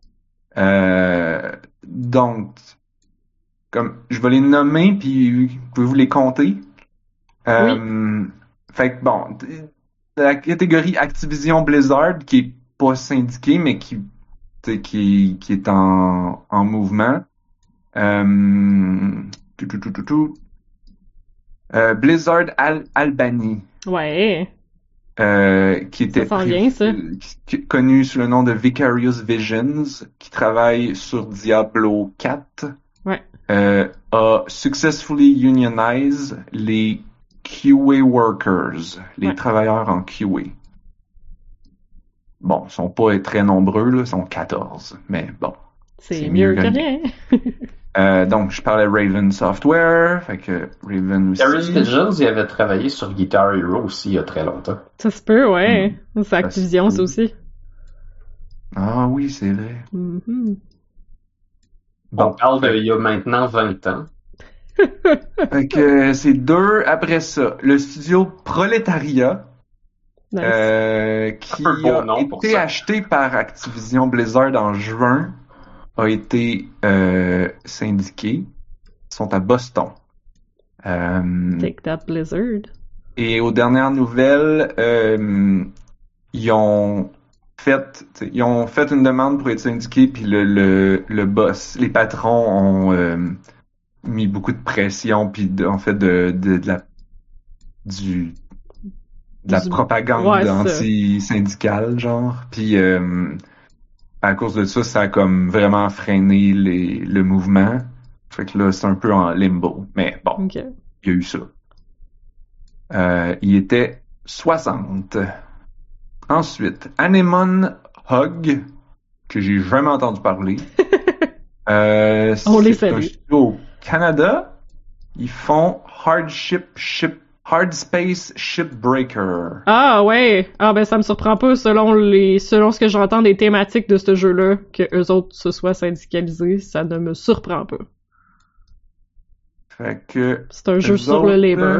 Donc, comme je vais les nommer, puis pouvez-vous les compter? Fait que bon, la catégorie Activision Blizzard, qui est pas syndiquée, mais qui est en mouvement. Blizzard Albany. Ouais. Qui était Ça sent bien, ça. connu sous le nom de Vicarious Visions, qui travaille sur Diablo 4, Ouais. a successfully unionized les QA workers, les travailleurs en QA. Bon, ils sont pas très nombreux, là, ils sont 14, mais bon. C'est mieux que rien. Donc, je parlais Raven Software, fait que Raven aussi. Vicarious Visions, il avait travaillé sur Guitar Hero aussi il y a très longtemps. Ça se peut, ouais. C'est Activision, ça aussi. Ah oui, c'est vrai. Mm-hmm. Bon, on parle d'il y a maintenant 20 ans. Fait que c'est deux après ça. Le studio Proletariat, Nice. qui a été acheté par Activision Blizzard en juin, a été syndiqué. Ils sont à Boston. Take that Blizzard. Et aux dernières nouvelles, ils ont fait une demande pour être syndiqués, puis le boss, les patrons ont mis beaucoup de pression, puis en fait de la propagande anti-syndicale, genre. Puis à cause de ça, ça a comme vraiment freiné le mouvement. Fait que là, c'est un peu en limbo. Mais bon, il y a eu ça. Il était 60. Ensuite, Anemone Hug, que j'ai jamais entendu parler. On les salue. C'est un studio au Canada. Ils font Hard Space Shipbreaker. Ah ouais. Ah ben ça me surprend pas selon ce que j'entends des thématiques de ce jeu-là que eux autres se soient syndicalisés, ça ne me surprend pas. Fait que c'est un jeu sur le labor.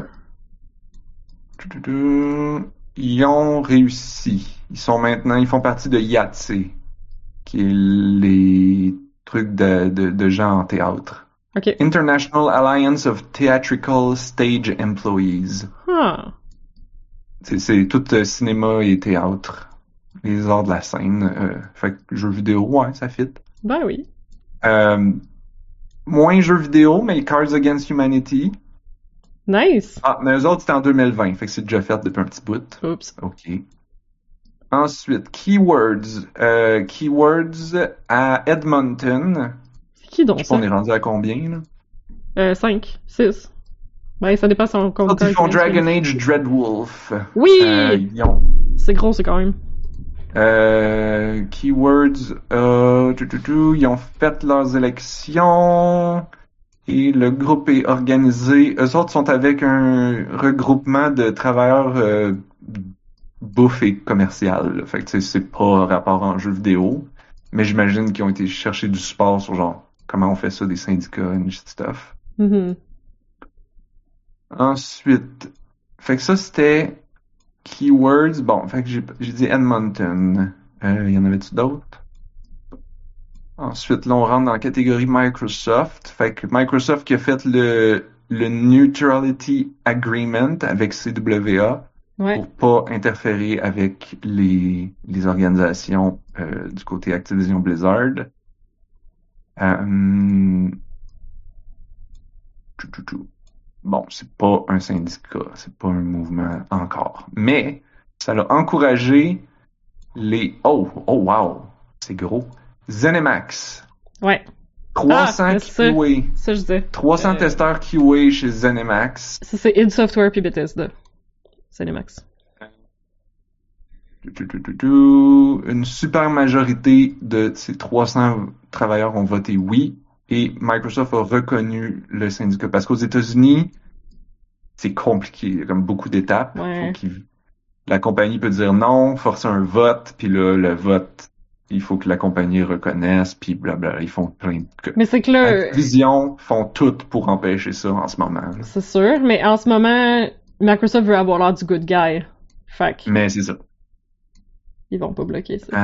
Ils ont réussi. Ils font partie de IATSE, qui est les trucs de gens en théâtre. Okay. International Alliance of Theatrical Stage Employees. Ah. C'est tout cinéma et théâtre. Les arts de la scène. Fait que jeux vidéo, ouais, ça fit. Ben oui. Moins jeux vidéo, mais Cards Against Humanity. Nice. Ah, mais eux autres, c'était en 2020. Fait que c'est déjà fait depuis un petit bout. Oups. OK. Ensuite, Keywords. Keywords à Edmonton. Qui donc ça? On est rendu à combien, là? 5, 6. Ben, ça dépasse en compte. Ils font Dragon Age Dreadwolf. Oui! C'est gros, c'est quand même. Keywords, ils ont fait leurs élections et le groupe est organisé. Eux autres sont avec un regroupement de travailleurs bouffe et commercial. Fait que c'est pas rapport en jeu vidéo, mais j'imagine qu'ils ont été chercher du support sur genre comment on fait ça, des syndicats et stuff. Mm-hmm. Ensuite, fait que ça c'était Keywords. Bon, fait que j'ai dit Edmonton. Y en avait-tu d'autres? Ensuite, là, on rentre dans la catégorie Microsoft. Fait que Microsoft qui a fait le Neutrality Agreement avec CWA pour pas interférer avec les organisations du côté Activision Blizzard. Bon, c'est pas un syndicat, c'est pas un mouvement encore. Mais ça l'a encouragé les... Oh wow, c'est gros. ZeniMax. Ouais. 300 QA. Ça, je dis. 300 testeurs QA chez ZeniMax. Ça, c'est id Software puis Bethesda. ZeniMax. Une super majorité de ces 300 travailleurs ont voté oui et Microsoft a reconnu le syndicat. Parce qu'aux États-Unis, c'est compliqué. Il y a comme beaucoup d'étapes. Ouais. La compagnie peut dire non, forcer un vote, puis là, le vote, il faut que la compagnie reconnaisse, puis blablabla. Ils font plein de... Mais c'est que là... Activision font tout pour empêcher ça en ce moment. Là. C'est sûr, mais en ce moment, Microsoft veut avoir l'air du good guy. Fait que Mais c'est ça. ils vont pas bloquer ça.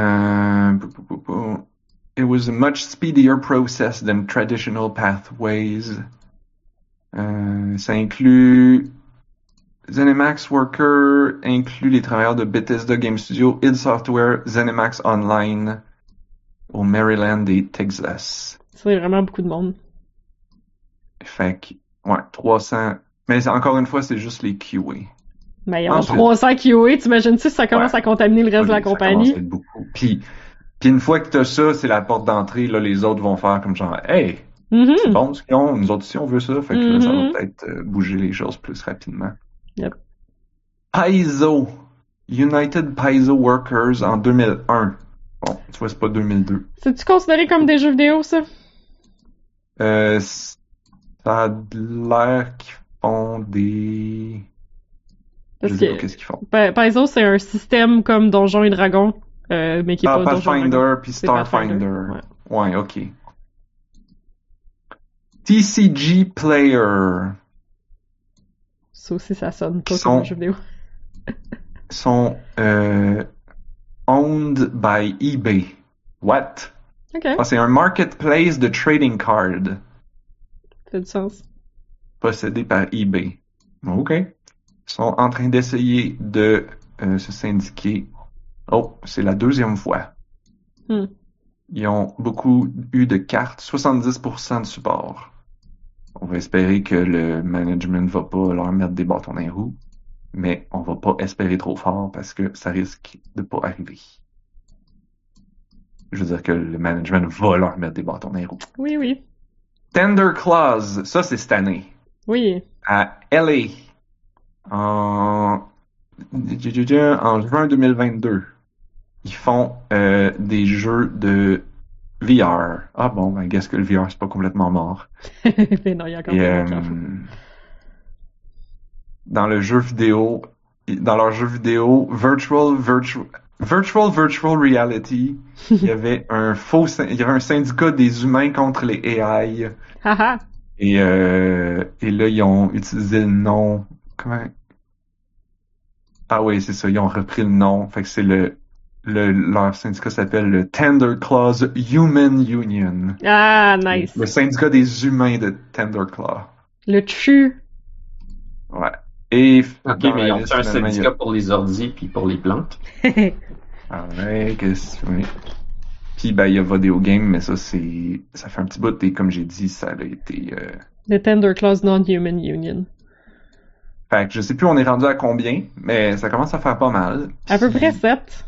It was a much speedier process than traditional pathways. Ça inclut ZeniMax Worker, inclut les travailleurs de Bethesda Game Studio, id Software, ZeniMax Online au Maryland et Texas. C'est vraiment beaucoup de monde. Fait que, ouais, 300. Mais encore une fois, c'est juste les QA. Mais ils ont 300 QA, t'imagines-tu si ça commence à contaminer le reste de la compagnie? Ça commence à être beaucoup. Puis une fois que t'as ça, c'est la porte d'entrée, là, les autres vont faire comme genre, hey, c'est bon ce qu'ils ont, nous autres aussi on veut ça, fait que là, ça va peut-être bouger les choses plus rapidement. Yep. Paizo, United Paizo Workers en 2001. Bon, tu vois, c'est pas 2002. C'est-tu considéré comme des jeux vidéo, ça? Ça a l'air qu'ils font des... Parce je sais pas qu'est-ce qu'ils font. Paizo, c'est un système comme Donjons et Dragons, mais qui est pas Pathfinder puis Starfinder. Ouais, ok. TCG Player. Ça aussi, ça sonne pas comme un jeu vidéo. Sont owned by eBay. What? Ok. Ah, c'est un marketplace de trading cards. Ça fait du sens. Possédé par eBay. Ok. Ils sont en train d'essayer de se syndiquer. Oh, c'est la deuxième fois. Ils ont beaucoup eu de cartes, 70% de support. On va espérer que le management va pas leur mettre des bâtons dans les roues, mais on va pas espérer trop fort parce que ça risque de pas arriver. Je veux dire que le management va leur mettre des bâtons dans les roues. Oui, oui. Tender Clause, ça c'est cette année. Oui. À LA. En juin 2022. Ils font des jeux de VR. Ah bon, I guess que le VR c'est pas complètement mort. Mais non, il y a encore des dans leur jeu vidéo Virtual Reality, il y avait un syndicat des humains contre les AI. Et là ils ont utilisé le nom. Comment? Ah oui, c'est ça, ils ont repris le nom. Fait que c'est leur syndicat s'appelle le Tender Clause Human Union. Ah, nice. Le syndicat des humains de Tender Clause. Le TRU. Ouais. Et ok, mais ils ont fait un syndicat pour les ordis puis pour les plantes. Ah ouais, oui. Puis ben il y a Video Game, mais ça fait un petit bout et comme j'ai dit, ça a été Le Tender Clause Non-Human Union. Fait que je sais plus on est rendu à combien, mais ça commence à faire pas mal. À peu près 7.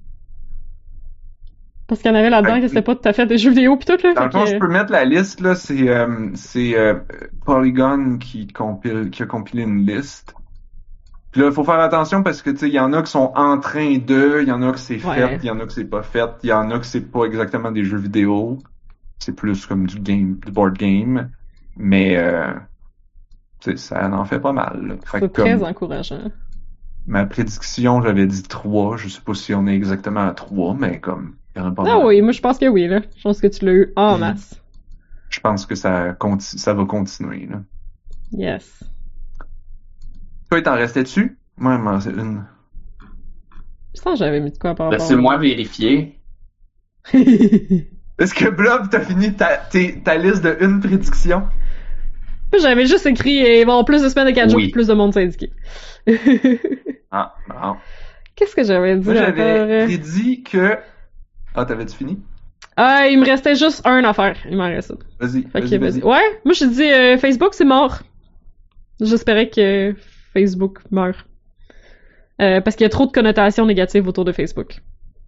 Parce qu'il y en avait là-dedans qui c'était pas tout à fait des jeux vidéo pis tout, là. Dans le fond, je peux mettre la liste, là, c'est Polygon qui a compilé une liste. Puis là, il faut faire attention parce que, tu sais, il y en a qui sont en train de, il y en a que c'est fait, il y en a que c'est pas fait, il y en a que c'est pas exactement des jeux vidéo. C'est plus comme du board game. Mais, tu sais, ça en fait pas mal. C'est très encourageant. Ma prédiction, j'avais dit 3. Je sais pas si on est exactement à 3, mais comme, il y en a pas mal. Ah oui, moi je pense que oui, là. Je pense que tu l'as eu en masse. Je pense que ça va continuer, là. Yes. Toi, il t'en restait dessus? Moi, il m'en restait une. Je sens que j'avais mis de quoi par rapport. Laissez-moi vérifier. Est-ce que Blob, t'as fini ta liste de une prédiction? J'avais juste écrit bon, plus de semaines de 4 jours, plus de monde syndiqué. Ah, non. Qu'est-ce que j'avais dit? Moi, j'avais prédit que... Ah, t'avais-tu fini? Ah, il me restait juste un affaire. Il m'en reste. Vas-y. Ouais, moi, j'ai dit Facebook, c'est mort. J'espérais que Facebook meure. Parce qu'il y a trop de connotations négatives autour de Facebook.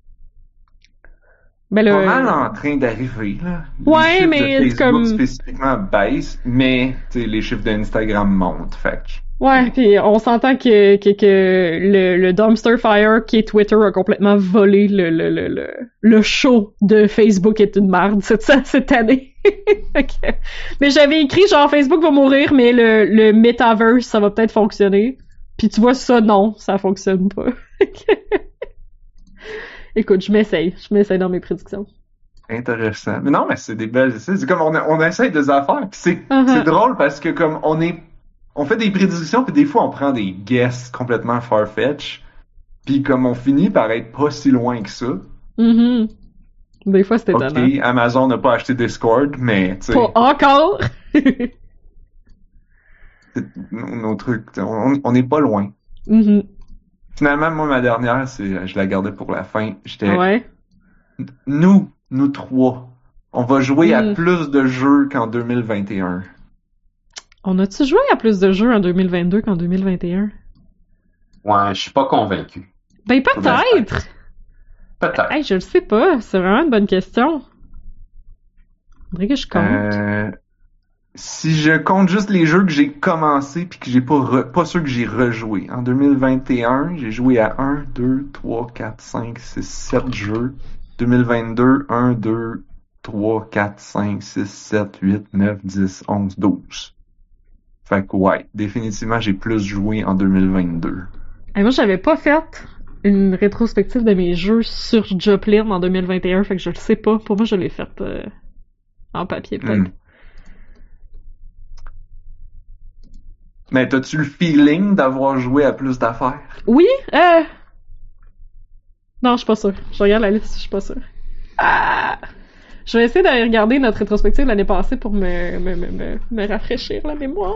Ben, pas mal en train d'arriver, là. Ouais, les mais chiffres de c'est comme... spécifiquement baissent, mais les chiffres d'Instagram montent, fait. Ouais, puis on s'entend que le Dumpster Fire qui est Twitter a complètement volé le show de Facebook est une merde cette année. Okay. Mais j'avais écrit genre Facebook va mourir, mais le metaverse ça va peut-être fonctionner. Puis tu vois ça, non, ça fonctionne pas. Écoute, je m'essaye dans mes prédictions. Intéressant. Mais non, mais c'est des belles... C'est comme on essaye des affaires. Puis c'est drôle parce que comme on fait des prédictions, puis des fois on prend des guesses complètement far-fetch. Puis comme on finit par être pas si loin que ça. Mm-hmm. Des fois c'était étonnant. Ok, Amazon n'a pas acheté Discord, mais tu sais... Pas encore! nos trucs, on n'est pas loin. Mm-hmm. Finalement, moi, ma dernière, je la gardais pour la fin. Ouais. Nous trois, on va jouer à plus de jeux qu'en 2021. On a-tu joué à plus de jeux en 2022 qu'en 2021? Ouais, je suis pas convaincu. Ben peut-être! Peut-être. Hey, je le sais pas, c'est vraiment une bonne question. Faudrait que je compte. Si je compte juste les jeux que j'ai commencé puis que j'ai pas ceux que j'ai rejoués. En 2021, j'ai joué à 1, 2, 3, 4, 5, 6, 7 jeux. 2022, 1, 2, 3, 4, 5, 6, 7, 8, 9, 10, 11, 12. Fait que ouais, définitivement j'ai plus joué en 2022. Moi j'avais pas fait une rétrospective de mes jeux sur Joplin en 2021, fait que je le sais pas. Pour moi je l'ai faite en papier peut-être. Mais t'as-tu le feeling d'avoir joué à plus d'affaires? Oui, non, je suis pas sûre. Je regarde la liste, je suis pas sûre. Je vais essayer d'aller regarder notre rétrospective l'année passée pour me rafraîchir la mémoire.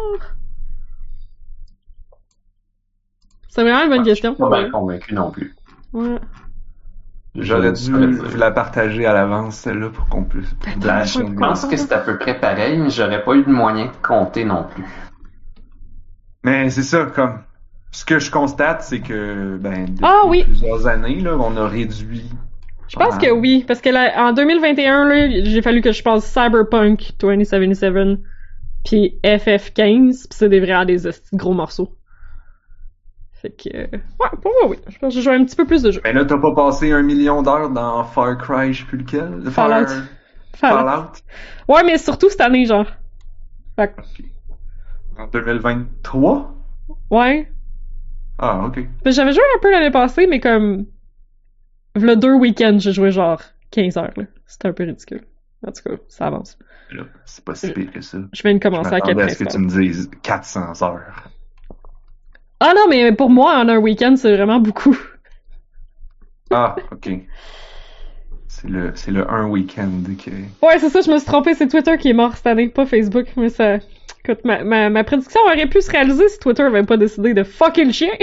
C'est vraiment une bonne question. Je suis pas bien convaincu non plus. Ouais. J'aurais dû vous la partager à l'avance, celle-là, pour qu'on puisse... Je pense que c'est à peu près pareil, mais j'aurais pas eu de moyen de compter non plus. Mais c'est ça, comme... Ce que je constate, c'est que, depuis plusieurs années, là, on a réduit... Je pense que oui, parce que là, en 2021, là, j'ai fallu que je passe Cyberpunk 2077 puis FF15, pis c'est vraiment des gros morceaux. Fait que... ouais, pour moi, oui. Je pense que j'ai joué un petit peu plus de jeux. Mais là, t'as pas passé 1 million d'heures dans Far Cry, je sais plus lequel. Fallout. Ouais, mais surtout cette année, genre. Fait que... Okay. En 2023? Ouais. Ah, ok. J'avais joué un peu l'année passée, mais comme... V'là 2 week-ends, j'ai joué genre 15 heures, là. C'était un peu ridicule. En tout cas, ça avance. Là, c'est pas si pire que ça. Je viens de commencer à 4 à ce que tu me dises 400 heures. Ah non, mais pour moi, en un week-end, c'est vraiment beaucoup. Ah, ok. C'est le un week-end que... Ouais, c'est ça, je me suis trompée, c'est Twitter qui est mort cette année, pas Facebook. Mais ça... Écoute, ma prédiction aurait pu se réaliser si Twitter avait pas décidé de fucker le chien.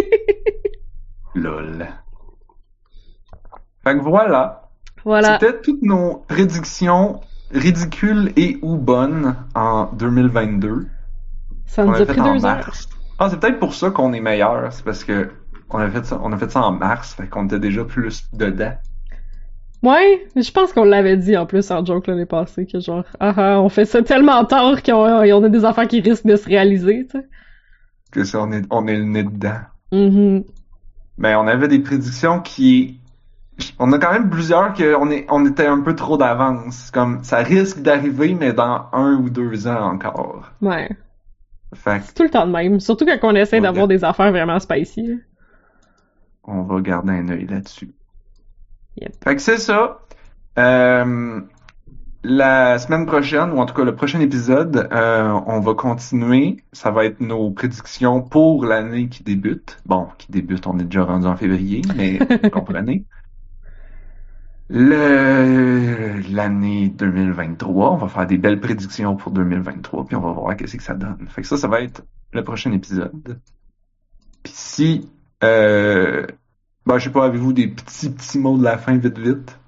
Lol. Fait que voilà. C'était toutes nos prédictions ridicules et ou bonnes en 2022. Ça nous a pris 2 heures. Ah, c'est peut-être pour ça qu'on est meilleur. C'est parce que on a fait ça en mars, fait qu'on était déjà plus dedans. Ouais, mais je pense qu'on l'avait dit en plus en joke l'année passée, que genre, on fait ça tellement tard qu'on a des affaires qui risquent de se réaliser, tu sais. Que ça, on est le nez dedans. Mm-hmm. Mais on avait des prédictions qui... On a quand même plusieurs on était un peu trop d'avance. Comme, ça risque d'arriver, mais dans 1 ou 2 ans encore. Ouais. Fait c'est tout le temps de même. Surtout quand on essaie d'avoir des affaires vraiment spicy. Là. On va garder un œil là-dessus. Yep. Fait que c'est ça. La semaine prochaine, ou en tout cas le prochain épisode, on va continuer. Ça va être nos prédictions pour l'année qui débute. Bon, qui débute, on est déjà rendu en février, mais vous comprenez. L'année 2023, on va faire des belles prédictions pour 2023, puis on va voir qu'est-ce que ça donne. Fait que ça va être le prochain épisode. Puis si, je sais pas, avez-vous des petits mots de la fin vite?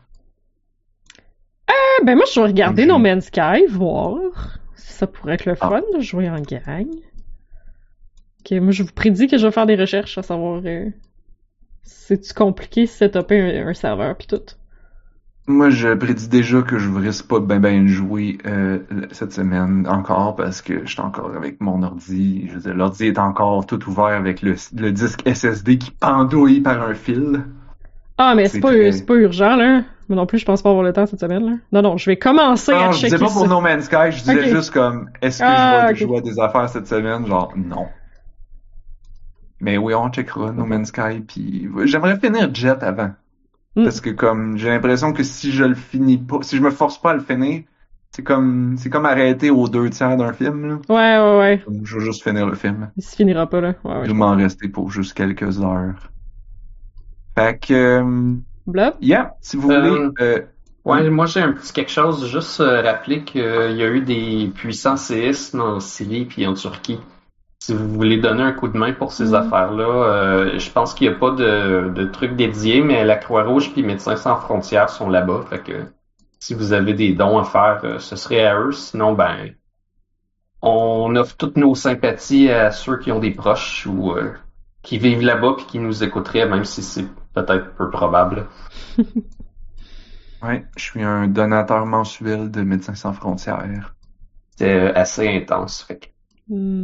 Moi je vais regarder No Man's Sky, voir si ça pourrait être le fun de jouer en gang. Ok, moi je vous prédis que je vais faire des recherches à savoir c'est-tu compliqué de setuper un serveur pis tout. Moi, je prédis déjà que je risque pas ben jouer cette semaine encore parce que je suis encore avec mon ordi. Je veux dire, l'ordi est encore tout ouvert avec le disque SSD qui pendouille par un fil. Ah, mais c'est pas urgent, là. Mais non plus, je pense pas avoir le temps cette semaine, là. Non, je vais commencer à Non, checker je disais pas pour ça. No Man's Sky, je disais Ok. juste comme, est-ce que je vais jouer à des affaires cette semaine? Genre, non. Mais oui, on checkera No Man's Sky, puis j'aimerais finir Jet avant. Parce que comme, j'ai l'impression que si je le finis pas, si je me force pas à le finir, c'est comme arrêter aux 2 tiers d'un film, là. Ouais. Donc, je vais juste finir le film. Il se finira pas, là. Ouais, Il va m'en rester pour juste quelques heures. Fait que, Blob? yeah, si vous voulez, Ouais, moi j'ai un petit quelque chose, juste rappeler qu'il y a eu des puissants séismes en Syrie puis en Turquie. Si vous voulez donner un coup de main pour ces affaires-là, je pense qu'il n'y a pas de truc dédié, mais la Croix-Rouge puis Médecins sans frontières sont là-bas. Fait que si vous avez des dons à faire, ce serait à eux. Sinon, ben, on offre toutes nos sympathies à ceux qui ont des proches ou qui vivent là-bas puis qui nous écouteraient, même si c'est peut-être peu probable. ouais, je suis un donateur mensuel de Médecins sans frontières. C'était assez intense. Fait que...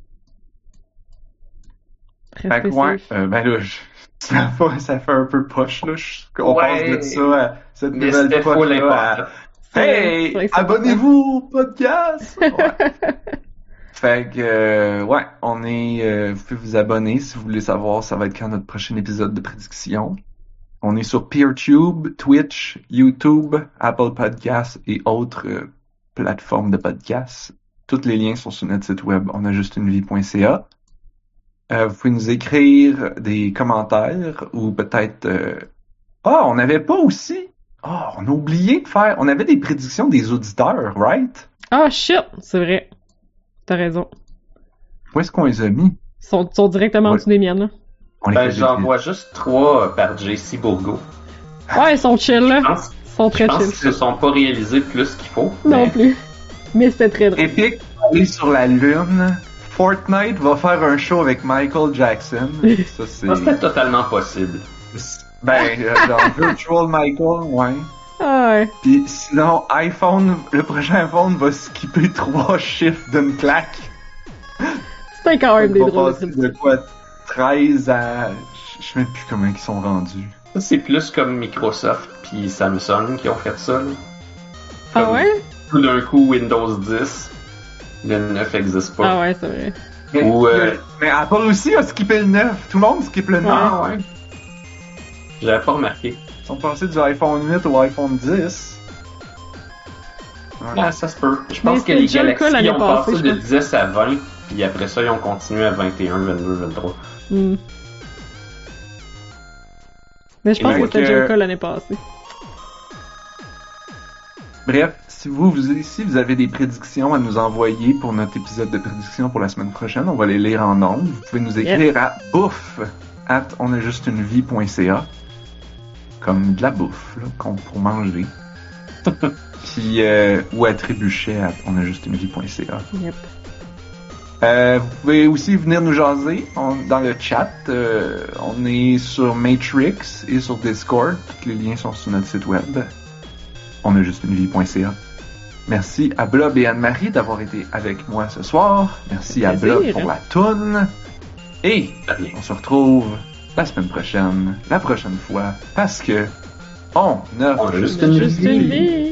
Fait que ouais, ben là, ça fait un peu poche, là. On passe de ça à cette nouvelle poche-là à hey, abonnez-vous au podcast! Ouais. Fait que, ouais, vous pouvez vous abonner si vous voulez savoir ça va être quand notre prochain épisode de prédiction. On est sur PeerTube, Twitch, YouTube, Apple Podcasts et autres plateformes de podcasts. Tous les liens sont sur notre site web onajustunevie.ca. Vous pouvez nous écrire des commentaires ou peut-être... on n'avait pas aussi... on a oublié de faire... On avait des prédictions des auditeurs, right? Ah, shit! C'est vrai. T'as raison. Où est-ce qu'on les a mis? Ils sont directement en dessous des miennes, là. Ben, j'en vois juste 3 par JC Bourgo. Ouais, ils sont chill, là. Ils sont très chill. Je pense qu'ils ne se sont pas réalisés plus qu'il faut. Non plus. Mais c'était très drôle. Epic aller sur la Lune... Fortnite va faire un show avec Michael Jackson. Ça, c'était totalement possible. Ben, genre Virtual Michael, ouais. Ah ouais. Puis sinon, le prochain iPhone va skipper 3 chiffres d'une claque. C'était quand même des drôles. De quoi 13 à... Je sais même plus comment ils sont rendus. Ça, c'est plus comme Microsoft puis Samsung qui ont fait ça. Là. Ah ouais? Tout d'un coup, Windows 10... Le 9 n'existe pas. Ah ouais, c'est vrai. Mais Apple aussi a skippé le 9. Tout le monde skippe le 9. Ah ouais. J'avais pas remarqué. Ils sont passés du iPhone 8 au iPhone 10. Ouais. Ah, ça se peut. Je pense que les Galaxy ont passé de 10 à 20, puis après ça, ils ont continué à 21, 22, 23. Mais je pense que c'était déjà le cas l'année passée. Bref, si vous avez des prédictions à nous envoyer pour notre épisode de prédiction pour la semaine prochaine, on va les lire en ondes. Vous pouvez nous écrire à bouffe@onajustunevie.ca comme de la bouffe, là, pour manger. Puis, ou à trébuchet@onajustunevie.ca. Yep. Vous pouvez aussi venir nous jaser dans le chat. On est sur Matrix et sur Discord. Tous les liens sont sur notre site web. onajustunevie.ca. Merci à Blob et Anne-Marie d'avoir été avec moi ce soir. Merci à Blob pour la toune. Et on se retrouve la semaine prochaine, la prochaine fois, parce que on a juste une vie.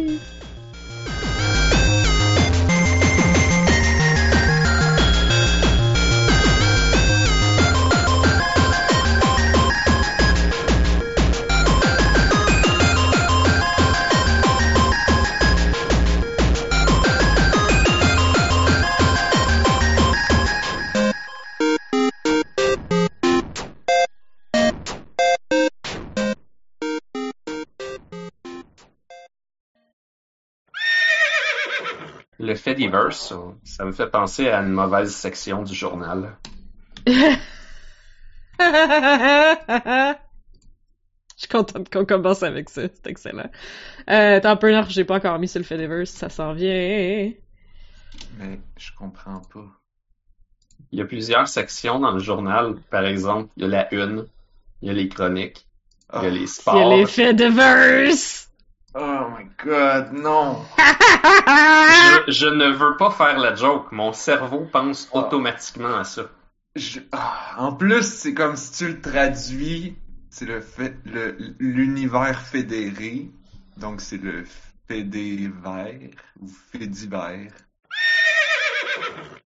Le fait divers, ça me fait penser à une mauvaise section du journal. Je suis contente qu'on commence avec ça, c'est excellent. T'as un peu l'heure, j'ai pas encore mis sur le fait divers, ça s'en vient. Mais je comprends pas. Il y a plusieurs sections dans le journal. Par exemple, il y a la une, il y a les chroniques, il y a les sports. Il y a les faits divers! Oh my god, non! Je ne veux pas faire la joke. Mon cerveau pense Oh. automatiquement à ça. En plus, c'est comme si tu le traduis, c'est l'univers fédéré, donc c'est le fédévers ou fédivers.